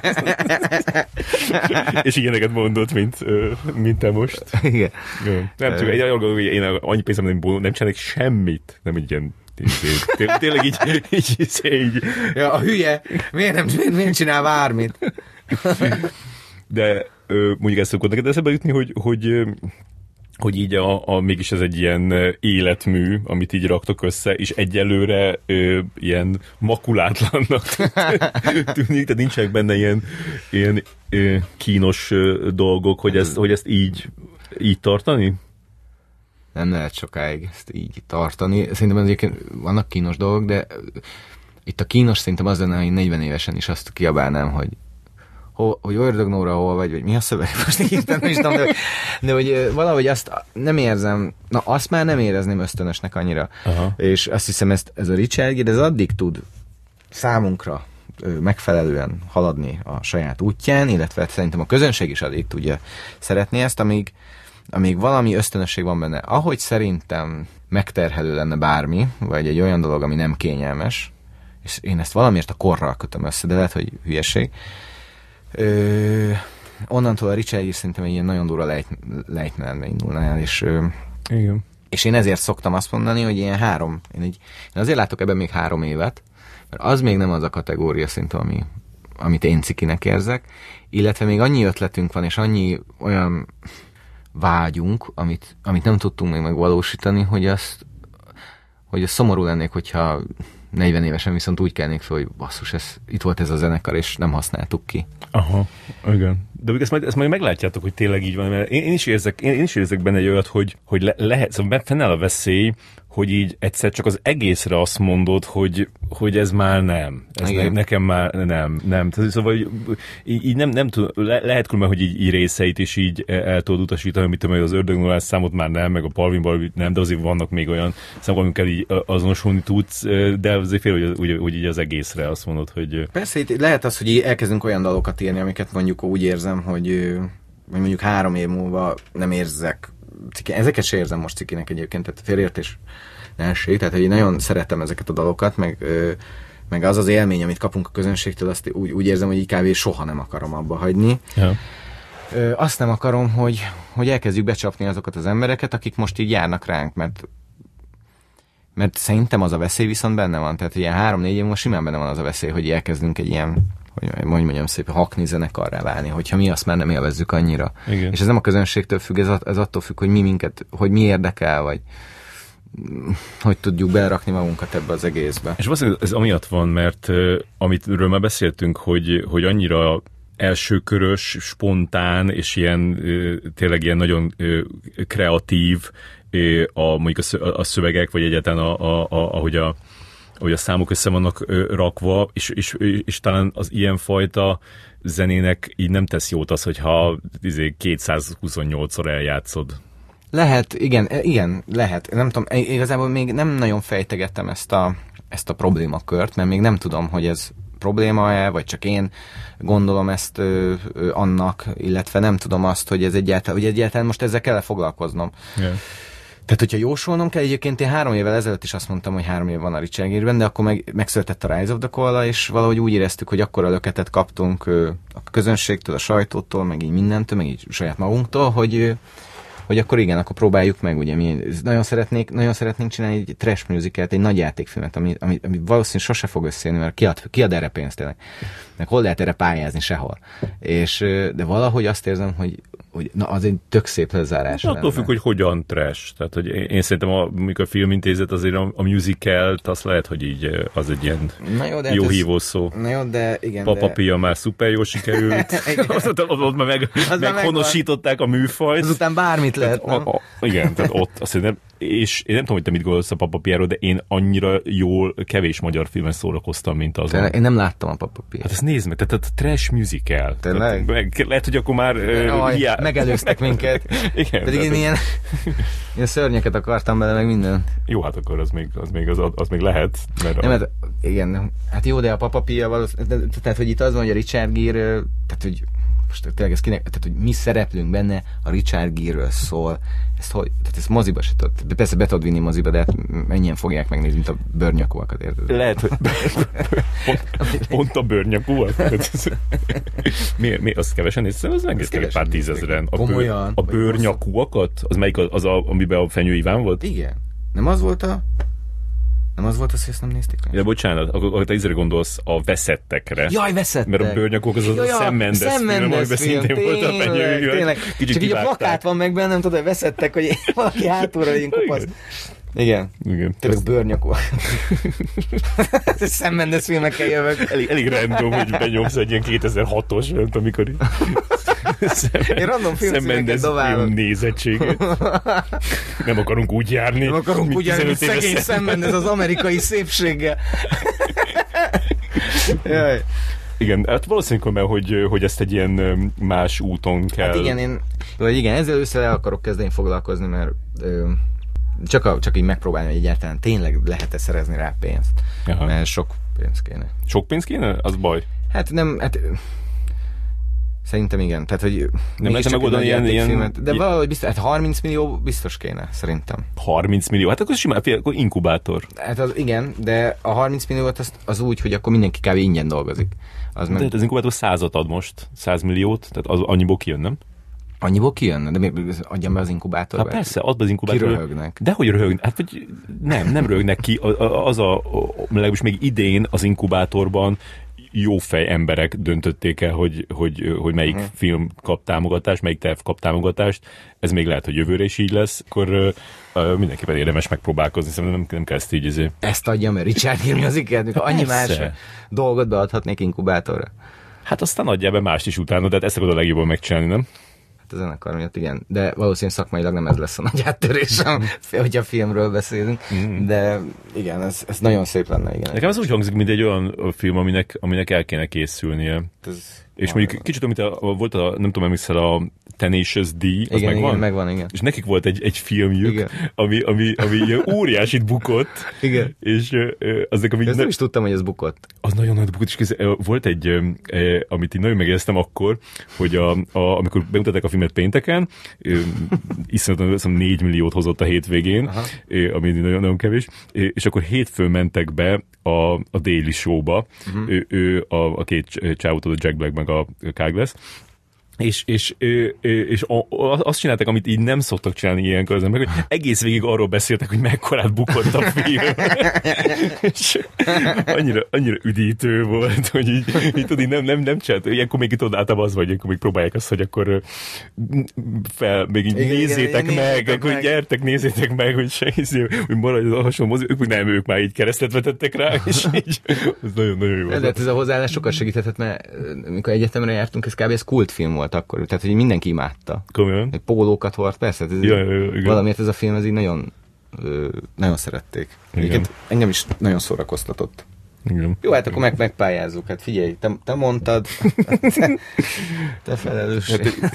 Speaker 3: És ilyeneket mondott, mint te most.
Speaker 2: Igen.
Speaker 3: Nem csak én annyi pénzem nem csinálok semmit, nem egy ilyen... Tényleg így...
Speaker 2: Ja, a hülye! Miért csinál bármit?
Speaker 3: De mondjuk ezt szokott neked eszembe jutni, hogy így mégis ez egy ilyen életmű, amit így raktok össze, és egyelőre ilyen makulátlannak tűnik, tehát nincsenek benne ilyen kínos dolgok, hogy ezt így tartani?
Speaker 2: Nem lehet sokáig ezt így tartani. Szerintem egyébként vannak kínos dolgok, de itt a kínos szerintem az lenne, hogy 40 évesen is azt kiabálnám, hogy Ördög Nóra, hol vagy mi a szöveg? Most hirtelen nem is tudom, de hogy valahogy azt nem érzem, azt már nem érezném ösztönösnek annyira. Aha. És azt hiszem, ez a Richard Gere, ez addig tud számunkra megfelelően haladni a saját útján, illetve szerintem a közönség is addig tudja szeretni ezt, amíg valami ösztönösség van benne. Ahogy szerintem megterhelő lenne bármi, vagy egy olyan dolog, ami nem kényelmes, és én ezt valamiért a korral kötöm össze, de lehet, hogy hülyeség. Onnantól a Richard is szerintem egy ilyen nagyon durva lejtmenetbe indulna el,
Speaker 3: igen.
Speaker 2: És én ezért szoktam azt mondani, hogy ilyen én azért látok ebben még 3 évet, mert az még nem az a kategória szerintem, amit én cikinek érzek, illetve még annyi ötletünk van, és annyi olyan vágyunk, amit nem tudtunk még megvalósítani, hogy az szomorú lennék, hogyha 40 évesen viszont úgy kelnék fel, hogy basszus, itt volt ez a zenekar, és nem használtuk ki.
Speaker 3: Aha, igen. De ezt majd meglátjátok, hogy tényleg így van, mert én is érzek benne egy olyat, hogy lehet, szóval fennáll a veszély, hogy így egyszer csak az egészre azt mondod, hogy ez már nem. Nekem már nem. Szóval így nem tud, lehet különben, hogy így részeit is így el tudod utasítani, amit az Ördög Nórás számot már nem, meg a Parvin nem, de azért vannak még olyan számok, amikkel így azonosulni tudsz, de azért fél, hogy így az egészre azt mondod, hogy...
Speaker 2: Persze, itt lehet az, hogy elkezdünk olyan dalokat írni, amiket mondjuk úgy érzem, hogy mondjuk 3 év múlva nem érzek ezeket se érzem most cikinek egyébként, tehát félreértés ne essék, tehát hogy én nagyon szeretem ezeket a dalokat, meg az az élmény, amit kapunk a közönségtől, azt úgy érzem, hogy így kb. Soha nem akarom abba hagyni.
Speaker 3: Ja.
Speaker 2: Azt nem akarom, hogy elkezdjük becsapni azokat az embereket, akik most így járnak ránk, mert szerintem az a veszély viszont benne van, tehát ilyen 3-4 év most simán benne van az a veszély, hogy elkezdünk egy ilyen, hogy mondjam szépen, hakni zenekarrá válni, hogyha mi azt már nem élvezzük annyira.
Speaker 3: Igen.
Speaker 2: És ez nem a közönségtől függ, ez attól függ, hogy mi érdekel, vagy hogy tudjuk belerakni magunkat ebbe az egészbe.
Speaker 3: És valószínűleg ez amiatt van, mert amitről már beszéltünk, hogy annyira elsőkörös, spontán, és ilyen tényleg ilyen nagyon kreatív mondjuk a szövegek, vagy egyáltalán ahogy
Speaker 1: a számok össze vannak rakva, és talán az ilyenfajta zenének így nem tesz jót az, hogyha 228-szor eljátszod.
Speaker 2: Lehet, igen, lehet. Nem tudom, igazából még nem nagyon fejtegettem ezt a problémakört, mert még nem tudom, hogy ez probléma-e, vagy csak én gondolom ezt annak, illetve nem tudom azt, hogy ez egyáltalán most ezzel kell foglalkoznom.
Speaker 1: Yeah.
Speaker 2: Tehát, hogyha jósolnom kell, egyébként én 3 évvel ezelőtt is azt mondtam, hogy 3 év van a Richard Gere-ben, de akkor megszületett a Rise of the Koala, és valahogy úgy éreztük, hogy akkora löketet kaptunk a közönségtől, a sajtótól, meg így mindentől, meg így saját magunktól, hogy akkor igen, akkor próbáljuk meg, ugye mi nagyon szeretnénk csinálni egy trash musicalt, egy nagy játékfilmet, ami valószínűleg sose fog összejönni, mert kiad erre pénzt tényleg. Meg hol lehet erre pályázni, sehol. De valahogy azt érzem, hogy na, az egy tök szép lezárás.
Speaker 1: Attól függ, hogy hogyan trash. Tehát, hogy én szerintem amikor a filmintézet azért a musicalt, azt lehet, hogy így az egy ilyen jó hívószó.
Speaker 2: Na jó, de igen.
Speaker 1: Papa Pia már szuper jól sikerült. Ott már meghonosították a műfajt.
Speaker 2: Azután bármit lehet, nem?
Speaker 1: Igen, tehát ott azt hiszem, és én nem tudom, hogy te mit gondolsz a Papa Piáról, de én annyira jól kevés magyar filmen szórakoztam, mint azon.
Speaker 2: Én nem láttam a Papa Piát.
Speaker 1: Hát ezt nézd meg, tehát trash musical.
Speaker 2: Tényleg?
Speaker 1: Lehet, hogy akkor már...
Speaker 2: megelőztek minket.
Speaker 1: Igen.
Speaker 2: Pedig én ilyen szörnyeket akartam bele, meg minden.
Speaker 1: Jó, hát akkor az még lehet.
Speaker 2: Nem, igen, hát jó, de a Papa Pia valószínűleg, tehát hogy itt az van, hogy a Richard Gere, tehát hogy most tényleg ez kinek, tehát hogy mi szereplünk benne, a Richard Gere-ről szól, tehát ezt moziba se tudod, de persze be tudod vinni moziba, de hát mennyien fogják megnézni, mint a bőrnyakúakat, érted?
Speaker 1: Lehet, hogy pont a bőrnyakúak? Mi azt kevesen néztem, az egész kevés pár tízezeren. A bőrnyakúakat? Az melyik amiben a Fenyő Iván volt?
Speaker 2: Igen. Nem az volt, hogy ezt nem nézték meg?
Speaker 1: De bocsánat, akkor te ízre gondolsz a Veszettekre.
Speaker 2: Jaj, Veszettek!
Speaker 1: Mert a Bőrnyakúak az a Sam Mendes film, amiben szintén volt a Fenyő Iván.
Speaker 2: Csak így a plakát van meg bennem, tudod, hogy Veszettek, hogy valaki hátulra legyen kopasz. Igen. Tényleg Bőrnyakú. Sam Mendes filmekkel jövök.
Speaker 1: Elég random, hogy benyomsz egy ilyen 2006-os, amikor
Speaker 2: én random filmszíneket dobálok.
Speaker 1: Film nézettséget. Nem akarunk úgy járni.
Speaker 2: Mint szegény Sam Mendes az amerikai szépséggel. Jaj.
Speaker 1: Igen, hát valószínűleg, hogy ezt egy ilyen más úton kell...
Speaker 2: Hát igen, ezzel össze el akarok kezdeni foglalkozni, mert csak így megpróbálni, hogy egyáltalán tényleg lehet-e szerezni rá pénzt. Aha. Mert sok pénz kéne.
Speaker 1: Sok pénz kéne? Az baj.
Speaker 2: Hát nem, szerintem igen. Tehát, hogy
Speaker 1: nem lehet megoldani ilyen
Speaker 2: filmet, de valahogy biztos, hát 30 millió biztos kéne, szerintem.
Speaker 1: 30 millió? Hát akkor simán, akkor inkubátor.
Speaker 2: Hát igen, de a 30 milliót az úgy, hogy akkor mindenki kb. Ingyen dolgozik.
Speaker 1: De az inkubátor 100-at ad most, 100 milliót, tehát az annyiból kijön, nem?
Speaker 2: Annyiból kijön? De miért adjam be az inkubátorba?
Speaker 1: Hát persze, add be az inkubátorba.
Speaker 2: Kiröhögnek.
Speaker 1: De hogy röhögnek? Hát vagy nem röhögnek ki. Legalábbis még idén az inkubátorban jófej emberek döntötték el, hogy melyik film kap támogatást, melyik terv kap támogatást. Ez még lehet, hogy jövőre is így lesz. Akkor mindenképpen érdemes megpróbálkozni, szerintem nem kell ezt így
Speaker 2: Ezt adjam, mert Richard Gere musicalt, annyi más dolgot beadhatnék inkubátorra.
Speaker 1: Hát aztán adjál be mást is utána, de hát ezt akarod a legjobban megcsinálni, nem?
Speaker 2: A zenekar miatt, igen. De valószínűleg szakmailag nem ez lesz a nagy áttörésem, hogyha filmről beszélünk. De igen, ez nagyon szép lenne, igen.
Speaker 1: Nekem ez úgy hangzik, mint egy olyan film, aminek el kéne készülnie. És mondjuk kicsit, amit volt nem tudom, emlékszel a Tenacious D, az
Speaker 2: igen, igen, megvan, igen.
Speaker 1: És nekik volt egy filmjük, ami óriásit bukott.
Speaker 2: Igen.
Speaker 1: És azok, ami...
Speaker 2: nem is tudtam, hogy ez bukott.
Speaker 1: Az nagyon nagy bukott, és volt egy, amit én nagyon megéreztem akkor, hogy amikor bemutatták a filmet pénteken, iszonyatosan 4 milliót hozott a hétvégén, ami nagyon, nagyon kevés, és akkor hétfőn mentek be a Daily Show-ba, a két csávót, a Jack Black meg a Kyle Glass, és azt csinálták, amit így nem szoktak csinálni ilyenkor az emberek, hogy egész végig arról beszéltek, hogy mekkorát bukott a film. És annyira üdítő volt, hogy így tudod, nem csinált. Ilyenkor még itt általában az vagy, akkor még próbálják azt, hogy akkor még így nézzétek meg, akkor gyertek, nézzétek meg, hogy maradj az hasonló mozi, ők már így keresztet vetettek rá, és így ez nagyon jó.
Speaker 2: De ez a hozzáállás sokat segíthetett, mert amikor egyetemre jártunk, ez kultfilm volt akkor, tehát hogy mindenki imádta.
Speaker 1: Komolyan?
Speaker 2: Pólókat hord, persze. Valamiért ez a film ez így nagyon nagyon szerették. Egyébként engem is nagyon szórakoztatott.
Speaker 1: Igen.
Speaker 2: Jó, hát akkor megpályázzuk. Hát figyelj, te mondtad, te felelős.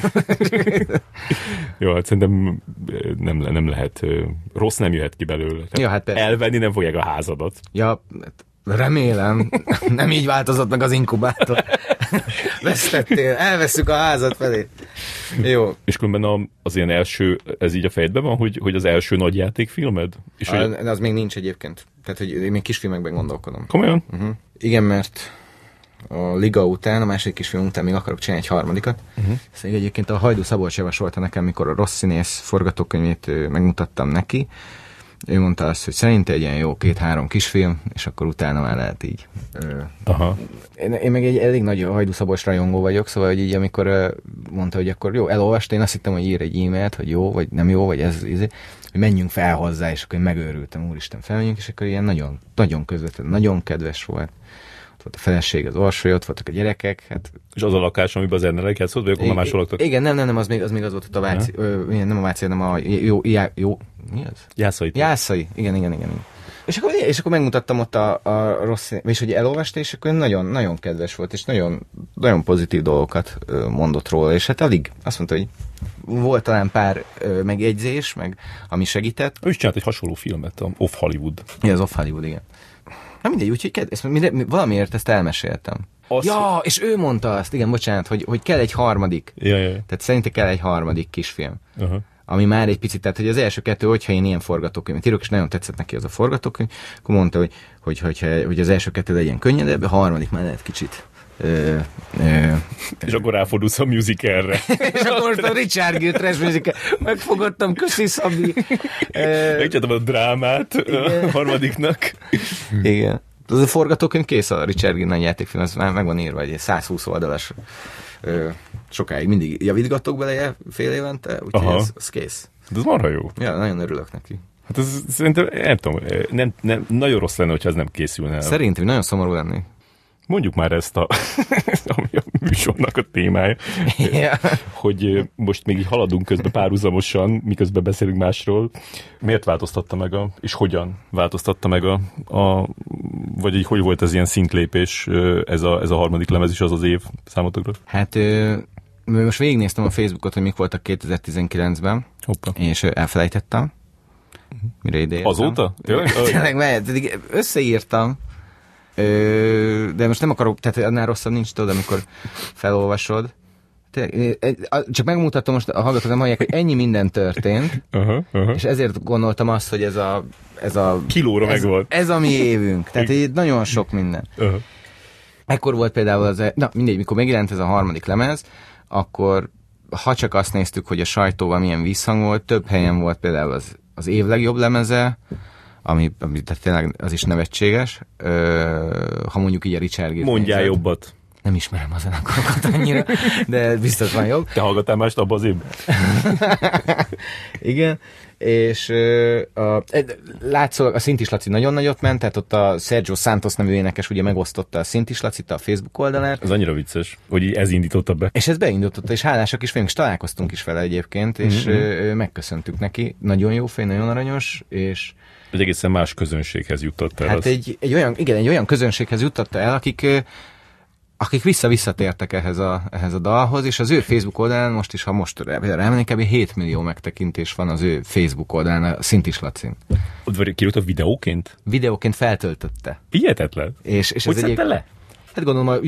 Speaker 1: Jó, hát szerintem nem lehet, rossz nem jöhet ki belőle.
Speaker 2: Ja, hát
Speaker 1: elvenni nem fogják a házadat.
Speaker 2: Ja, remélem, nem így változott meg az inkubátor. Vesztettél, elveszük a házat felé. Jó.
Speaker 1: És különben az ilyen első, ez így a fejedben van, hogy az első nagy játékfilmed? És
Speaker 2: az még nincs egyébként. Tehát, hogy én még kisfilmekben gondolkodom.
Speaker 1: Komolyan?
Speaker 2: Igen, mert a Liga után, a második kisfilm után még akarok csinálni egy harmadikat. Ezt egyébként a Hajdú Szabolcs javasolta nekem, mikor a Rossz színész forgatókönyvét megmutattam neki. Ő mondta azt, hogy szerint egy ilyen jó 2-3 kisfilm, és akkor utána már lehet így.
Speaker 1: Aha.
Speaker 2: Én meg egy elég nagy Hajdú Szabolcs rajongó vagyok, szóval hogy így amikor mondta, hogy akkor jó, elolvasta, én azt hittem, hogy ír egy e-mailt, hogy jó, vagy nem jó, vagy ez, hogy menjünk fel hozzá, és akkor én megőrültem, úristen, felmenjünk, és akkor ilyen nagyon, nagyon közvetlen, nagyon kedves volt. Ott volt a feleség, az Orsoly, ott voltak a gyerekek. Hát...
Speaker 1: És az a lakás, amiben az Ernelek játszott, vagy akkor már máshol laktak?
Speaker 2: Igen, nem, az még az volt ott a Váci, nem a Váci, hanem a jó, mi az? Jászai, igen. És akkor megmutattam ott a rossz, és hogy elolvasta, és akkor nagyon, nagyon kedves volt, és nagyon, nagyon pozitív dolgokat mondott róla, és hát alig azt mondta, hogy volt talán pár megjegyzés, meg ami segített.
Speaker 1: Ő is csinált egy hasonló filmet, a Off Hollywood.
Speaker 2: Ja, az Off Hollywood, igen. Na mindegy, úgyhogy valamiért ezt elmeséltem. Ja, és ő mondta azt, igen, bocsánat, hogy kell egy harmadik.
Speaker 1: Ja.
Speaker 2: Tehát szerintem kell egy harmadik kisfilm.
Speaker 1: Uh-huh.
Speaker 2: Ami már egy picit, tehát hogy az első kettő, hogyha én ilyen forgatókönyvet írok, és nagyon tetszett neki az a forgatókönyv, akkor mondta, hogy az első kettő legyen könnyedebb, a harmadik már lehet kicsit.
Speaker 1: És akkor ráfordulsz a musicalre.
Speaker 2: És akkor most a Richard Gere trash musical. Megfogadtam, köszi Szabi.
Speaker 1: Megcsináltam a drámát a harmadiknak.
Speaker 2: Igen. Az a forgatókönyv kész, a Richard Gere nagy játékfilm, az már meg van írva, egy 120 oldalas. Sokáig mindig javítgatok bele fél évente, úgyhogy ez kész.
Speaker 1: De ez marha jó.
Speaker 2: Ja, nagyon örülök neki.
Speaker 1: Hát ez szerintem, nem tudom, nem, nagyon rossz lenne, hogyha ez nem készülne.
Speaker 2: Szerintem nagyon szomorú lenni.
Speaker 1: Mondjuk már ezt ami a műsornak a témája, hogy most még így haladunk közben párhuzamosan, miközben beszélünk másról. Miért változtatta meg és hogyan változtatta meg vagy így hogy volt ez ilyen szintlépés, ez a harmadik lemez is az év számotokra?
Speaker 2: Hát most végignéztem a Facebookot, hogy mik voltak 2019-ben,
Speaker 1: Hoppa.
Speaker 2: és elfelejtettem, mire ideértem.
Speaker 1: Azóta?
Speaker 2: Tényleg, összeírtam, de most nem akarok, tehát annál rosszabb nincs, tudod, amikor felolvasod. Csak megmutatom most a hallgatók, nem hallják, hogy ennyi minden történt, és ezért gondoltam azt, hogy ez a
Speaker 1: kilóra megvolt.
Speaker 2: Ez a mi évünk, tehát így nagyon sok minden. Ekkor volt például mindegy, mikor megjelent ez a harmadik lemez, akkor ha csak azt néztük, hogy a sajtóban milyen visszhang volt, több helyen volt például az év legjobb lemeze, ami tehát tényleg az is nevetséges. Ha mondjuk így a Richard Gere.
Speaker 1: Mondjál jobbat.
Speaker 2: Nem ismerem a zenekarokat annyira, de biztos van jobb.
Speaker 1: Te hallgattál mást abban az évben?
Speaker 2: Igen, és látszólag a Szintis Laci nagyon nagyot ment, tehát ott a Sergio Santos nevű énekes ugye megosztotta a Szintis Lacit a Facebook oldalán.
Speaker 1: Ez annyira vicces, hogy ez indította be.
Speaker 2: És ez beindította, és hálásak is vagyunk, és találkoztunk is vele egyébként, és megköszöntük neki. Nagyon jó fej, nagyon aranyos, és
Speaker 1: egy egészen más közönséghez juttatta el.
Speaker 2: Hát egy olyan közönséghez juttatta el, akik visszatértek ehhez a dalhoz, és az ő Facebook oldalán most is, ha most rámennék, kb. 7 millió megtekintés van az ő Facebook oldalán, a Szintis Lacin.
Speaker 1: Ott kirúgta videóként?
Speaker 2: Videóként feltöltötte.
Speaker 1: Hihetetlen.
Speaker 2: És
Speaker 1: hogy szedte le?
Speaker 2: Hát gondolom a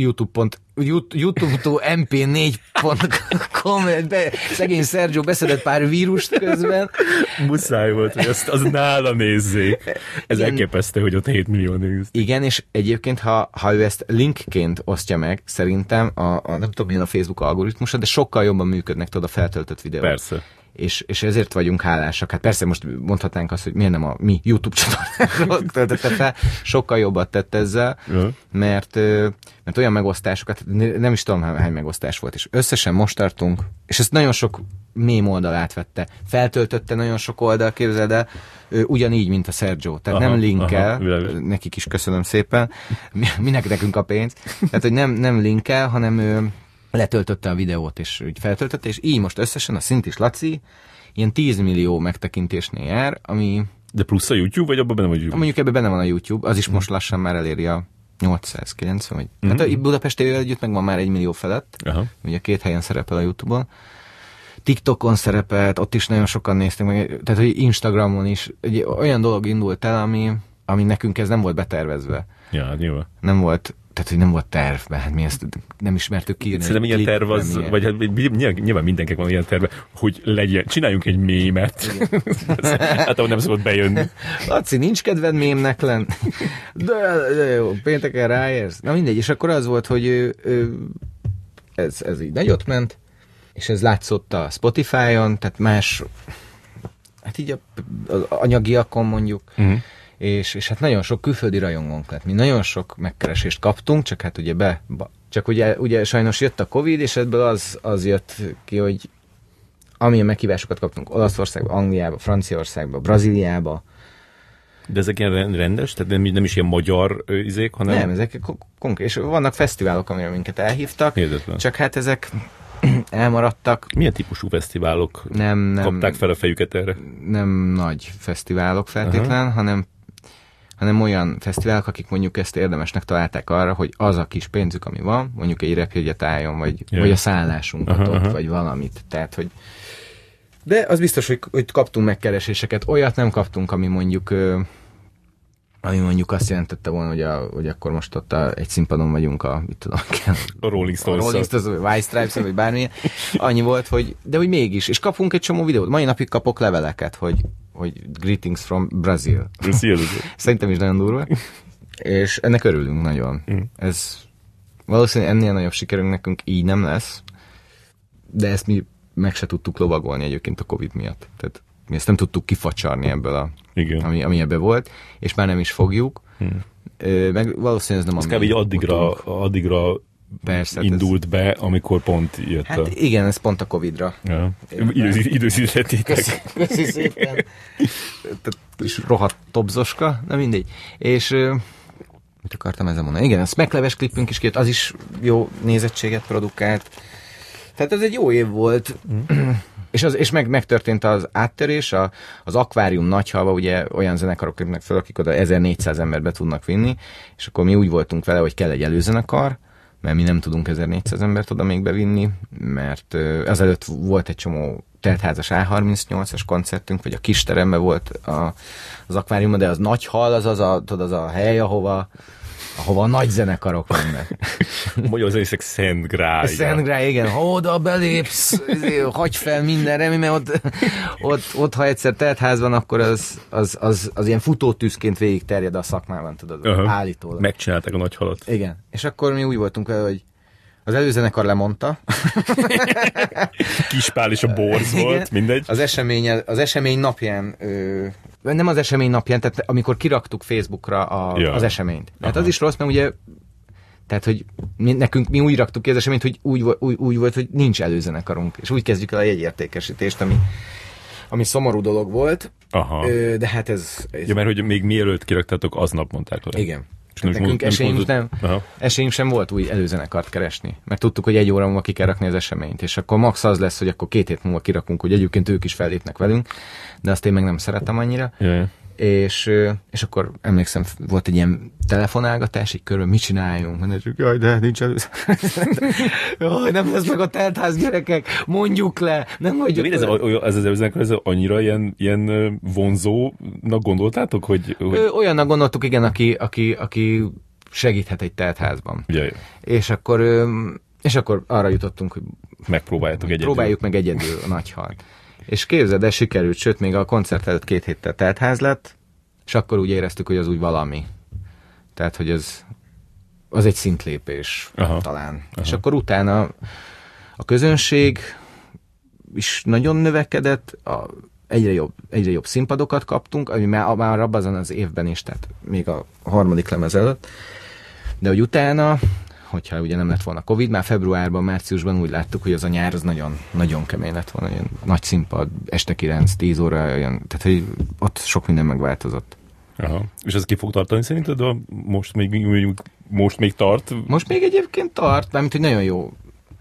Speaker 2: youtube.mp4.com szegény Sergio beszedett pár vírust közben.
Speaker 1: Muszáj volt, hogy az nála nézzék. Ez elképesztő, hogy ott 7 millió néz.
Speaker 2: Igen, és egyébként, ha ő ezt linkként osztja meg, szerintem nem tudom milyen a Facebook algoritmusa, de sokkal jobban működnek a feltöltött videók.
Speaker 1: Persze.
Speaker 2: És ezért vagyunk hálásak. Hát persze most mondhatnánk azt, hogy miért nem a mi YouTube csatornáról töltötte fel, sokkal jobbat tett ezzel, mert olyan megosztásokat, nem is tudom hány megosztás volt, és összesen most tartunk, és ezt nagyon sok mém oldal átvette. Feltöltötte nagyon sok oldal, képzeld el, ugyanígy, mint a Sergio. Tehát nem linkel, nekik is köszönöm szépen, minek nekünk a pénz. Tehát, hogy nem linkel, hanem ő letöltötte a videót, és úgy feltöltötte, és így most összesen a Szintis Laci ilyen 10 millió megtekintésnél jár, ami
Speaker 1: De plusz a YouTube, vagy abban benne vagy YouTube?
Speaker 2: Mondjuk ebben benne van a YouTube, az is most lassan már eléri a 890, vagy... Hát a Budapest TV-vel együtt meg van már 1 millió felett. Aha. Ugye 2 helyen szerepel a YouTube-on. TikTokon szerepelt, ott is nagyon sokan néztek meg, tehát hogy Instagramon is. Egy olyan dolog indult el, ami nekünk ez nem volt betervezve.
Speaker 1: Ja, nyilván.
Speaker 2: Nem volt, tehát hogy nem volt tervben, hát mi ezt nem ismertük ki.
Speaker 1: Szerintem ilyen terv az, vagy hát nyilván mindenkinek van ilyen terve, hogy legyen, csináljunk egy mémet. Hát ahol nem szabad bejönni.
Speaker 2: Laci, nincs kedved mémnek lenni. De jó, pénteken ráérsz. Na mindegy, és akkor az volt, hogy ez így nagyot ment, és ez látszott a Spotify-on, tehát más, hát így az anyagiakon mondjuk, és hát nagyon sok külföldi rajongónk lett. Mi nagyon sok megkeresést kaptunk, csak hát ugye csak ugye sajnos jött a Covid, és ebből az jött ki, hogy amilyen meghívásokat kaptunk Olaszországba, Angliába, Franciaországba, Brazíliába.
Speaker 1: De ezek ilyen rendes? Tehát nem is ilyen magyar izék, hanem...
Speaker 2: Nem, ezek konkrét, és vannak fesztiválok, amire minket elhívtak,
Speaker 1: Hihetetlen.
Speaker 2: Csak hát ezek elmaradtak.
Speaker 1: Milyen típusú fesztiválok
Speaker 2: nem
Speaker 1: kapták fel a fejüket erre?
Speaker 2: Nem nagy fesztiválok feltétlen, hanem olyan fesztiválok, akik mondjuk ezt érdemesnek találták arra, hogy az a kis pénzük, ami van, mondjuk egy repjegyet álljon, vagy a szállásunkat ott, vagy valamit. Tehát, hogy... De az biztos, hogy kaptunk megkereséseket. Olyat nem kaptunk, ami mondjuk azt jelentette volna, hogy akkor most ott egy színpadon vagyunk a
Speaker 1: Rolling Stones,
Speaker 2: vagy White Stripes, vagy bármilyen. Annyi volt, de hogy mégis. És kapunk egy csomó videót. Mai napig kapok leveleket, hogy greetings from Brazil. Szerintem is nagyon durva. És ennek örülünk nagyon. Ez valószínűleg ennél nagyobb sikerünk nekünk így nem lesz, de ezt mi meg se tudtuk lovagolni egyébként a Covid miatt. Tehát mi ezt nem tudtuk kifacsarni ebből, ami ebbe volt, és már nem is fogjuk. Meg valószínűleg ez nem
Speaker 1: ez kb. Addigra
Speaker 2: persze,
Speaker 1: indult be, amikor pont jött
Speaker 2: hát igen, ez pont a Covid-ra.
Speaker 1: Ja. Időzítettétek.
Speaker 2: Köszi szépen. És rohadt tobzoska, na mindegy. És mit akartam ezzel mondani? Igen, a Smackleves klipünk is kijött, az is jó nézettséget produkált. Tehát ez egy jó év volt. És megtörtént az áttörés, az akvárium nagyhalva, ugye olyan zenekarok lépnek fel, akik oda 1400 embert be tudnak vinni, és akkor mi úgy voltunk vele, hogy kell egy előzenekar, mert mi nem tudunk 1400 embert oda még bevinni, mert azelőtt volt egy csomó teltházas A38-as koncertünk, vagy a kis teremben volt az akváriumban, de az nagy hal, az a hely, ahova a nagy zenekarok mennek.
Speaker 1: Magyar zenészek Szent Grály.
Speaker 2: Szent Grály, igen. Ha oda belépsz, hagyj fel mindenre, mert ott ha egyszer teltház van, akkor az ilyen futótűzként végig terjed a szakmában, tudod, állítólag.
Speaker 1: Megcsinálták a nagy halat.
Speaker 2: Igen. És akkor mi úgy voltunk vele, hogy az előzenekar lemondta.
Speaker 1: Kispál és a Borz volt, mindegy.
Speaker 2: Az esemény napján, nem az esemény napján, tehát amikor kiraktuk Facebookra az eseményt. Tehát az is rossz, mert ugye, tehát hogy mi úgy raktuk ki az eseményt, hogy úgy volt, hogy nincs előzenekarunk, és úgy kezdjük el a jegyértékesítést, ami szomorú dolog volt. Aha. De hát ez...
Speaker 1: Ja, mert hogy még mielőtt kiraktátok, aznap mondták le.
Speaker 2: Igen. Nekünk esélyünk sem volt új előzenekart keresni, mert tudtuk, hogy 1 óra múlva ki kell rakni az eseményt, és akkor max az lesz, hogy akkor 2 hét múlva kirakunk, hogy egyébként ők is fellépnek velünk, de azt én meg nem szeretem annyira.
Speaker 1: Jaj.
Speaker 2: És akkor emlékszem, volt egy ilyen telefonálgatás, így körül mit csináljunk? Mondjuk, jaj, de nincs előzenekat. Jaj, nem lesz meg a teltház, gyerekek, mondjuk le, nem mondjuk le.
Speaker 1: Ez az előzenekar, ez annyira ilyen vonzónak gondoltátok, hogy...
Speaker 2: Olyannak gondoltuk, igen, aki segíthet egy teltházban.
Speaker 1: Jaj.
Speaker 2: És akkor arra jutottunk, hogy próbáljuk meg egyedül a nagy halt. És képzeld, de sikerült, sőt, még a koncert előtt 2 héttel teltház lett, és akkor úgy éreztük, hogy az úgy valami. Tehát, hogy az egy szintlépés talán. Aha. És akkor utána a közönség is nagyon növekedett, egyre jobb színpadokat kaptunk, ami már abban az évben is, tehát még a 3. lemez előtt, de hogy utána, hogyha ugye nem lett volna Covid, már februárban, márciusban úgy láttuk, hogy az a nyár az nagyon, nagyon kemény lett volna, olyan nagy színpad, este 9-10 óra, olyan, tehát hogy ott sok minden megváltozott.
Speaker 1: Aha. És ez ki fog tartani szerinted? Most még tart?
Speaker 2: Most még egyébként tart, mármint, hogy nagyon jó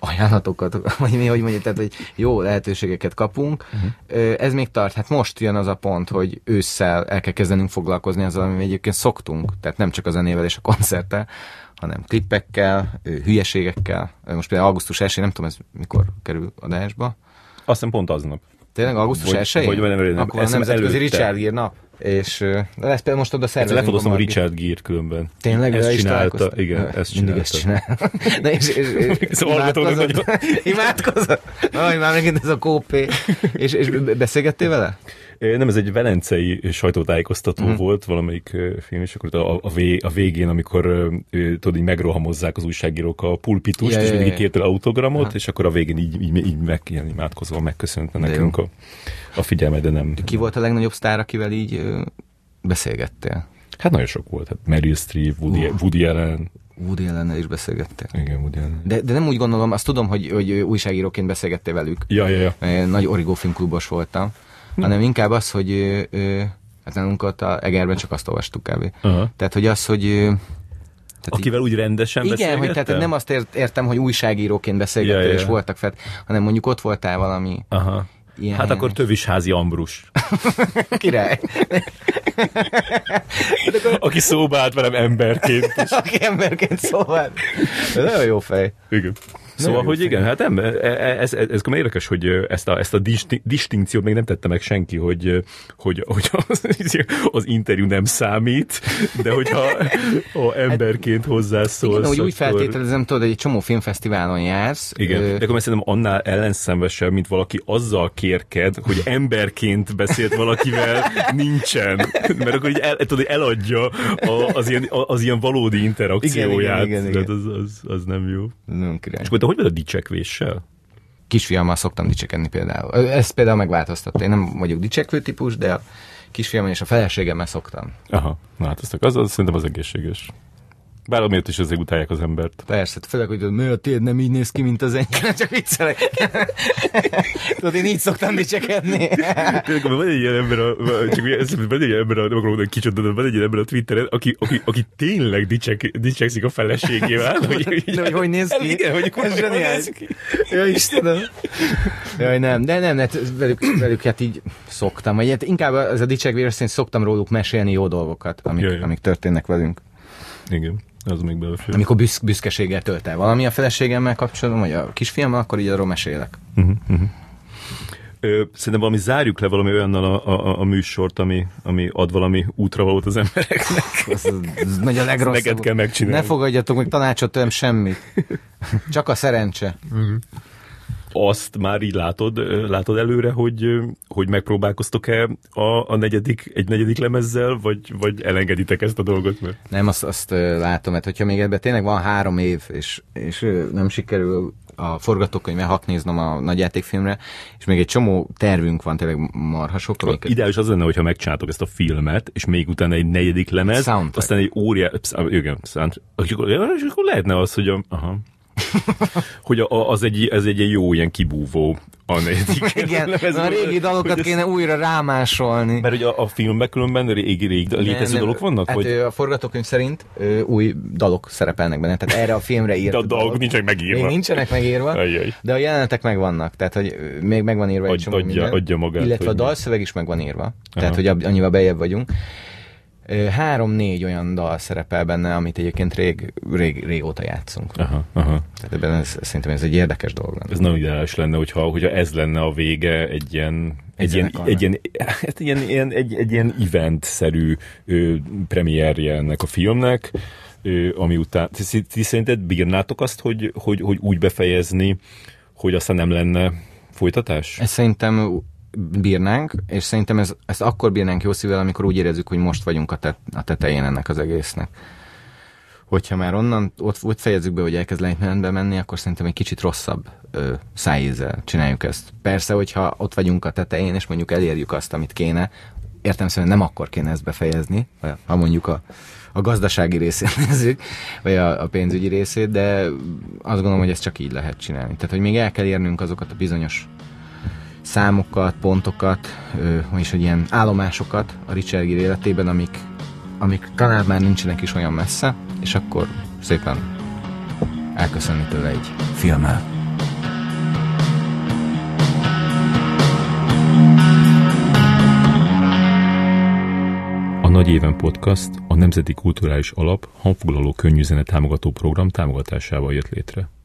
Speaker 2: ajánlatokat, vagy mi, hogy mondjuk, tehát, hogy jó lehetőségeket kapunk. Ez még tart. Hát most jön az a pont, hogy ősszel el kell kezdenünk foglalkozni azzal, amivel egyébként szoktunk. Tehát nem csak a zenével és a koncerttel, hanem klippekkel, hülyeségekkel. Most például augusztus 1-én, nem tudom, ez mikor kerül adásba.
Speaker 3: Azt hiszem pont aznap.
Speaker 2: Tényleg augusztus 1-én?
Speaker 3: Vagy nem.
Speaker 2: Akkor a nemzetközi Richard Gere nap. És lesz például most oda szervezünk.
Speaker 3: Lefotoztam a Richard Gere különben.
Speaker 2: Tényleg?
Speaker 3: Ezt csinálta. Igen, ezt
Speaker 2: mindig ezt csinál.
Speaker 3: Szóval
Speaker 2: imádkozott? Aj, már megint ez a kópé. És beszélgettél vele?
Speaker 3: Nem, ez egy velencei sajtótájékoztató volt, valamelyik film, és akkor a végén, amikor tudod, így megrohamozzák az újságírók a pulpitust, és mindig kértél autogramot, és akkor a végén így imádkozva megköszönte nekünk a figyelmet, de nem.
Speaker 2: Ki volt a legnagyobb sztár, akivel így beszélgettél?
Speaker 3: Hát nagyon sok volt. Hát Meryl Streep, Woody Allen.
Speaker 2: Woody Allennel is beszélgettél.
Speaker 3: Igen, Woody Allen.
Speaker 2: De nem úgy gondolom, azt tudom, hogy újságíróként beszélgettél velük.
Speaker 3: Ja.
Speaker 2: Nagy Origo filmklubos voltam. Hanem inkább az, hogy hát nálunk ott a Egerben csak azt olvastuk kb. Tehát, hogy az, hogy...
Speaker 3: Akivel úgy rendesen beszélgettem?
Speaker 2: Igen, hogy tehát nem azt értem, hogy újságíróként beszélgettél, és voltak fel, hanem mondjuk ott voltál valami...
Speaker 3: Ilyen... Hát akkor Tövisházi Ambrus.
Speaker 2: Király.
Speaker 3: Aki szóba állt velem emberként.
Speaker 2: Aki emberként szóba állt. Nagyon jó fej.
Speaker 3: Igen. Szóval, hogy igen, hát nem, ez érdekes, hogy ezt a distinkciót még nem tette meg senki, hogy az interjú nem számít, de hogyha emberként hozzászólsz.
Speaker 2: Igen, hogy úgy feltételezem, tudod, hogy egy csomó filmfesztiválon jársz.
Speaker 3: Igen, de akkor szerintem annál ellenszenvesebb, mint valaki azzal kérked, hogy emberként beszélt valakivel, nincsen. Mert akkor így eladja az ilyen valódi interakcióját. Igen. Az nem jó.
Speaker 2: Nem király.
Speaker 3: Hogy vagy a dicsekvéssel?
Speaker 2: Kisfiammal szoktam dicsekedni például. Ezt például megváltoztatta. Én nem vagyok dicsekvő típus, de a kisfiammal és a feleségemmel szoktam.
Speaker 3: Aha, na hát az szerintem az egészséges. Bár miért is azért utálják az embert.
Speaker 2: Persze, főleg, hogy a tiéd nem így néz ki, mint az enyém, csak viccelek. Tudod, én így szoktam dicsekedni.
Speaker 3: Tényleg, van egy ilyen ember, nem akarom mondani kicsit, de van egy ilyen ember a Twitteren, aki tényleg dicsekszik a feleségével.
Speaker 2: Hogy néz ki?
Speaker 3: Igen, hogy kurva néz ki.
Speaker 2: Ja, Istenem. Jaj, nem, de nem, velük hát így szoktam. Vagy hát inkább az a dicsekvés szerint szoktam róluk mesélni jó dolgokat, amik történnek velünk.
Speaker 3: Igen. Az még belefér.
Speaker 2: Amikor büszkeséggel tölt el valami a feleségemmel kapcsolatban, vagy a kisfiammal, akkor így arról mesélek.
Speaker 3: Szerintem valami zárjuk le valami olyannal a műsort, ami ad valami útravalót az embereknek.
Speaker 2: Ez megy a legrosszabb.
Speaker 3: Neked kell megcsinálni.
Speaker 2: Ne fogadjatok meg tanácsot tőlem semmit. Csak a szerencse.
Speaker 3: Azt már így látod előre, hogy megpróbálkoztok-e egy negyedik lemezzel, vagy elengeditek ezt a dolgot? Mert...
Speaker 2: Nem, azt látom, mert hogyha még ebben tényleg van 3 év, és nem sikerül a forgatókönyvvel haknéznom a nagyjátékfilmre, és még egy csomó tervünk van, tényleg marhasok.
Speaker 3: Ideális az lenne, hogyha megcsináltok ezt a filmet, és még utána egy negyedik lemez, aztán egy óriás... Igen, és akkor lehetne az, hogy hogy ez egy jó ilyen kibúvó a negyedik.
Speaker 2: Igen, a régi dalokat kéne újra rámásolni.
Speaker 3: Mert ugye a filmben különben régi létező dalok vannak?
Speaker 2: Hát vagy? A forgatókönyv szerint új dalok szerepelnek benne, tehát erre a filmre írt.
Speaker 3: De a dalok nincsenek megírva.
Speaker 2: Még nincsenek megírva, de a jelenetek megvannak, tehát hogy még megvan írva egy csomó minden.
Speaker 3: Adja magát.
Speaker 2: Illetve a dalszöveg is megvan írva, tehát hogy annyival bejebb vagyunk. 3-4 olyan dal szerepel benne, amit egyébként régóta játszunk. Tehát ebben szerintem ez egy érdekes dolog lenne.
Speaker 3: Ez nagyon ideális lenne, hogyha ez lenne a vége egy ilyen event-szerű premierje ennek a filmnek, ami után... Ti szerinted bírnátok azt, hogy úgy befejezni, hogy aztán nem lenne folytatás?
Speaker 2: Ez szerintem bírnánk, és szerintem ezt akkor bírnánk jó szívvel, amikor úgy érezzük, hogy most vagyunk a tetején ennek az egésznek. Hogyha már onnan ott fejezzük be, hogy elkezd lejtmenetbe menni, akkor szerintem egy kicsit rosszabb szájízzel csináljuk ezt. Persze, hogyha ott vagyunk a tetején, és mondjuk elérjük azt, amit kéne, értelemszerűen nem akkor kéne ezt befejezni, ha mondjuk a gazdasági részét nézzük, vagy a pénzügyi részét, de azt gondolom, hogy ezt csak így lehet csinálni. Tehát, hogy még el kell érnünk azokat a bizonyos számokat, pontokat, vagyis hogy ilyen állomásokat a Richard Gere életében, amik talán már nincsenek is olyan messze, és akkor szépen elköszönni tőle egy filmmel.
Speaker 1: Nagy Éven Podcast a Nemzeti Kulturális Alap hangfoglaló könnyű zene támogató program támogatásával jött létre.